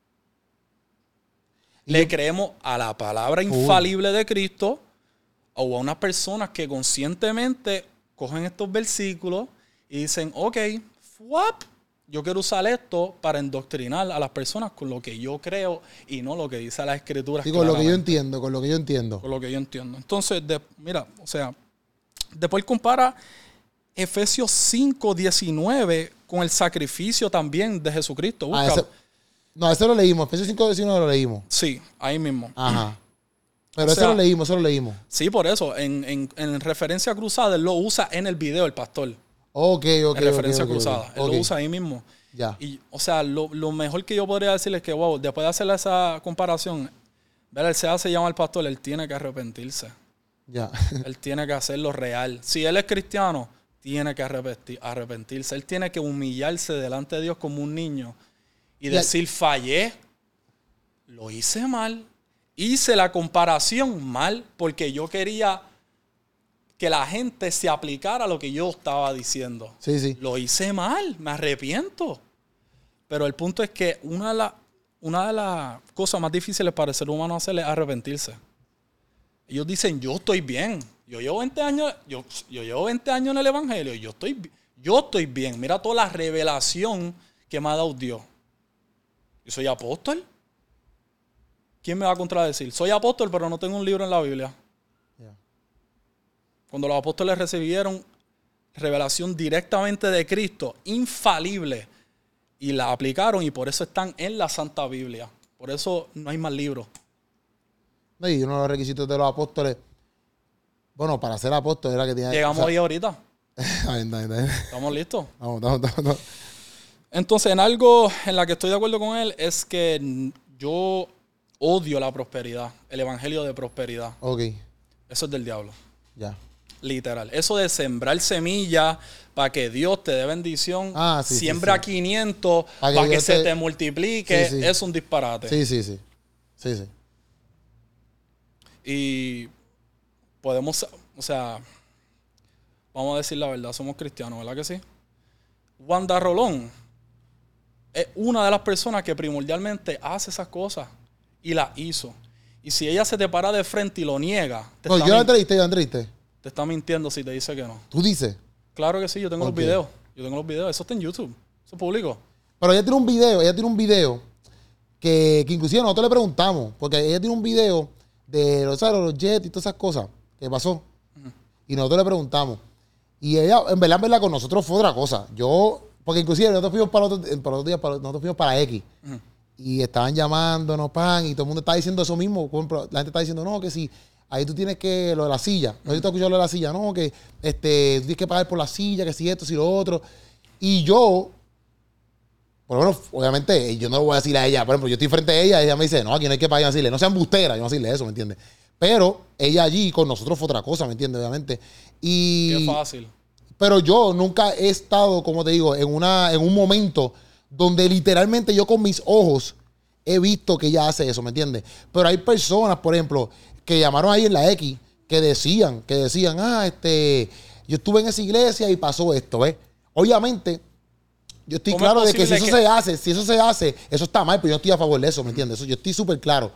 Le creemos a la palabra infalible de Cristo o a unas personas que conscientemente cogen estos versículos y dicen, ok, ¡fuap! Yo quiero usar esto para endoctrinar a las personas con lo que yo creo y no lo que dice la Escritura. Sí, con lo que yo entiendo. Con lo que yo entiendo. Entonces, mira, o sea, después compara Efesios 5:19 con el sacrificio también de Jesucristo. Búscalo. Ese lo leímos. Efesios 5:19 lo leímos. Sí, ahí mismo. Ajá. Pero eso lo leímos. Sí, por eso. En referencia cruzada, él lo usa en el video, el pastor. Ok. En referencia cruzada. Él lo usa ahí mismo. Ya. Y, o sea, lo mejor que yo podría decirle es que, wow, después de hacer esa comparación, ver, él se llama el pastor, él tiene que arrepentirse. Ya. Él tiene que hacerlo real. Si él es cristiano, tiene que arrepentirse. Él tiene que humillarse delante de Dios como un niño y decir, fallé, lo hice mal, hice la comparación mal porque yo quería que la gente se aplicara a lo que yo estaba diciendo. Sí. Lo hice mal, me arrepiento. Pero el punto es que una de las cosas más difíciles para el ser humano hacer es arrepentirse. Ellos dicen, yo estoy bien. Yo llevo 20 años, yo llevo 20 años en el evangelio y yo estoy bien. Mira toda la revelación que me ha dado Dios. Yo soy apóstol. ¿Quién me va a contradecir? Soy apóstol, pero no tengo un libro en la Biblia. Yeah. Cuando los apóstoles recibieron revelación directamente de Cristo, infalible, y la aplicaron y por eso están en la Santa Biblia. Por eso no hay más libros. Y uno de los requisitos de los apóstoles, bueno, para ser apóstol era que tenía... Llegamos ahí ahorita. Está bien. ¿Estamos listos? Vamos. Entonces, en algo en la que estoy de acuerdo con él es que yo odio la prosperidad, el evangelio de prosperidad. Ok. Eso es del diablo. Ya. Literal. Eso de sembrar semillas para que Dios te dé bendición, siembra 500 para que se te multiplique, es un disparate. Sí. Y podemos, o sea, vamos a decir la verdad, somos cristianos, ¿verdad que sí? Wanda Rolón es una de las personas que primordialmente hace esas cosas y las hizo. Y si ella se te para de frente y lo niega, yo la entrevisté. Te está mintiendo si te dice que no. ¿Tú dices? Claro que sí, yo tengo los videos. Eso está en YouTube. Eso es público. Pero ella tiene un video que inclusive nosotros le preguntamos, porque ella tiene un video de los jets y todas esas cosas que pasó. Uh-huh. Y nosotros le preguntamos. Y ella, en verdad, con nosotros fue otra cosa. Porque inclusive nosotros fuimos nosotros fuimos para X. Uh-huh. Y estaban llamándonos, y todo el mundo está diciendo eso mismo. La gente está diciendo, no, que si ahí tú tienes que, lo de la silla. No sé si tú has escuchado lo de la silla, no, que tú tienes que pagar por la silla, que si esto, si lo otro. Y yo, por lo menos, obviamente, yo no le voy a decir a ella, por ejemplo, yo estoy frente a ella y ella me dice, no, aquí no hay que pagar, decirle, no sean busteras, yo no decirle eso, ¿me entiendes? Pero ella allí con nosotros fue otra cosa, ¿me entiendes? Obviamente. Qué fácil. Pero yo nunca he estado, como te digo, en un momento donde literalmente yo con mis ojos he visto que ella hace eso, ¿me entiendes? Pero hay personas, por ejemplo, que llamaron ahí en la X, que decían, yo estuve en esa iglesia y pasó esto, ¿ves? Obviamente, yo estoy claro de que si eso se hace, eso está mal, pero yo no estoy a favor de eso, ¿me entiendes? Yo estoy súper claro.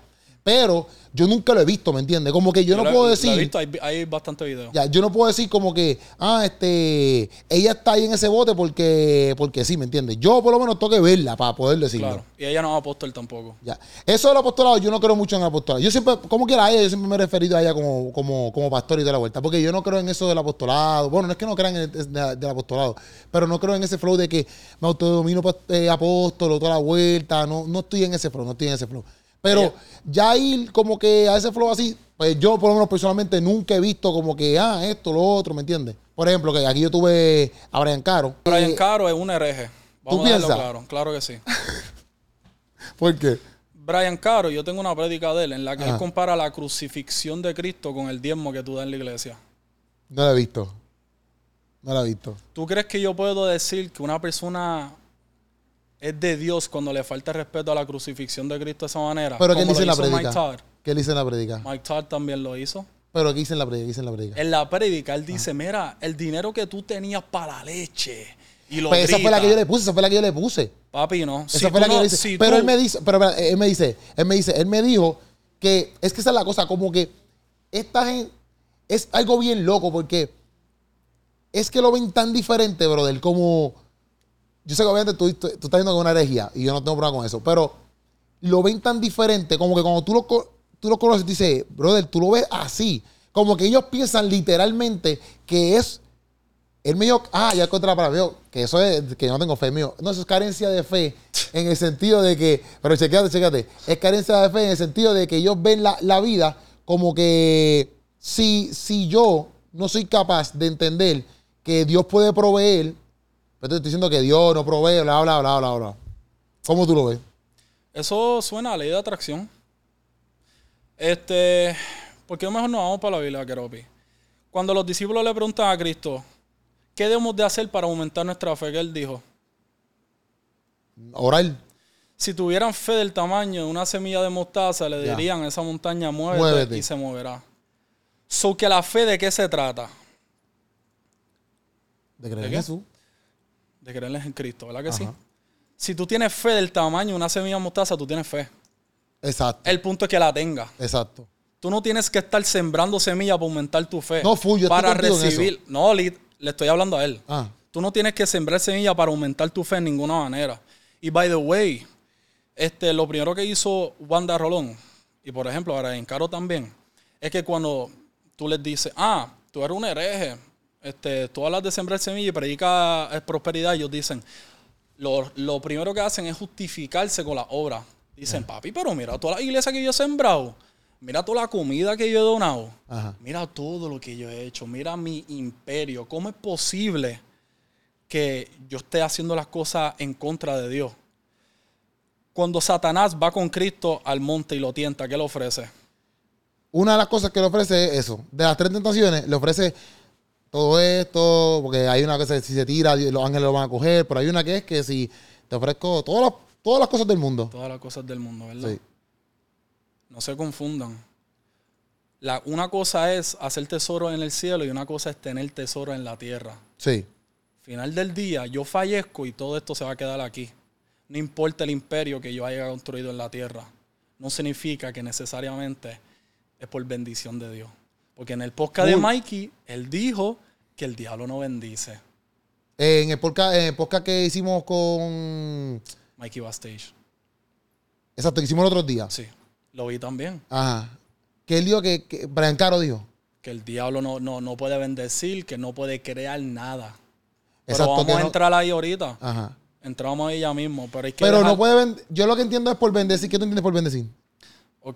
Pero yo nunca lo he visto, ¿me entiendes? Como que yo no puedo decir... Lo he visto, hay bastante videos. Ya, yo no puedo decir como que, ella está ahí en ese bote porque sí, ¿me entiendes? Yo por lo menos tengo que verla para poder decirlo. Claro, y ella no es apóstol tampoco. Ya. Eso del apostolado, yo no creo mucho en el apostolado. Yo siempre, como quiera a ella, yo siempre me he referido a ella como pastor y de la vuelta. Porque yo no creo en eso del apostolado. Bueno, no es que no crean del apostolado, pero no creo en ese flow de que me autodomino apóstol o toda la vuelta. No estoy en ese flow, Pero ya ir como que a ese flow así, pues yo por lo menos personalmente nunca he visto como que, esto, lo otro, ¿me entiendes? Por ejemplo, que aquí yo tuve a Brian Caro. Brian Caro es un hereje. Vamos ¿Tú a dejarlo piensas? claro que sí. ¿Por qué? Brian Caro, yo tengo una prédica de él en la que Ajá. él compara la crucifixión de Cristo con el diezmo que tú das en la iglesia. No la he visto. No la he visto. ¿Tú crees que yo puedo decir que una persona es de Dios cuando le falta respeto a la crucifixión de Cristo de esa manera? ¿Pero qué Como dice en la lo hizo Mike prédica? Todd. ¿Qué dice en la prédica? Mike Todd también lo hizo. ¿Pero qué dice en la prédica? ¿Qué dice en la prédica? En la prédica él dice, mira, el dinero que tú tenías para la leche y lo Pues esa fue la que yo le puse, Papi, no. Esa fue la que yo le hice. Pero él me dice, él me dijo que es que esa es la cosa, como que esta gente es algo bien loco porque es que lo ven tan diferente, brother, como yo sé que obviamente tú estás viendo con una herejía y yo no tengo problema con eso, pero lo ven tan diferente como que cuando tú lo conoces, dices, brother, tú lo ves así, como que ellos piensan literalmente que es. Él me dijo, ya encontré la palabra, que eso es, que yo no tengo fe, mío. No, eso es carencia de fe, en el sentido de que, pero chécate, es carencia de fe en el sentido de que ellos ven la vida como que si yo no soy capaz de entender que Dios puede proveer, pero te estoy diciendo que Dios no provee, bla, bla, bla, bla, bla. ¿Cómo tú lo ves? Eso suena a ley de atracción. ¿Por qué mejor no vamos para la Biblia, Keropi? Cuando los discípulos le preguntan a Cristo, ¿qué debemos de hacer para aumentar nuestra fe? ¿Qué él dijo? Orar. Si tuvieran fe del tamaño de una semilla de mostaza, le dirían a esa montaña, muévete y se moverá. So, que la fe, ¿de qué se trata? De creer en qué? Jesús. De creerles en Cristo, ¿verdad que Ajá. sí? Si tú tienes fe del tamaño de una semilla de mostaza, tú tienes fe. Exacto. El punto es que la tengas. Exacto. Tú no tienes que estar sembrando semillas para aumentar tu fe. No, yo para estoy contigo en recibir. eso. No, le estoy hablando a él. Ah. Tú no tienes que sembrar semillas para aumentar tu fe en ninguna manera. Y by the way, lo primero que hizo Wanda Rolón, y por ejemplo ahora en Caro también, es que cuando tú les dices, tú eres un hereje, tú hablas de sembrar semillas y predicas prosperidad, ellos dicen, lo primero que hacen es justificarse con la obra. Dicen, papi, pero mira toda la iglesia que yo he sembrado, mira toda la comida que yo he donado, Ajá. mira todo lo que yo he hecho, mira mi imperio, ¿cómo es posible que yo esté haciendo las cosas en contra de Dios? Cuando Satanás va con Cristo al monte y lo tienta, ¿qué le ofrece? Una de las cosas que le ofrece es eso. De las 3 tentaciones, le ofrece todo esto, porque hay una que si se tira, los ángeles lo van a coger, pero hay una que es que si te ofrezco todas las cosas del mundo. Todas las cosas del mundo, ¿verdad? Sí. No se confundan. Una cosa es hacer tesoro en el cielo y una cosa es tener tesoro en la tierra. Sí. Final del día, yo fallezco y todo esto se va a quedar aquí. No importa el imperio que yo haya construido en la tierra. No significa que necesariamente es por bendición de Dios. Porque en el podcast de Mikey, él dijo que el diablo no bendice. En el podcast que hicimos con... Mikey Bastage. Exacto, que hicimos el otro día. Sí, lo vi también. Ajá. Que él dijo que Brian Caro dijo. Que el diablo no puede bendecir, que no puede crear nada. Exacto, Pero vamos que a no- entrar ahí ahorita. Ajá. Entramos ahí ya mismo. Pero hay que Pero dejar- no puede yo lo que entiendo es por bendecir. ¿Qué tú entiendes por bendecir? Ok.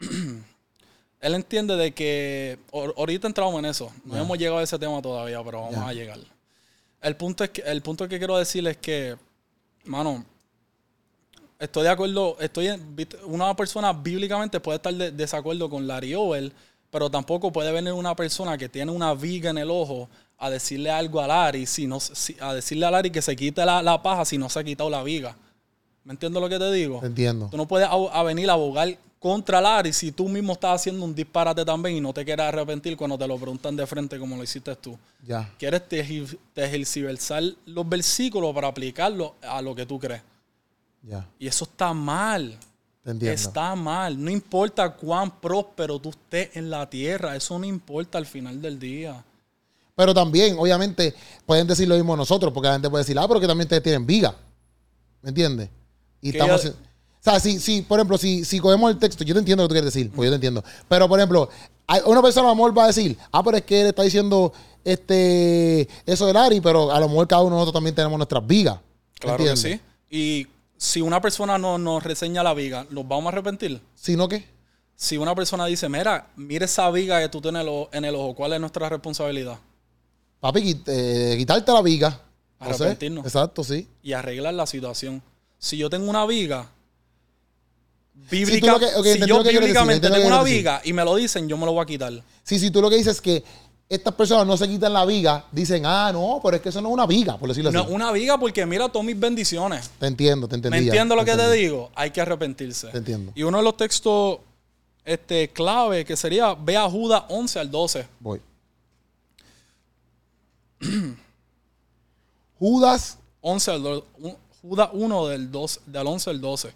Él entiende de que... Ahorita entramos en eso. No hemos llegado a ese tema todavía, pero vamos a llegar. El punto que quiero decirles es que, mano, estoy de acuerdo. Una persona bíblicamente puede estar de desacuerdo con Larry Over, pero tampoco puede venir una persona que tiene una viga en el ojo a decirle algo a Larry, a decirle a Larry que se quite la paja si no se ha quitado la viga. ¿Me entiendes lo que te digo? Entiendo. Tú no puedes a venir a abogar contra Larry si tú mismo estás haciendo un disparate también y no te quieres arrepentir cuando te lo preguntan de frente como lo hiciste tú. Ya. Quieres tergiversar los versículos para aplicarlos a lo que tú crees. Ya. Y eso está mal. Te entiendo. Está mal. No importa cuán próspero tú estés en la tierra. Eso no importa al final del día. Pero también, obviamente, pueden decir lo mismo nosotros, porque la gente puede decir, pero que también ustedes tienen viga. ¿Me entiendes? Y estamos... O sea, si, por ejemplo, si cogemos el texto, yo te entiendo lo que tú quieres decir, pues yo te entiendo. Pero, por ejemplo, una persona a lo mejor va a decir, pero es que él está diciendo eso del Ari, pero a lo mejor cada uno de nosotros también tenemos nuestras vigas. Claro que sí. Y si una persona nos reseña la viga, ¿nos vamos a arrepentir? ¿Sí, no qué? Si una persona dice, mira esa viga que tú tienes en el ojo, ¿cuál es nuestra responsabilidad? Papi, quitarte la viga. Arrepentirnos. Exacto, sí. Y arreglar la situación. Si yo tengo una viga, si yo bíblicamente tengo una viga y me lo dicen, yo me lo voy a quitar. Si tú lo que dices es que estas personas no se quitan la viga, dicen, no, pero es que eso no es una viga, por decirlo así. No, una viga porque mira todas mis bendiciones. Te entiendo, te entendí. ¿Me entiendes lo que te digo? Hay que arrepentirse. Te entiendo. Y uno de los textos clave que sería, ve a Judas 11 al 12. Voy. Judas 11 al 12. Judas 1 del 11 al 12.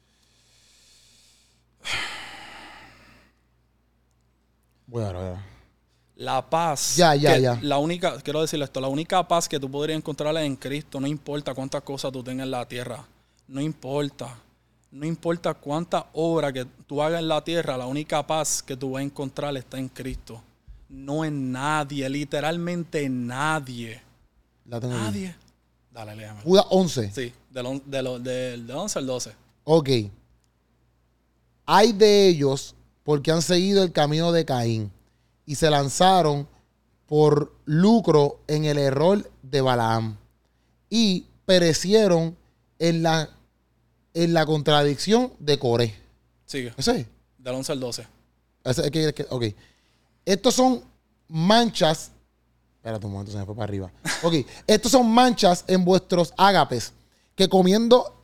Voy a ver. La paz. Ya. La única, quiero decirle esto, la única paz que tú podrías encontrar es en Cristo. No importa cuántas cosas tú tengas en la tierra. No importa. No importa cuántas obras que tú hagas en la tierra, la única paz que tú vas a encontrar está en Cristo. No en nadie, literalmente en nadie. La tengo Nadie. Aquí. Dale, léame. Judas 11. Sí, del 11 al 12. Ok. Hay de ellos porque han seguido el camino de Caín y se lanzaron por lucro en el error de Balaam y perecieron en la contradicción de Coré. Sigue. ¿Ese es? Del 11 al 12. Ok. Estos son manchas. Espérate un momento, se me fue para arriba. Ok. Estos son manchas en vuestros ágapes que comiendo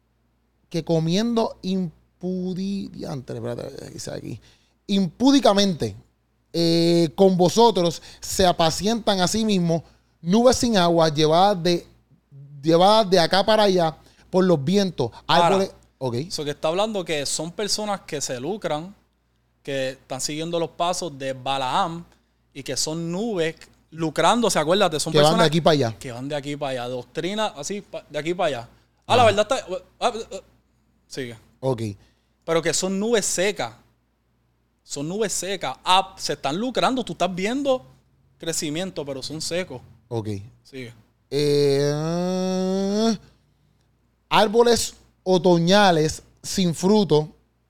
impúdicamente con vosotros se apacientan a sí mismos nubes sin agua llevadas de acá para allá por los vientos. Árboles. Ok. Eso que está hablando que son personas que se lucran, que están siguiendo los pasos de Balaam y que son nubes lucrándose, acuérdate, son que personas van de aquí para allá. Que van de aquí para allá. Doctrina así, de aquí para allá. La verdad está... sigue. Ok. Pero que son nubes secas. Son nubes secas. Se están lucrando. Tú estás viendo crecimiento, pero son secos. Ok. Sigue. Árboles otoñales sin fruto,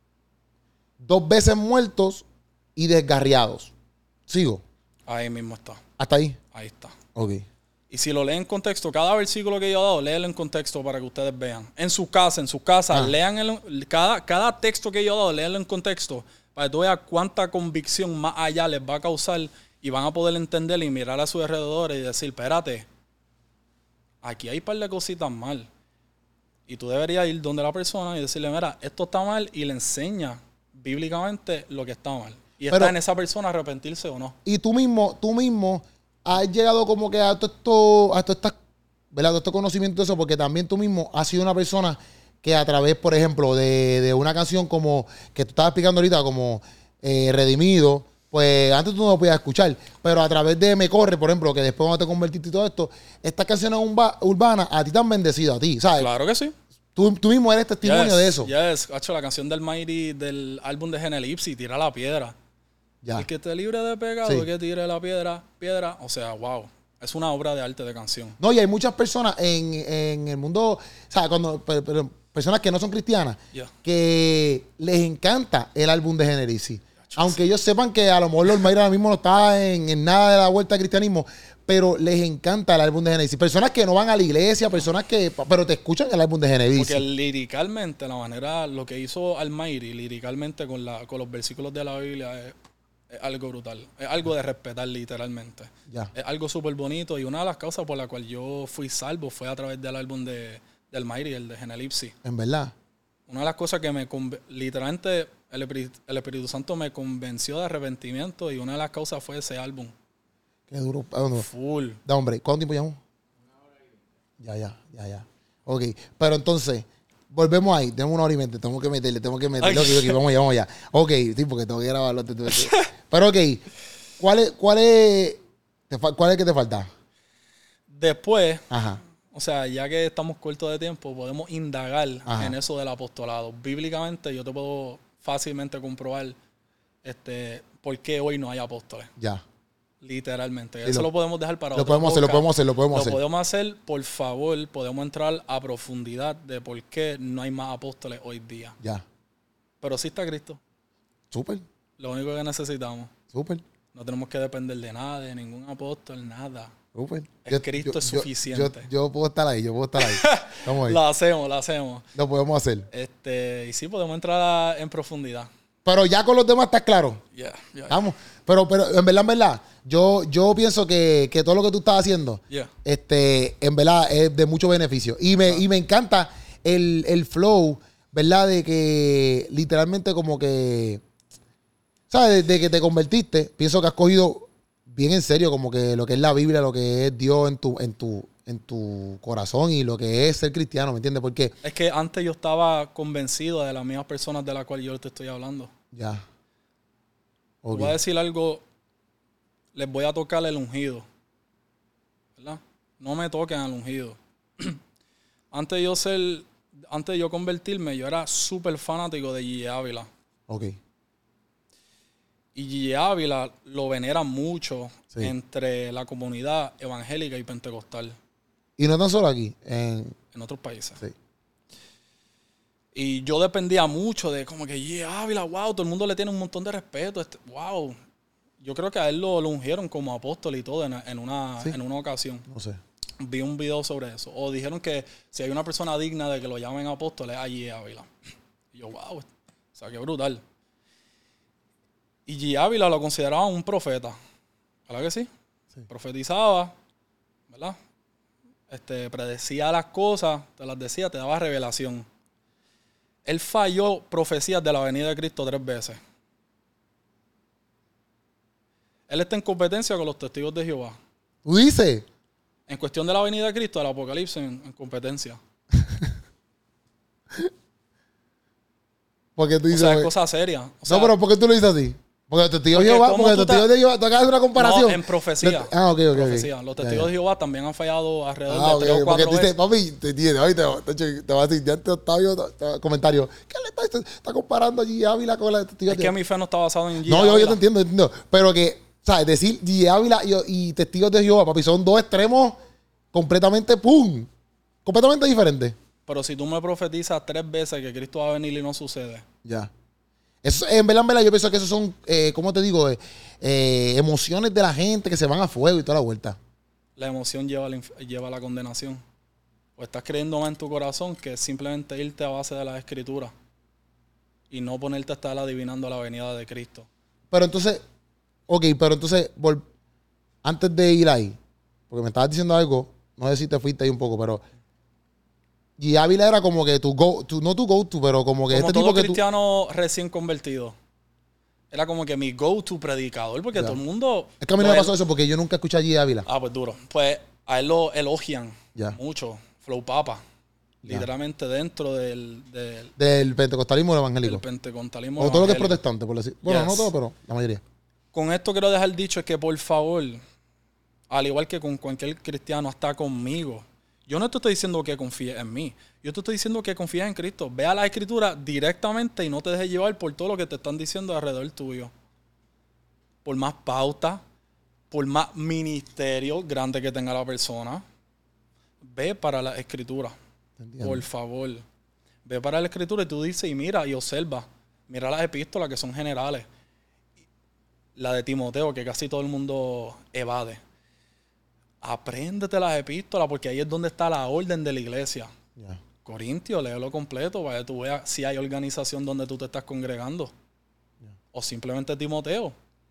2 veces muertos y desgarriados. Sigo. Ahí mismo está. Hasta ahí. Ahí está. Ok. Y si lo leen en contexto, cada versículo que yo he dado, léelo en contexto para que ustedes vean. En su casa, lean cada texto que yo he dado, léelo en contexto para que tú veas cuánta convicción más allá les va a causar y van a poder entender y mirar a sus alrededores y decir, espérate, aquí hay un par de cositas mal. Y tú deberías ir donde la persona y decirle, mira, esto está mal, y le enseña bíblicamente lo que está mal. Y está en esa persona arrepentirse o no. Y tú mismo has llegado como que a todo este conocimiento de eso, porque también tú mismo has sido una persona que a través, por ejemplo, de una canción como que tú estabas explicando ahorita, como Redimido, pues antes tú no lo podías escuchar, pero a través de Me Corre, por ejemplo, que después cuando te convertiste y todo esto, estas canciones urbanas a ti te han bendecido, a ti, ¿sabes? Claro que sí. Tú mismo eres testimonio de eso. La canción del Mighty del álbum de Genelipsi, Tira la Piedra. Ya. El que te libre de pecado, el que tire la piedra. O sea, wow. Es una obra de arte de canción. No, y hay muchas personas en el mundo, o sea, personas que no son cristianas, que les encanta el álbum de Genelipsi. Aunque ellos sepan que a lo mejor Lord Mayra ahora mismo no está en nada de la vuelta al cristianismo, pero les encanta el álbum de Genelipsi. Personas que no van a la iglesia, pero te escuchan el álbum de Genelipsi. Porque liricalmente, la manera, lo que hizo Almighty, liricalmente con los versículos de la Biblia es algo brutal. Es algo de respetar literalmente. Ya. Es algo súper bonito, y una de las causas por la cual yo fui salvo fue a través del álbum de Almighty, el de Genelipsi. En verdad. Una de las cosas que literalmente el Espíritu Santo me convenció de arrepentimiento, y una de las causas fue ese álbum. Qué duro. Full. Hombre, ¿cuánto tiempo llevamos? Ya. Ok, pero entonces, volvemos ahí. Tenemos 1 hora y 20. Tengo que meterle. Ay. Ok, vamos allá. Ok, sí, porque tengo que grabarlo. Pero ok, ¿cuál es que te falta? Después, Ajá. o sea, ya que estamos cortos de tiempo, podemos indagar Ajá. en eso del apostolado. Bíblicamente, yo te puedo fácilmente comprobar por qué hoy no hay apóstoles. Ya. Literalmente. Sí, Eso lo podemos dejar para Lo otro podemos hacer. podcast. Lo podemos hacer. Podemos hacer, por favor, podemos entrar a profundidad de por qué no hay más apóstoles hoy día. Ya. Pero sí está Cristo. Súper. Lo único que necesitamos. Súper. No tenemos que depender de nada, de ningún apóstol, nada. Súper. Cristo es suficiente. Yo puedo estar ahí. Vamos ahí. Lo hacemos. Lo podemos hacer. Y sí, podemos entrar en profundidad. Pero ya con los demás está claro. Yeah. Vamos. Pero en verdad, yo pienso que todo lo que tú estás haciendo, Yeah. en verdad, es de mucho beneficio. Y me encanta el flow, ¿verdad? De que literalmente como que, ¿sabes? Desde que te convertiste, pienso que has cogido bien en serio como que lo que es la Biblia, lo que es Dios en tu corazón y lo que es ser cristiano, ¿me entiendes? Porque Es que antes yo estaba convencido de las mismas personas de las cuales yo te estoy hablando. ya. Voy Ok. a decir algo, les voy a tocar el ungido, ¿verdad? No me toquen al ungido. Antes de yo convertirme, yo era súper fanático de Gigi Ávila. Ok. Y Gigi Ávila lo venera mucho Sí. entre la comunidad evangélica y pentecostal Y no tan solo aquí, en otros países. sí. Y yo dependía mucho de como que Gigi Ávila, wow, todo el mundo le tiene un montón de respeto. Wow. Yo creo que a él lo ungieron como apóstol y todo en una ocasión. No sé. Vi un video sobre eso. O dijeron que si hay una persona digna de que lo llamen apóstol es a Gigi Ávila. Y yo, wow, o sea, qué brutal. Y Gigi Ávila lo consideraban un profeta. ¿Verdad que sí? Sí. Profetizaba, ¿verdad? Predecía las cosas, te las decía, te daba revelación. Él falló profecías de la venida de Cristo 3 veces. Él está en competencia con los testigos de Jehová. ¿Tú dices? En cuestión de la venida de Cristo, el Apocalipsis en competencia. Porque tú O dices. sea, es cosa seria. O sea, No, pero ¿por qué tú lo dices así? Porque los testigos de Porque Jehová, ¿cómo porque los tú testigos de Jehová, tú acabas de hacer una comparación. no, en profecía. Ok. Profecía. Los testigos de Jehová también han fallado alrededor Ah, de 3 o 4 porque tú dices, veces. papi, te entiendes, ahorita te va a decir, ya te Octavio, comentario, ¿qué le está comparando allí Ávila con la testigos Es de que Jehová? mi fe no está basada en Gigi No, yo Ávila. te entiendo, pero que, ¿sabes? Decir G. Ávila y testigos de Jehová, papi, son dos extremos completamente, ¡pum! Completamente diferentes. Pero si tú me profetizas 3 veces que Cristo va a venir y no sucede. Ya. Eso, en verdad, yo pienso que esos son, ¿cómo te digo? Emociones de la gente que se van a fuego y toda la vuelta. La emoción lleva a la condenación. O estás creyendo más en tu corazón que simplemente irte a base de las escrituras y no ponerte a estar adivinando la venida de Cristo. Pero entonces, antes de ir ahí, porque me estabas diciendo algo, no sé si te fuiste ahí un poco, pero G. Ávila era como que no tu go-to, pero como que Como este todo tipo que tú... cristiano recién convertido. Era como que mi go-to predicador, porque Ya. todo el mundo... Es que a mí no me pasó eso porque yo nunca escuché a G. Ávila. Ah, pues duro. Pues a él lo elogian Ya. mucho. Flow Papa. Ya. Literalmente dentro del Del pentecostalismo o del evangélico. pentecostalismo O todo lo que es evangélico. protestante, por decir. Bueno, Yes. no todo, pero la mayoría. Con esto quiero dejar dicho es que por favor, al igual que con cualquier cristiano, hasta conmigo, yo no te estoy diciendo que confíes en mí. Yo te estoy diciendo que confíes en Cristo. Ve a la Escritura directamente y no te dejes llevar por todo lo que te están diciendo alrededor tuyo. Por más pauta, por más ministerio grande que tenga la persona, ve para la Escritura. ¿Entiendes? Por favor. Ve para la Escritura y tú dices y mira y observa. Mira las epístolas que son generales. La de Timoteo, que casi todo el mundo evade. Apréndete las epístolas porque ahí es donde está la orden de la iglesia. Ya. Corintios, léelo completo para que tú veas si hay organización donde tú te estás congregando. O simplemente Timoteo.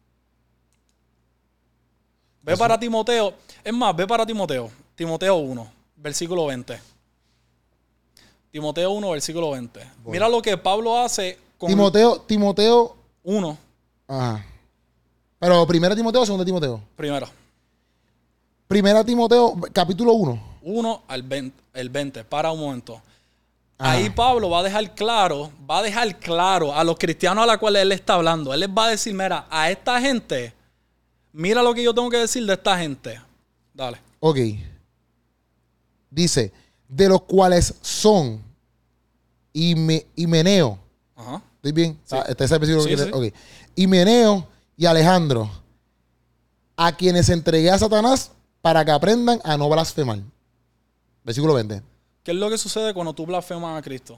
Ve para Timoteo. Es más, ve para Timoteo. Timoteo 1, versículo 20. Timoteo 1, versículo 20. Mira lo que Pablo hace con Timoteo. 1, Ajá. Pero primera Timoteo o segunda Timoteo. primero. Primera Timoteo, capítulo 1. 1 al 20, el 20. Para un momento. Ahí Pablo va a dejar claro a los cristianos a los cuales él está hablando. Él les va a decir, mira, a esta gente, mira lo que yo tengo que decir de esta gente. Dale. Ok. Dice, de los cuales son Himeneo. Ajá. ¿Estoy bien? Sí. Este es el versículo que Sí. Ok. Himeneo y Alejandro, a quienes entregué a Satanás para que aprendan a no blasfemar. Versículo 20. ¿Qué es lo que sucede cuando tú blasfemas a Cristo?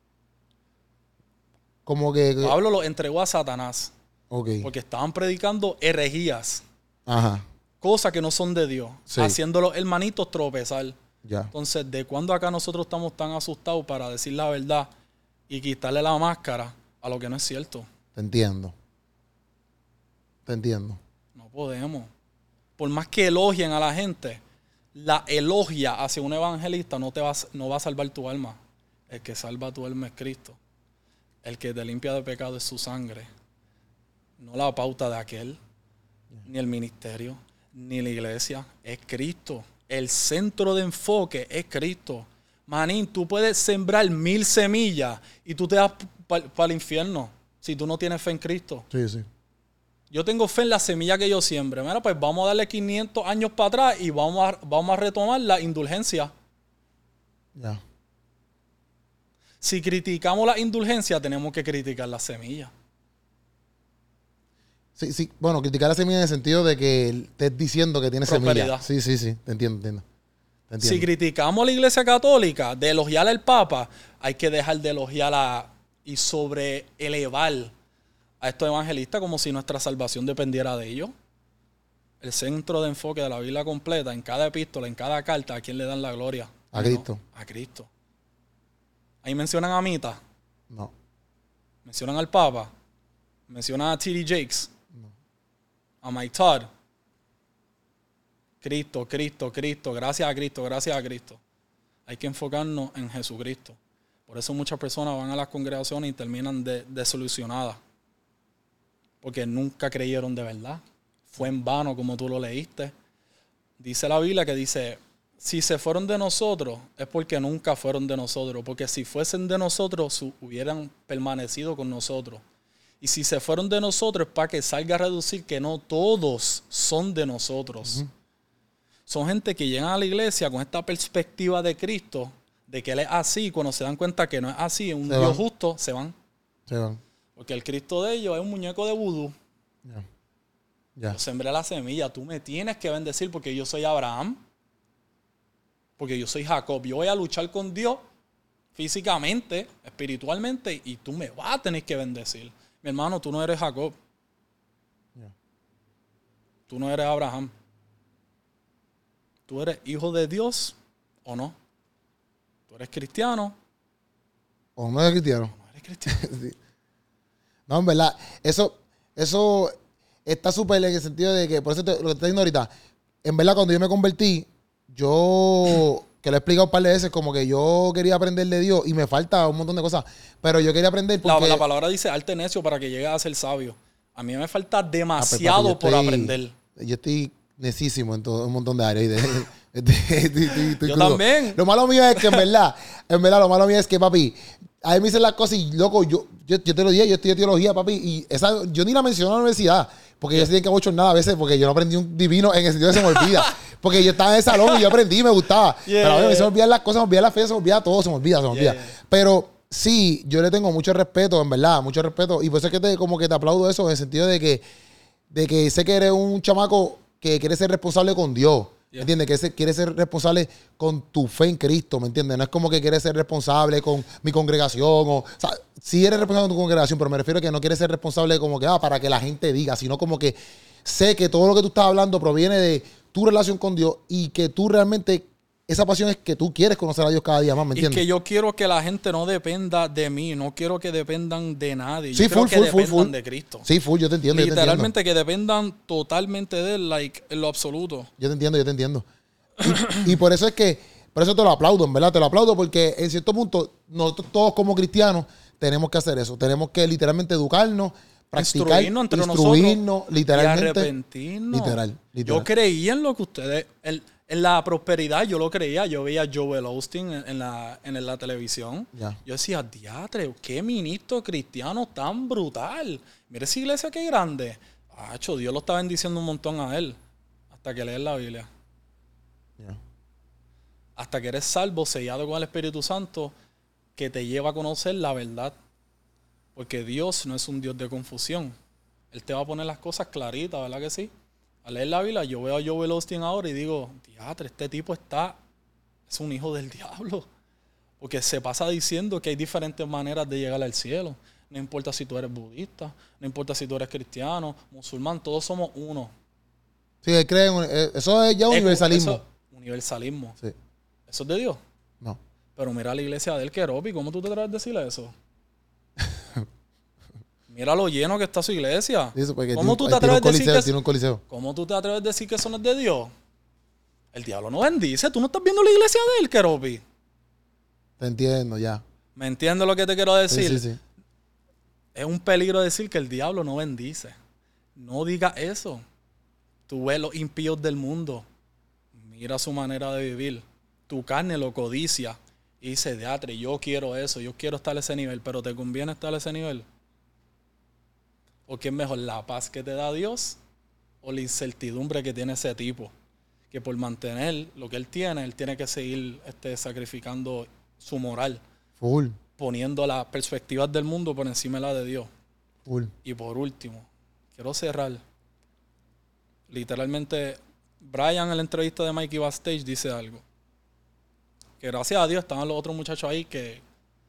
Como que... Pablo lo entregó a Satanás Ok. porque estaban predicando herejías, Ajá. cosas que no son de Dios, Sí. haciendo los hermanitos tropezar. Ya. Entonces, ¿de cuándo acá nosotros estamos tan asustados para decir la verdad y quitarle la máscara a lo que no es cierto? Te entiendo. Te entiendo. No podemos. Por más que elogien a la gente, la elogia hacia un evangelista no va a salvar tu alma. El que salva tu alma es Cristo. El que te limpia de pecado es su sangre. No la pauta de aquel, ni el ministerio, ni la iglesia. Es Cristo. El centro de enfoque es Cristo. Manín, tú puedes sembrar 1000 semillas y tú te vas para el infierno si tú no tienes fe en Cristo. Sí, sí. Yo tengo fe en la semilla que yo siembre. Mira, pues vamos a darle 500 años para atrás y vamos a retomar la indulgencia. Ya. Si criticamos la indulgencia, tenemos que criticar la semilla. Sí, sí. Bueno, criticar la semilla en el sentido de que estés diciendo que tiene semilla. Prosperidad. Sí, sí, sí. Te entiendo. Te entiendo. Si criticamos a la iglesia católica de elogiar al Papa, hay que dejar de elogiar y sobreelevar a estos evangelistas como si nuestra salvación dependiera de ellos. El centro de enfoque de la Biblia completa, en cada epístola, en cada carta, ¿a quién le dan la gloria? A Cristo. A Cristo. Ahí mencionan a Mita, No. mencionan al Papa, mencionan a T.D. Jakes, a Mike Todd. Cristo, gracias a Cristo, gracias a Cristo. Hay que enfocarnos en Jesucristo. Por eso muchas personas van a las congregaciones y terminan desilusionadas. Porque nunca creyeron de verdad. Fue en vano como tú lo leíste. Dice la Biblia que dice, si se fueron de nosotros es porque nunca fueron de nosotros. Porque si fuesen de nosotros hubieran permanecido con nosotros. Y si se fueron de nosotros es para que salga a reducir que no todos son de nosotros. Son gente que llegan a la iglesia con esta perspectiva de Cristo, de que Él es así, y cuando se dan cuenta que no es así, es un Dios justo, se van. Se van. Porque el Cristo de ellos es un muñeco de vudú. Ya. Yo sembré la semilla, tú me tienes que bendecir porque yo soy Abraham, porque yo soy Jacob. Yo voy a luchar con Dios físicamente, espiritualmente, y tú me vas a tener que bendecir. Mi hermano, tú no eres Jacob. Tú no eres Abraham. ¿Tú eres hijo de Dios o no? ¿Tú eres cristiano ¿O no es cristiano? o no eres cristiano? Sí. No, en verdad, eso está súper en el sentido de que, por eso lo que te estoy diciendo ahorita, en verdad cuando yo me convertí, yo, que lo he explicado un par de veces, como que yo quería aprender de Dios y me falta un montón de cosas, pero yo quería aprender porque... La palabra dice arte necio para que llegue a ser sabio. A mí me falta demasiado por aprender. Yo estoy necísimo en todo un montón de áreas. Yo también. Lo malo mío es que, en verdad, lo malo mío es que, papi, a mí me dicen las cosas y, loco, yo te lo dije, yo estudié teología, papi, y esa, yo ni la mencioné en la universidad, porque yo sé que hago nada a veces, porque yo no aprendí un divino en el sentido de que se me olvida. Porque yo estaba en el salón y yo aprendí y me gustaba. Pero a mí se me olvidan las cosas, se me olvida la fe, se me olvida todo, se me olvida. Pero sí, yo le tengo mucho respeto, en verdad, mucho respeto. Y por eso es que como que te aplaudo eso, en el sentido de que sé que eres un chamaco que quiere ser responsable con Dios. ¿Me entiendes? Que quiere ser responsable con tu fe en Cristo, ¿me entiendes? No es como que quieres ser responsable con mi congregación. O sea, sí eres responsable con tu congregación, pero me refiero a que no quieres ser responsable como que, para que la gente diga, sino como que sé que todo lo que tú estás hablando proviene de tu relación con Dios y que tú realmente, esa pasión es que tú quieres conocer a Dios cada día más, ¿me entiendes? Y que yo quiero que la gente no dependa de mí, no quiero que dependan de nadie. Sí, yo quiero que dependan de Cristo. Sí, full, yo te entiendo. Literalmente que dependan totalmente de Él, en lo absoluto. Yo te entiendo. Y por eso te lo aplaudo, en verdad, te lo aplaudo porque en cierto punto nosotros todos como cristianos tenemos que hacer eso. Tenemos que literalmente educarnos, practicar, instruirnos entre nosotros literalmente. y arrepentirnos. Literal. Yo creía en lo que ustedes, En la prosperidad yo lo creía. Yo veía a Joel Osteen en la televisión. Ya. Yo decía, diatre, qué ministro cristiano tan brutal. Mira esa iglesia qué grande. Acho, Dios lo está bendiciendo un montón a él. Hasta que lees la Biblia. Ya. Hasta que eres salvo, sellado con el Espíritu Santo, que te lleva a conocer la verdad. Porque Dios no es un Dios de confusión. Él te va a poner las cosas claritas, ¿verdad que sí? Al leer la Biblia, yo veo a Joel Osteen ahora y digo, diatre, este tipo es un hijo del diablo. Porque se pasa diciendo que hay diferentes maneras de llegar al cielo. No importa si tú eres budista, no importa si tú eres cristiano, musulmán, todos somos uno. Sí, él cree eso es ya universalismo. Universalismo. Sí. ¿Eso es de Dios? No. Pero mira la iglesia del Keropi, ¿cómo tú te atreves a decirle eso? Mira lo lleno que está su iglesia. Eso, ¿Cómo tú te atreves a decir que tiene un coliseo? ¿Cómo tú te atreves a decir que eso no es de Dios? El diablo no bendice. Tú no estás viendo la iglesia del Keropi. Te entiendo, ya. ¿Me entiendes lo que te quiero decir? Sí, sí, sí. Es un peligro decir que el diablo no bendice. No diga eso. Tú ves los impíos del mundo. Mira su manera de vivir. Tu carne lo codicia. Y dice, diatre, yo quiero eso. Yo quiero estar a ese nivel. Pero ¿te conviene estar a ese nivel? ¿O qué es mejor, la paz que te da Dios o la incertidumbre que tiene ese tipo? Que por mantener lo que él tiene que seguir sacrificando su moral. Full. Poniendo las perspectivas del mundo por encima de la de Dios. Full. Y por último, quiero cerrar. Literalmente, Brian en la entrevista de Mikey Backstage dice algo. Que gracias a Dios estaban los otros muchachos ahí que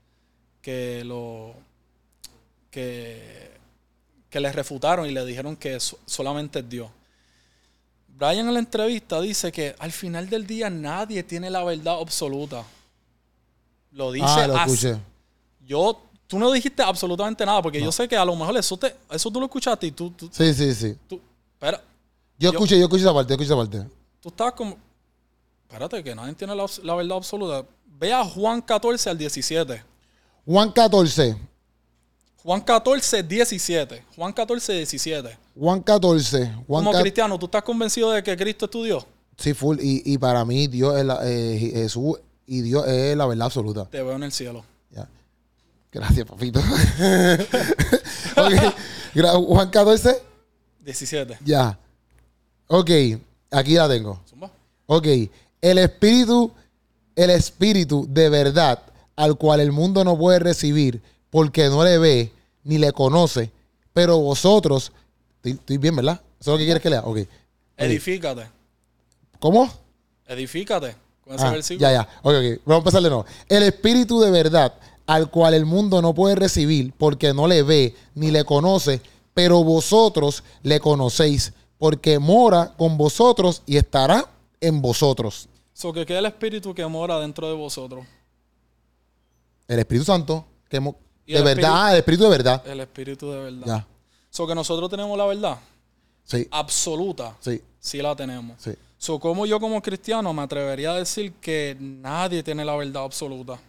les refutaron y le dijeron que solamente es Dios. Brian en la entrevista dice que al final del día nadie tiene la verdad absoluta. Lo dice lo escuché. Tú no dijiste absolutamente nada, porque yo sé que a lo mejor eso tú lo escuchaste y tú Sí. espera. Yo escuché esa parte, Tú estabas como, espérate, que nadie tiene la verdad absoluta. Ve a Juan 14 al 17. Juan 14. Juan 14, 17. Juan 14, 17. Juan 14. Como cristiano, ¿tú estás convencido de que Cristo es tu Dios? Sí, full. Y para mí, Dios es Jesús y Dios es la verdad absoluta. Te veo en el cielo. Ya. Gracias, papito. Okay. Juan 14. 17. Ya. Ok, aquí la tengo. Zumba. Ok. El espíritu de verdad al cual el mundo no puede recibir porque no le ve ni le conoce, pero vosotros, estoy bien, ¿verdad? ¿Eso es lo que quieres que lea? Ok. Edifícate. ¿Cómo? Edifícate con ese versículo. Ya. Ok. Vamos a empezar de nuevo. El espíritu de verdad al cual el mundo no puede recibir porque no le ve ni le conoce, pero vosotros le conocéis porque mora con vosotros y estará en vosotros. ¿Qué es el espíritu que mora dentro de vosotros? El Espíritu Santo, el verdad, el Espíritu de verdad. El espíritu de verdad. Ya. Que nosotros tenemos la verdad Sí. absoluta. Sí. Sí la tenemos. Sí. Como yo como cristiano me atrevería a decir que nadie tiene la verdad absoluta.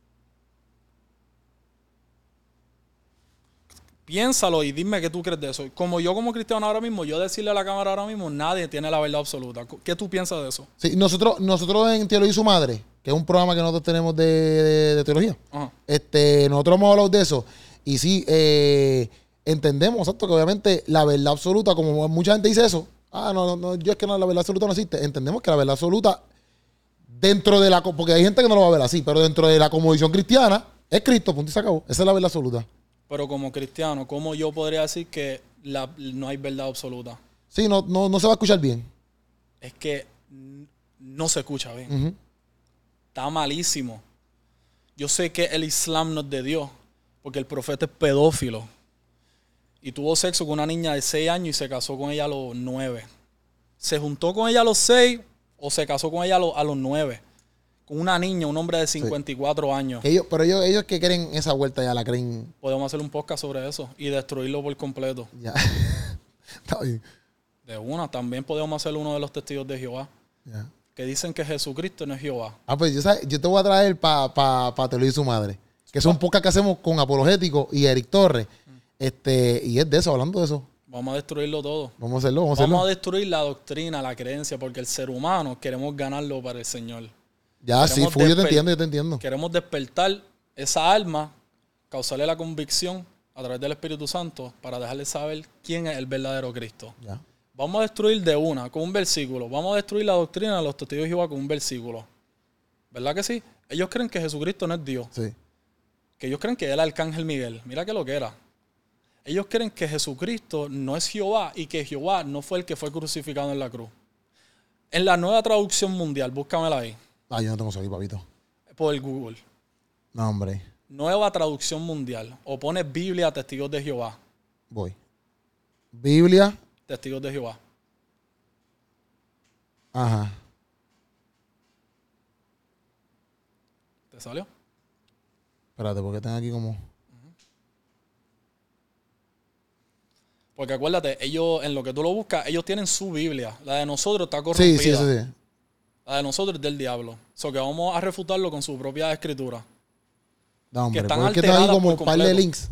Piénsalo y dime qué tú crees de eso. Como yo como cristiano ahora mismo, yo decirle a la cámara ahora mismo, nadie tiene la verdad absoluta. ¿Qué tú piensas de eso? Sí, nosotros en Teología y su Madre, que es un programa que nosotros tenemos de teología, Ajá. nosotros hemos hablado de eso. Y sí, entendemos, exacto, que obviamente la verdad absoluta, como mucha gente dice eso, yo es que la verdad absoluta no existe. Entendemos que la verdad absoluta, dentro de porque hay gente que no lo va a ver así, pero dentro de la cosmovisión cristiana, es Cristo, punto y se acabó. Esa es la verdad absoluta. Pero como cristiano, ¿cómo yo podría decir que no hay verdad absoluta? Sí, no se va a escuchar bien. Es que no se escucha bien. Uh-huh. Está malísimo. Yo sé que el Islam no es de Dios, porque el profeta es pedófilo. Y tuvo sexo con una niña de 6 años y se casó con ella a los 9. ¿Se juntó con ella a los 6 o se casó con ella a los 9? Con una niña, un hombre de 54 años. Pero ellos que creen esa vuelta ya la creen. Podemos hacer un podcast sobre eso y destruirlo por completo. Ya. Está bien. De una, también podemos hacer uno de los testigos de Jehová. Ya. Que dicen que Jesucristo no es Jehová. Pues yo te voy a traer para Teología y su Madre. Que es un podcast que hacemos con Apologético y Eric Torres. Y es de eso, hablando de eso. Vamos a destruirlo todo. Vamos a hacerlo, Vamos a destruir la doctrina, la creencia, porque el ser humano queremos ganarlo para el Señor. Ya, sí, yo te entiendo. Queremos despertar esa alma, causarle la convicción a través del Espíritu Santo para dejarle saber quién es el verdadero Cristo. Ya. Vamos a destruir de una, con un versículo. Vamos a destruir la doctrina de los testigos de Jehová con un versículo. ¿Verdad que sí? Ellos creen que Jesucristo no es Dios. Sí. Que ellos creen que es el arcángel Miguel. Mira que lo que era. Ellos creen que Jesucristo no es Jehová y que Jehová no fue el que fue crucificado en la cruz. En la nueva traducción mundial, búscamela ahí. Ah, yo no tengo eso aquí, papito. Por el Google. No, hombre. Nueva traducción mundial. O pones Biblia, testigos de Jehová. Voy. Biblia. Testigos de Jehová. Ajá. ¿Te salió? Espérate, porque tengo aquí como... Porque acuérdate, ellos, en lo que tú lo buscas, ellos tienen su Biblia. La de nosotros está corrompida. Sí. La de nosotros es del diablo. So que vamos a refutarlo con su propia escritura. No, hombre, que están porque tengo aquí alteradas como por un par de completo. links.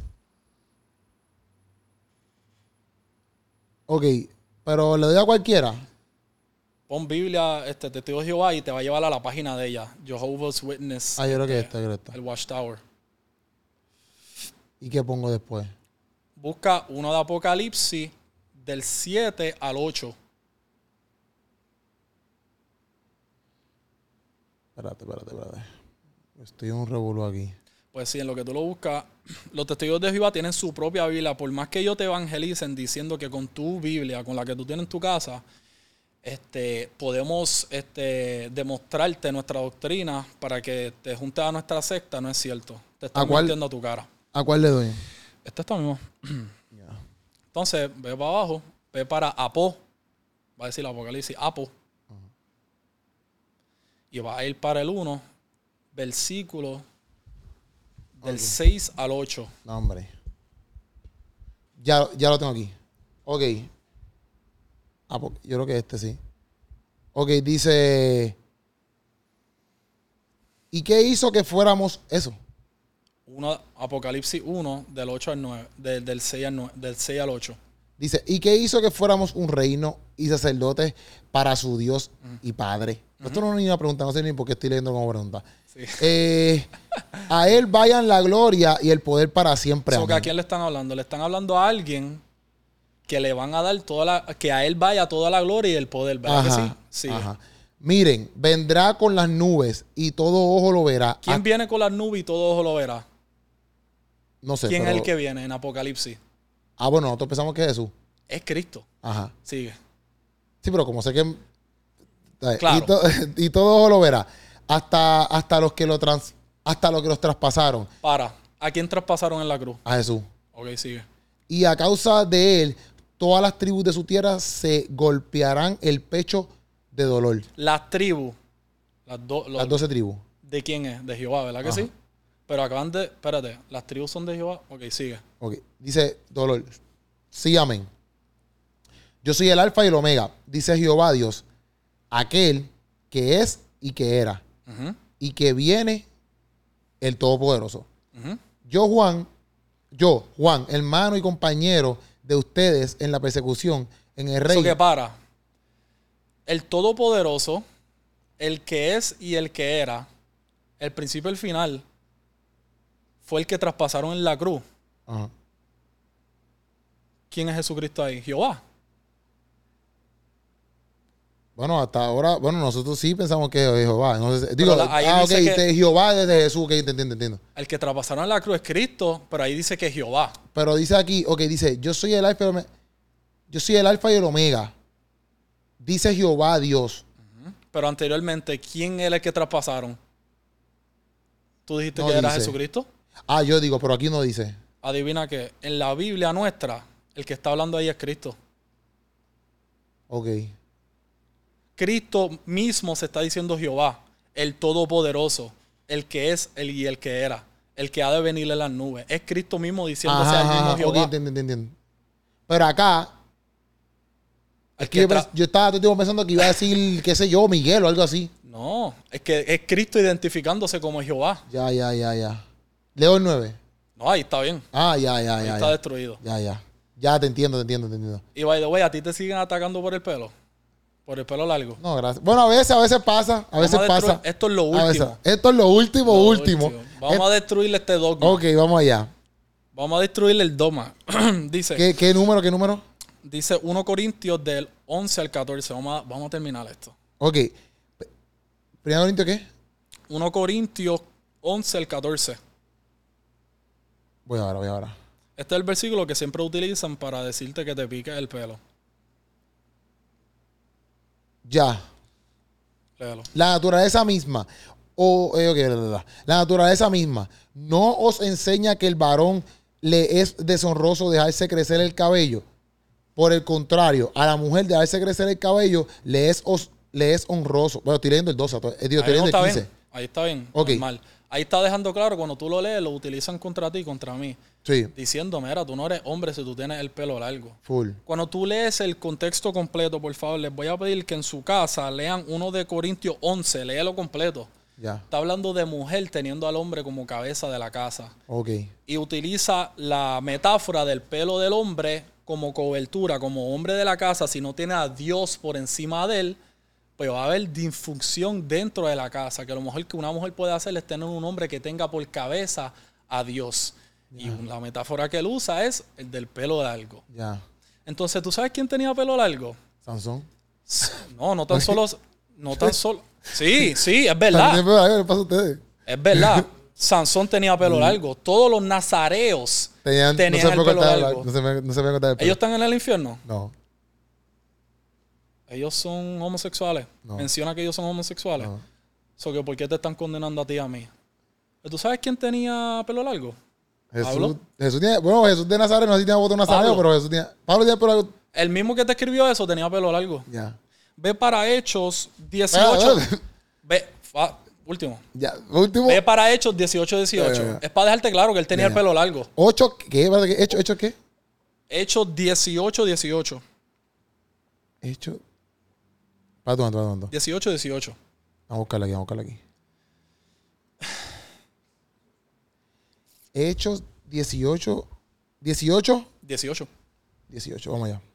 Ok, pero le doy a cualquiera. Pon Biblia, Testigo de Jehová y te va a llevar a la página de ella. Jehovah's Witness. Ah, yo creo que esta. El Watchtower. ¿Y qué pongo después? Busca uno de Apocalipsis del 7 al 8. Espérate. Estoy en un revuelo aquí. Pues sí, en lo que tú lo buscas, los testigos de Jehová tienen su propia Biblia. Por más que ellos te evangelicen diciendo que con tu Biblia, con la que tú tienes en tu casa, podemos demostrarte nuestra doctrina para que te juntes a nuestra secta, no es cierto. Te están mintiendo a tu cara. ¿A cuál le doy? Este está mismo. Ya. Entonces, ve para abajo, ve para Apo. Va a decir Apocalipsis, Apo. Y va a ir para el 1, versículo del 6 al 8. No, hombre. Ya lo tengo aquí. Ok. Yo creo que este sí. Ok, dice... ¿Y qué hizo que fuéramos eso? Apocalipsis 1, del 8 al 9, del 6 al 8. Dice, ¿y qué hizo que fuéramos un reino y sacerdotes para su Dios y Padre? Esto no es ni una pregunta, no sé ni por qué estoy leyendo como pregunta. Sí. A él vayan la gloria y el poder para siempre. ¿A quién le están hablando? Le están hablando a alguien que le van a dar que a él vaya toda la gloria y el poder, ¿verdad? Ajá, que sí? Ajá. Miren, vendrá con las nubes y todo ojo lo verá. ¿Quién viene con las nubes y todo ojo lo verá? No sé. ¿Quién es el que viene en Apocalipsis? Ah, bueno, nosotros pensamos que es Jesús. Es Cristo. Ajá. Sigue. Sí, pero como sé que... Claro. Y todo ojo lo verá. Hasta los que los traspasaron. ¿A quién traspasaron en la cruz? A Jesús. Ok, sigue. Y a causa de él, todas las tribus de su tierra se golpearán el pecho de dolor. Las tribus. Las 12 tribus. ¿De quién es? De Jehová, ¿verdad que sí? Pero acaban de... Espérate, ¿las tribus son de Jehová? Ok, sigue. Ok, dice dolor. Sí, amén. Yo soy el alfa y el omega, dice Jehová Dios, aquel que es y que era, y que viene el Todopoderoso. Yo, Juan, hermano y compañero de ustedes en la persecución, en el reino. Eso que para. El Todopoderoso, el que es y el que era, el principio y el final, fue el que traspasaron en la cruz. Ajá. ¿Quién es Jesucristo ahí? Jehová. Bueno, hasta ahora, nosotros sí pensamos que es Jehová. Entonces, digo, dice Jehová es de Jesús, ok, entiendo. El que traspasaron en la cruz es Cristo, pero ahí dice que es Jehová. Pero dice aquí, dice, yo soy el alfa y el omega. Dice Jehová Dios. Pero anteriormente, ¿quién era el que traspasaron? ¿Tú dijiste No que era dice. Jesucristo? Yo digo, pero aquí no dice. Adivina que en la Biblia nuestra, el que está hablando ahí es Cristo. Ok. Cristo mismo se está diciendo Jehová, el Todopoderoso, el que es y el que era, el que ha de venir en las nubes. Es Cristo mismo diciéndose al mismo Jehová. Ok, entiendo. Pero acá, es que yo estaba todo el tiempo pensando que iba a decir, qué sé yo, Miguel o algo así. No, es que es Cristo identificándose como Jehová. Ya. Leo el 9. No, ahí está bien. Ya. Ahí está destruido. Ya. Ya te entiendo. Y by the way, ¿a ti te siguen atacando por el pelo? Por el pelo largo. No, gracias. Bueno, a veces pasa. Esto es lo último. Esto es lo último. Vamos a destruirle este dogma. Ok, vamos allá. Vamos a destruirle el dogma. Dice. ¿Qué número? Dice 1 Corintios del 11 al 14. Vamos a terminar esto. Ok. ¿1 Corintios qué? 1 Corintios 11 al 14. Voy ahora. Este es el versículo que siempre utilizan para decirte que te piques el pelo. Ya. Léalo. La naturaleza misma. La naturaleza misma no os enseña que el varón le es deshonroso dejarse crecer el cabello. Por el contrario, a la mujer dejarse crecer el cabello le es honroso. Bueno, estoy leyendo el 12, estoy leyendo el 15. Ahí está bien. Okay. Normal. Ahí está dejando claro, cuando tú lo lees, lo utilizan contra ti y contra mí. Sí. Diciendo, mira, tú no eres hombre si tú tienes el pelo largo. Full. Cuando tú lees el contexto completo, por favor, les voy a pedir que en su casa lean 1 de Corintios 11, léelo completo. Ya. Está hablando de mujer teniendo al hombre como cabeza de la casa. Ok. Y utiliza la metáfora del pelo del hombre como cobertura, como hombre de la casa. Si no tiene a Dios por encima de él, pues va a haber disfunción dentro de la casa. Que lo mejor que una mujer puede hacer es tener un hombre que tenga por cabeza a Dios. Y la metáfora que él usa es el del pelo largo. Ya. Entonces, ¿tú sabes quién tenía pelo largo? Sansón. No tan solo. Sí, es verdad. ¿Qué pasa a ustedes? Es verdad. Sansón tenía pelo largo. Todos los nazareos tenían el pelo largo. No se me cortar el pelo. ¿Ellos están en el infierno? No. ¿Ellos son homosexuales? No. Menciona que ellos son homosexuales. No. ¿Por qué te están condenando a ti y a mí? ¿Tú sabes quién tenía pelo largo? Jesús de Nazaret, no sé si tenía voto nazareo, pero Jesús tenía. Pablo tenía pelo largo. El mismo que te escribió eso tenía pelo largo. Ya. Ve para Hechos 18. Último. Ya, último. Ve para Hechos 18. Es para dejarte claro que él tenía el pelo largo. ¿8 qué? ¿Hecho qué? Hechos 18. Hecho. ¿Para dónde? 18. Vamos a buscarla aquí. Hechos 18. 18. 18, vamos allá.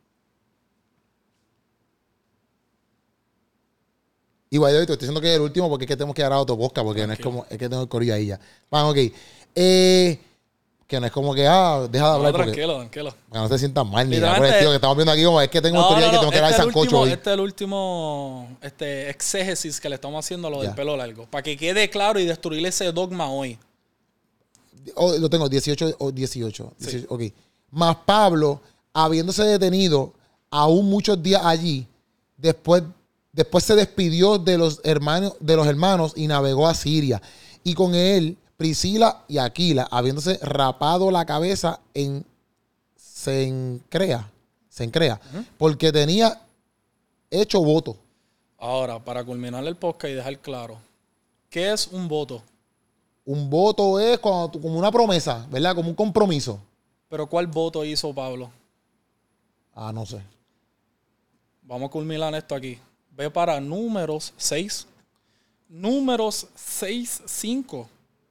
Igual yo te estoy diciendo que es el último porque es que tenemos que dar a otro podcast porque no es como, es que tengo el corillo ahí ya. Vamos, ok. Que no es como que, deja de hablar. Tranquilo. Para que no se sientan mal ni nada por el estilo que estamos viendo aquí, como es que tengo el corillo ahí que tengo que dar el sancocho hoy. Este es el último exégesis que le estamos haciendo a lo del pelo largo. Para que quede claro y destruir ese dogma hoy. Lo tengo, 18 o 18. Sí. Ok. Mas Pablo, habiéndose detenido aún muchos días allí, después se despidió de los hermanos y navegó a Siria. Y con él, Priscila y Aquila, habiéndose rapado la cabeza en Cencrea, porque tenía hecho voto. Ahora, para culminar el podcast y dejar claro, ¿qué es un voto? Un voto es como una promesa, ¿verdad? Como un compromiso. ¿Pero cuál voto hizo Pablo? No sé. Vamos a culminar esto aquí. Ve para Números 6. Números 6:5.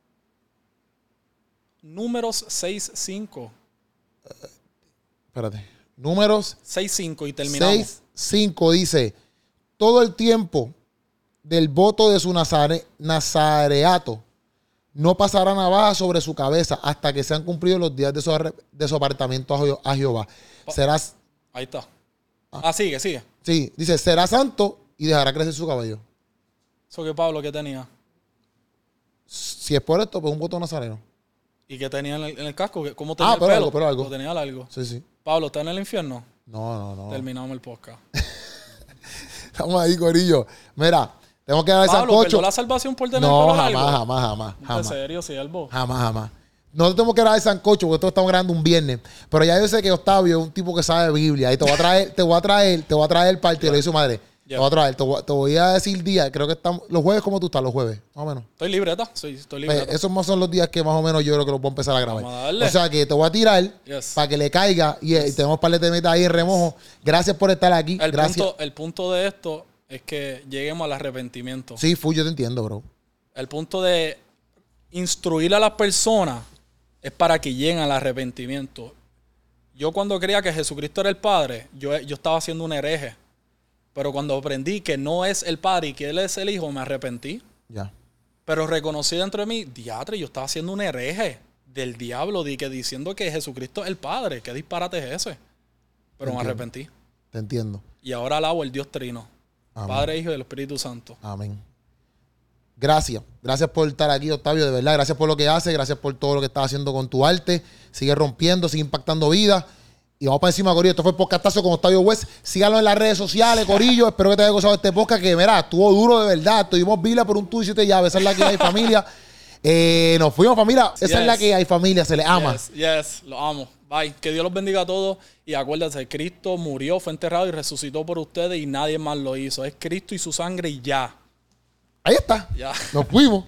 Números 6:5. Espérate. Números 6:5 y terminamos. 6:5 dice: todo el tiempo del voto de su nazareato no pasará navaja sobre su cabeza hasta que sean cumplidos los días de su apartamiento a Jehová. Serás. Ahí está. Sigue. Sí, dice: será santo y dejará crecer su cabello. ¿Eso que Pablo qué tenía? Si es por esto, pues un voto nazareno. ¿Y qué tenía en el casco? ¿Cómo tenía el pelo? pelo? Lo tenía largo. Sí. Pablo, ¿está en el infierno? No. Terminamos el podcast. Estamos ahí, corillo. Mira, tengo que dar el Pablo, sancocho. ¿perdió la salvación por tener pelo largo? Jamás. ¿En serio, siervo? Jamás. No tenemos que dar el sancocho porque todos estamos grabando un viernes. Pero ya yo sé que Octavio es un tipo que sabe Biblia. Y te voy a traer parte de lo de su madre. Te voy a traer, te voy a decir día. Creo que estamos los jueves. ¿Cómo tú estás los jueves? Más o menos. Estoy libreta. Sí, estoy libreta. Pues esos más son los días que más o menos yo creo que los voy a empezar a grabar. Vamos a darle. O sea que te voy a tirar para que le caiga y tenemos un par de temitas ahí en remojo. Gracias por estar aquí. Gracias. El punto de esto es que lleguemos al arrepentimiento. Sí, yo te entiendo, bro. El punto de instruir a las personas es para que lleguen al arrepentimiento. Yo cuando creía que Jesucristo era el Padre, yo estaba siendo un hereje. Pero cuando aprendí que no es el Padre y que Él es el Hijo, me arrepentí. Ya. Pero reconocí dentro de mí, diatre, yo estaba siendo un hereje del diablo, diciendo que Jesucristo es el Padre. ¿Qué disparate es ese? Pero me arrepentí. Te entiendo. Y ahora alabo el Dios Trino. Amén. Padre, Hijo y el Espíritu Santo. Amén. Gracias. Gracias por estar aquí, Octavio, de verdad. Gracias por lo que haces. Gracias por todo lo que estás haciendo con tu arte. Sigue rompiendo, sigue impactando vidas. Y vamos para encima, Corillo. Esto fue el podcastazo con Octavio West. Síganlo en las redes sociales, Corillo. Espero que te haya gozado este podcast, que mira, estuvo duro de verdad. Tuvimos vila por un tú y 7 llaves. Esa es la que hay, familia. Nos fuimos, familia. Esa es la que hay, familia. Se les ama. Yes, lo amo. Bye. Que Dios los bendiga a todos. Y acuérdense, Cristo murió, fue enterrado y resucitó por ustedes y nadie más lo hizo. Es Cristo y su sangre y ya. Ahí está. Ya. Nos fuimos.